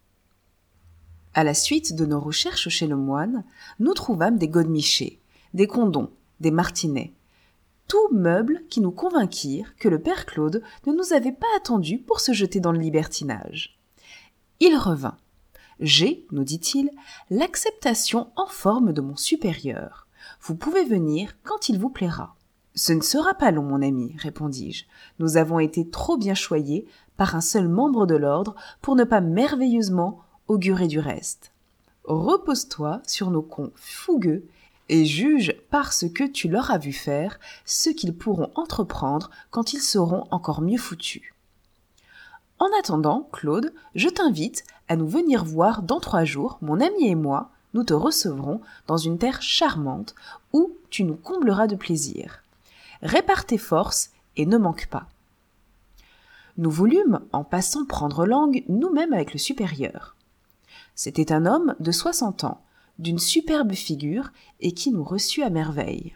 À la suite de nos recherches chez le moine, nous trouvâmes des godemichés, des condons, des martinets, tous meubles qui nous convainquirent que le père Claude ne nous avait pas attendus pour se jeter dans le libertinage. Il revint. J'ai, nous dit-il, l'acceptation en forme de mon supérieur. Vous pouvez venir quand il vous plaira. Ce ne sera pas long, mon ami, répondis-je. Nous avons été trop bien choyés par un seul membre de l'ordre pour ne pas merveilleusement augurer du reste. Repose-toi sur nos cons fougueux et juge par ce que tu leur as vu faire ce qu'ils pourront entreprendre quand ils seront encore mieux foutus. En attendant, Claude, je t'invite à nous venir voir dans 3 jours, mon ami et moi, nous te recevrons dans une terre charmante où tu nous combleras de plaisir. Répare tes forces et ne manque pas. Nous voulûmes, en passant, prendre langue nous-mêmes avec le supérieur. C'était un homme de 60 ans, d'une superbe figure et qui nous reçut à merveille.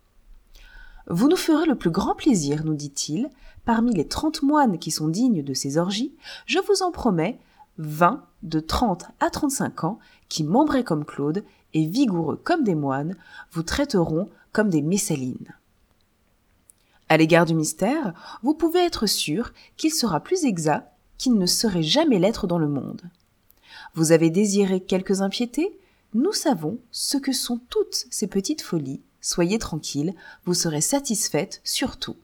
« Vous nous ferez le plus grand plaisir, nous dit-il, parmi les 30 moines qui sont dignes de ces orgies, je vous en promets 20 de 30 à 35 ans qui, membrés comme Claude et vigoureux comme des moines, vous traiteront comme des Messalines. À l'égard du mystère, vous pouvez être sûr qu'il sera plus exact qu'il ne saurait jamais l'être dans le monde. Vous avez désiré quelques impiétés? Nous savons ce que sont toutes ces petites folies. Soyez tranquilles, vous serez satisfaite surtout.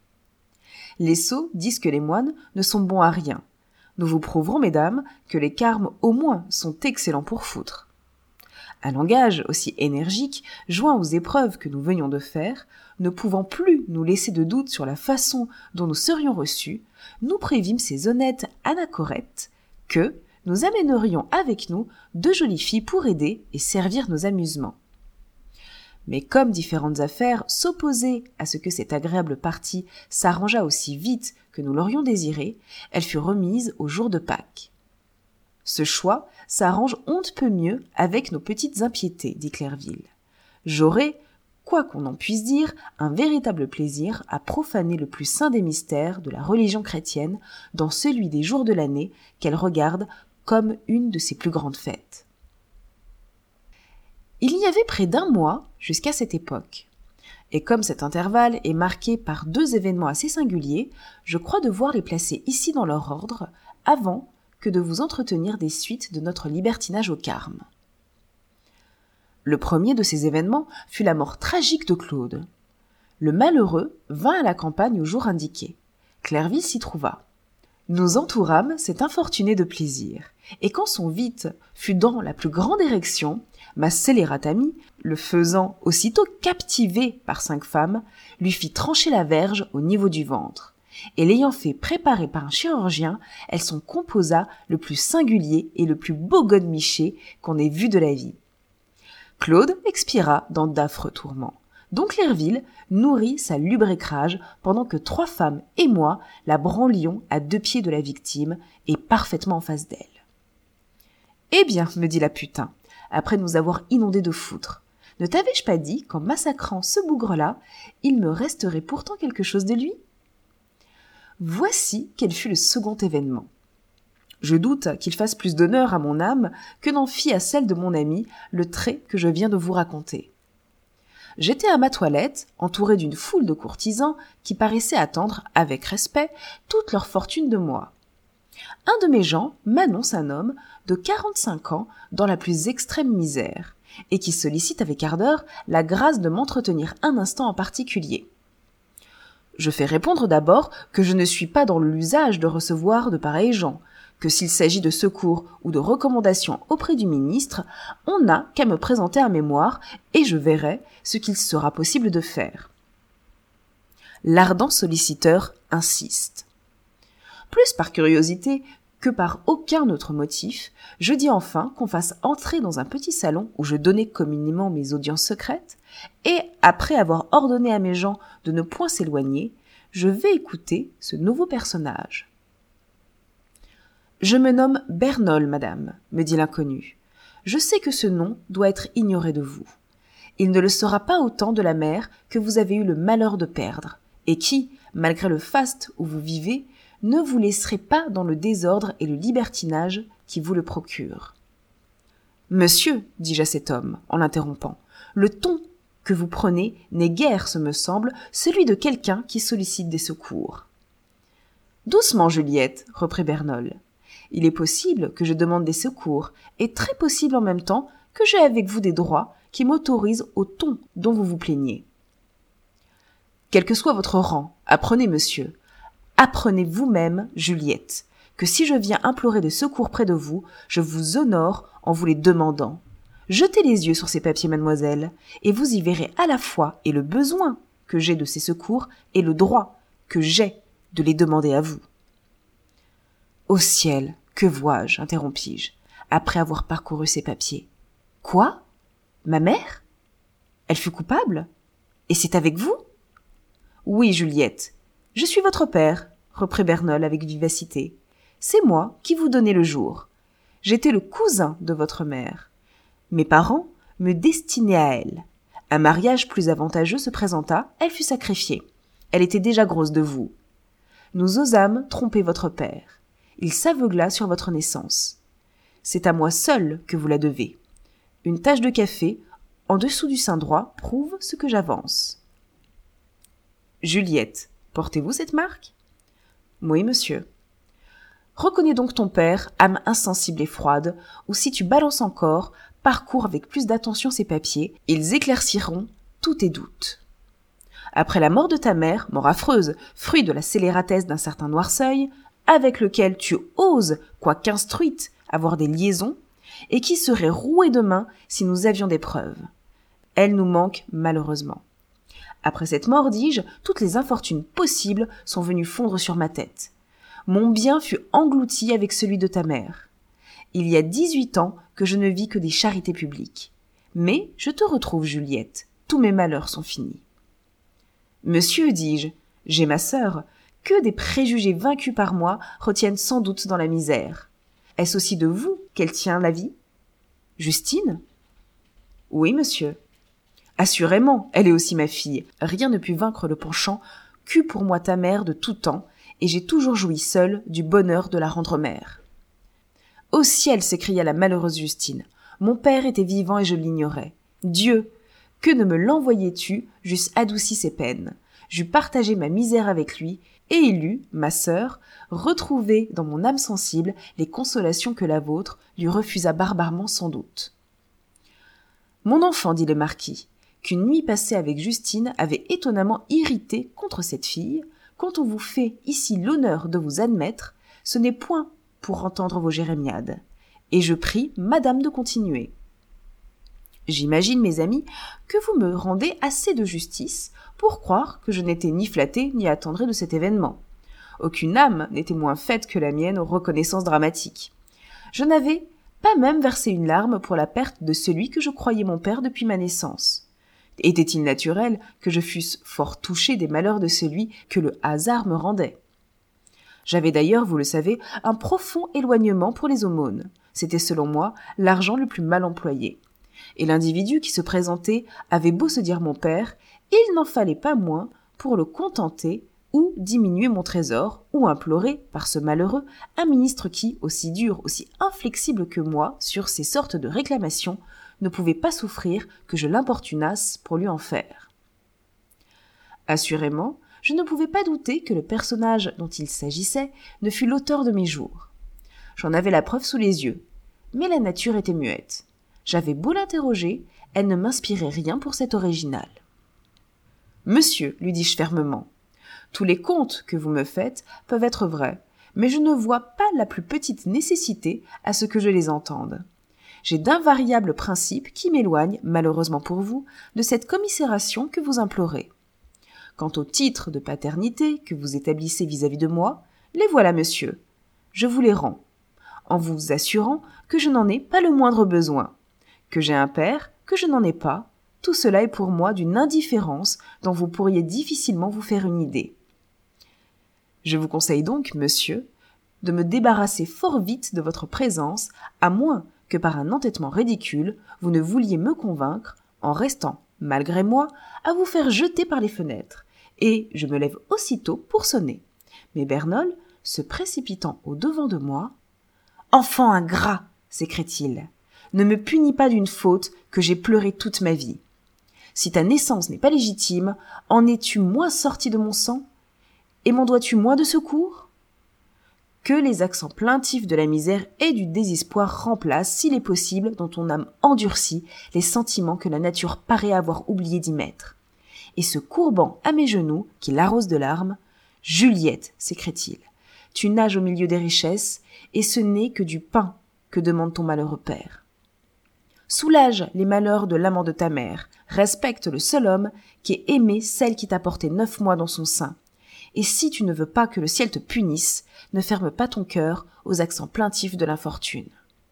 Les sots disent que les moines ne sont bons à rien. Nous vous prouverons, mesdames, que les carmes au moins sont excellents pour foutre. Un langage aussi énergique, joint aux épreuves que nous venions de faire, ne pouvant plus nous laisser de doute sur la façon dont nous serions reçus, nous prévîmes ces honnêtes anachorètes que nous amènerions avec nous 2 jolies filles pour aider et servir nos amusements. Mais comme différentes affaires s'opposaient à ce que cette agréable partie s'arrangeât aussi vite que nous l'aurions désiré, elle fut remise au jour de Pâques. Ce choix s'arrange on ne peut mieux avec nos petites impiétés, dit Clerville. J'aurai, quoi qu'on en puisse dire, un véritable plaisir à profaner le plus saint des mystères de la religion chrétienne dans celui des jours de l'année qu'elle regarde comme une de ses plus grandes fêtes. Il y avait près d'1 mois jusqu'à cette époque. Et comme cet intervalle est marqué par 2 événements assez singuliers, je crois devoir les placer ici dans leur ordre, avant que de vous entretenir des suites de notre libertinage au Carme. Le premier de ces événements fut la mort tragique de Claude. Le malheureux vint à la campagne au jour indiqué. Clerville s'y trouva. Nous entourâmes cet infortuné de plaisir, et quand son vite fut dans la plus grande érection, ma scélérate amie, le faisant aussitôt captiver par 5 femmes, lui fit trancher la verge au niveau du ventre, et l'ayant fait préparer par un chirurgien, elle s'en composa le plus singulier et le plus beau godemiché qu'on ait vu de la vie. Claude expira dans d'affreux tourments, dont Clerville nourrit sa lubrique rage pendant que 3 femmes et moi la branlions à 2 pieds de la victime et parfaitement en face d'elle. « Eh bien, me dit la putain, après nous avoir inondés de foutre, ne t'avais-je pas dit qu'en massacrant ce bougre-là, il me resterait pourtant quelque chose de lui ?» Voici quel fut le second événement. Je doute qu'il fasse plus d'honneur à mon âme que n'en fit à celle de mon ami le trait que je viens de vous raconter. J'étais à ma toilette, entourée d'une foule de courtisans qui paraissaient attendre, avec respect, toute leur fortune de moi. Un de mes gens m'annonce un homme de 45 ans dans la plus extrême misère, et qui sollicite avec ardeur la grâce de m'entretenir un instant en particulier. Je fais répondre d'abord que je ne suis pas dans l'usage de recevoir de pareils gens, que s'il s'agit de secours ou de recommandations auprès du ministre, on n'a qu'à me présenter un mémoire et je verrai ce qu'il sera possible de faire. L'ardent solliciteur insiste. Plus par curiosité que par aucun autre motif, je dis enfin qu'on fasse entrer dans un petit salon où je donnais communément mes audiences secrètes, et après avoir ordonné à mes gens de ne point s'éloigner, je vais écouter ce nouveau personnage. « Je me nomme Bernol, madame, me dit l'inconnu. Je sais que ce nom doit être ignoré de vous. Il ne le sera pas autant de la mère que vous avez eu le malheur de perdre, et qui, malgré le faste où vous vivez, ne vous laisserait pas dans le désordre et le libertinage qui vous le procurent. »« Monsieur, dis-je à cet homme, en l'interrompant, le ton que vous prenez n'est guère, ce me semble, celui de quelqu'un qui sollicite des secours. »« Doucement, Juliette, reprit Bernol. Il est possible que je demande des secours, et très possible en même temps que j'ai avec vous des droits qui m'autorisent au ton dont vous vous plaignez. Quel que soit votre rang, apprenez, monsieur, apprenez vous-même, Juliette, que si je viens implorer des secours près de vous, je vous honore en vous les demandant. Jetez les yeux sur ces papiers, mademoiselle, et vous y verrez à la fois et le besoin que j'ai de ces secours et le droit que j'ai de les demander à vous. »« Au ciel, que vois-je » interrompis-je, après avoir parcouru ces papiers. « Quoi ? Ma mère ? Elle fut coupable ? Et c'est avec vous ? » ?»« Oui, Juliette, je suis votre père, » reprit Bernol avec vivacité. « C'est moi qui vous donnai le jour. J'étais le cousin de votre mère. Mes parents me destinaient à elle. Un mariage plus avantageux se présenta, elle fut sacrifiée. Elle était déjà grosse de vous. Nous osâmes tromper votre père. Il s'aveugla sur votre naissance. C'est à moi seul que vous la devez. Une tache de café, en dessous du sein droit, prouve ce que j'avance. »« Juliette, portez-vous cette marque ? » ?»« Oui, monsieur. »« Reconnais donc ton père, âme insensible et froide, ou si tu balances encore, parcours avec plus d'attention ces papiers, ils éclairciront tous tes doutes. Après la mort de ta mère, mort affreuse, fruit de la scélératesse d'un certain Noirceuil, avec lequel tu oses, quoiqu'instruite, avoir des liaisons, et qui serait roué de main si nous avions des preuves. Elle nous manque malheureusement. Après cette mort, dis-je, toutes les infortunes possibles sont venues fondre sur ma tête. Mon bien fut englouti avec celui de ta mère. Il y a 18 ans que je ne vis que des charités publiques. Mais je te retrouve, Juliette. Tous mes malheurs sont finis. Monsieur, dis-je, j'ai ma sœur, que des préjugés vaincus par moi retiennent sans doute dans la misère. Est-ce aussi de vous qu'elle tient la vie ? Justine ? Oui, monsieur. Assurément, elle est aussi ma fille. Rien ne put vaincre le penchant qu'eut pour moi ta mère de tout temps, et j'ai toujours joui seule du bonheur de la rendre mère. Au ciel, s'écria la malheureuse Justine. Mon père était vivant et je l'ignorais. Dieu, que ne me l'envoyais-tu, j'eusse adouci ses peines. J'eus partagé ma misère avec lui, et il eut, ma sœur, retrouvé dans mon âme sensible les consolations que la vôtre lui refusa barbarement sans doute. Mon enfant, dit le marquis, qu'une nuit passée avec Justine avait étonnamment irrité contre cette fille, quand on vous fait ici l'honneur de vous admettre, ce n'est point pour entendre vos jérémiades. Et je prie madame de continuer. J'imagine, mes amis, que vous me rendez assez de justice pour croire que je n'étais ni flattée ni attendrie de cet événement. Aucune âme n'était moins faite que la mienne aux reconnaissances dramatiques. Je n'avais pas même versé une larme pour la perte de celui que je croyais mon père depuis ma naissance. Était-il naturel que je fusse fort touchée des malheurs de celui que le hasard me rendait? J'avais d'ailleurs, vous le savez, un profond éloignement pour les aumônes. C'était selon moi l'argent le plus mal employé. Et l'individu qui se présentait avait beau se dire mon père, il n'en fallait pas moins pour le contenter ou diminuer mon trésor, ou implorer, par ce malheureux, un ministre qui, aussi dur, aussi inflexible que moi sur ces sortes de réclamations, ne pouvait pas souffrir que je l'importunasse pour lui en faire. Assurément, je ne pouvais pas douter que le personnage dont il s'agissait ne fût l'auteur de mes jours. J'en avais la preuve sous les yeux, mais la nature était muette. J'avais beau l'interroger, elle ne m'inspirait rien pour cet original. « Monsieur, lui dis-je fermement, tous les contes que vous me faites peuvent être vrais, mais je ne vois pas la plus petite nécessité à ce que je les entende. J'ai d'invariables principes qui m'éloignent, malheureusement pour vous, de cette commisération que vous implorez. Quant aux titres de paternité que vous établissez vis-à-vis de moi, les voilà, monsieur. Je vous les rends, en vous assurant que je n'en ai pas le moindre besoin. Que j'ai un père, que je n'en ai pas, tout cela est pour moi d'une indifférence dont vous pourriez difficilement vous faire une idée. Je vous conseille donc, monsieur, de me débarrasser fort vite de votre présence, à moins que par un entêtement ridicule, vous ne vouliez me convaincre, en restant, malgré moi, à vous faire jeter par les fenêtres, et je me lève aussitôt pour sonner. Mais Bernol, se précipitant au-devant de moi, « Enfant ingrat !» s'écrie-t-il, « ne me punis pas d'une faute que j'ai pleurée toute ma vie. Si ta naissance n'est pas légitime, en es-tu moins sorti de mon sang? Et m'en dois-tu moins de secours? Que les accents plaintifs de la misère et du désespoir remplacent, s'il est possible, dans ton âme endurcie, les sentiments que la nature paraît avoir oublié d'y mettre. Et se courbant à mes genoux, qu'il arrose de larmes, « Juliette, s'écrie-t-il, tu nages au milieu des richesses, et ce n'est que du pain que demande ton malheureux père. Soulage les malheurs de l'amant de ta mère, respecte le seul homme qui ait aimé celle qui t'a porté 9 mois dans son sein. Et si tu ne veux pas que le ciel te punisse, ne ferme pas ton cœur aux accents plaintifs de l'infortune. »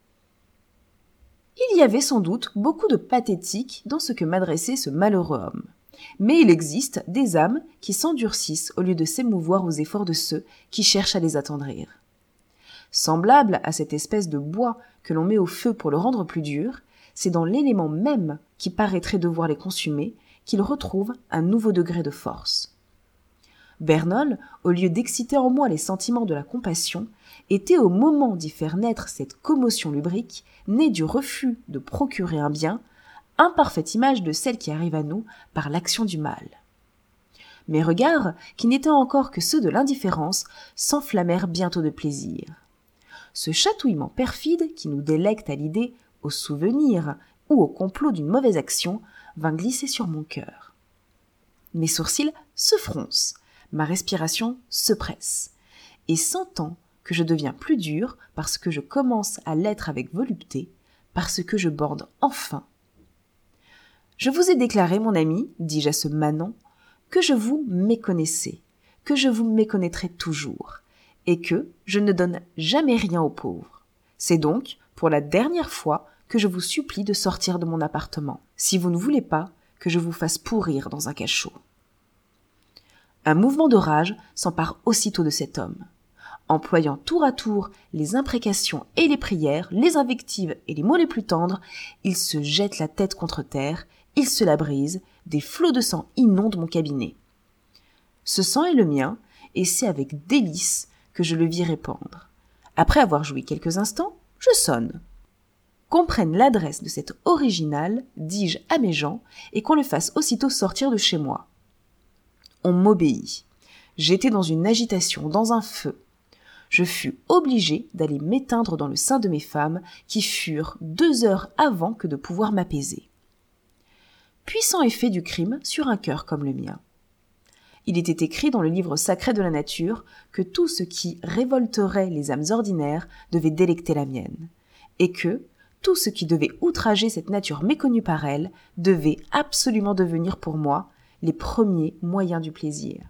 Il y avait sans doute beaucoup de pathétique dans ce que m'adressait ce malheureux homme. Mais il existe des âmes qui s'endurcissent au lieu de s'émouvoir aux efforts de ceux qui cherchent à les attendrir. Semblable à cette espèce de bois que l'on met au feu pour le rendre plus dur, c'est dans l'élément même qui paraîtrait devoir les consumer qu'il retrouve un nouveau degré de force. Bernol, au lieu d'exciter en moi les sentiments de la compassion, était au moment d'y faire naître cette commotion lubrique, née du refus de procurer un bien, imparfaite image de celle qui arrive à nous par l'action du mal. Mes regards, qui n'étaient encore que ceux de l'indifférence, s'enflammèrent bientôt de plaisir. Ce chatouillement perfide qui nous délecte à l'idée, au souvenir ou au complot d'une mauvaise action, vint glisser sur mon cœur. Mes sourcils se froncent, ma respiration se presse, et sentant que je deviens plus dur parce que je commence à l'être avec volupté, parce que je borde enfin. « Je vous ai déclaré, mon ami, dis-je à ce manant, que je vous méconnaissais, que je vous méconnaîtrai toujours, et que je ne donne jamais rien aux pauvres. C'est donc, pour la dernière fois, que je vous supplie de sortir de mon appartement, si vous ne voulez pas que je vous fasse pourrir dans un cachot. » Un mouvement de rage s'empare aussitôt de cet homme. Employant tour à tour les imprécations et les prières, les invectives et les mots les plus tendres, il se jette la tête contre terre Il se la brise, des flots de sang inondent mon cabinet. Ce sang est le mien, et c'est avec délice que je le vis répandre. Après avoir joui quelques instants, je sonne. Qu'on prenne l'adresse de cet original, dis-je à mes gens, et qu'on le fasse aussitôt sortir de chez moi. On m'obéit. J'étais dans une agitation, dans un feu. Je fus obligé d'aller m'éteindre dans le sein de mes femmes, qui furent 2 heures avant que de pouvoir m'apaiser. Puissant effet du crime sur un cœur comme le mien. Il était écrit dans le livre sacré de la nature que tout ce qui révolterait les âmes ordinaires devait délecter la mienne, et que tout ce qui devait outrager cette nature méconnue par elle devait absolument devenir pour moi les premiers moyens du plaisir.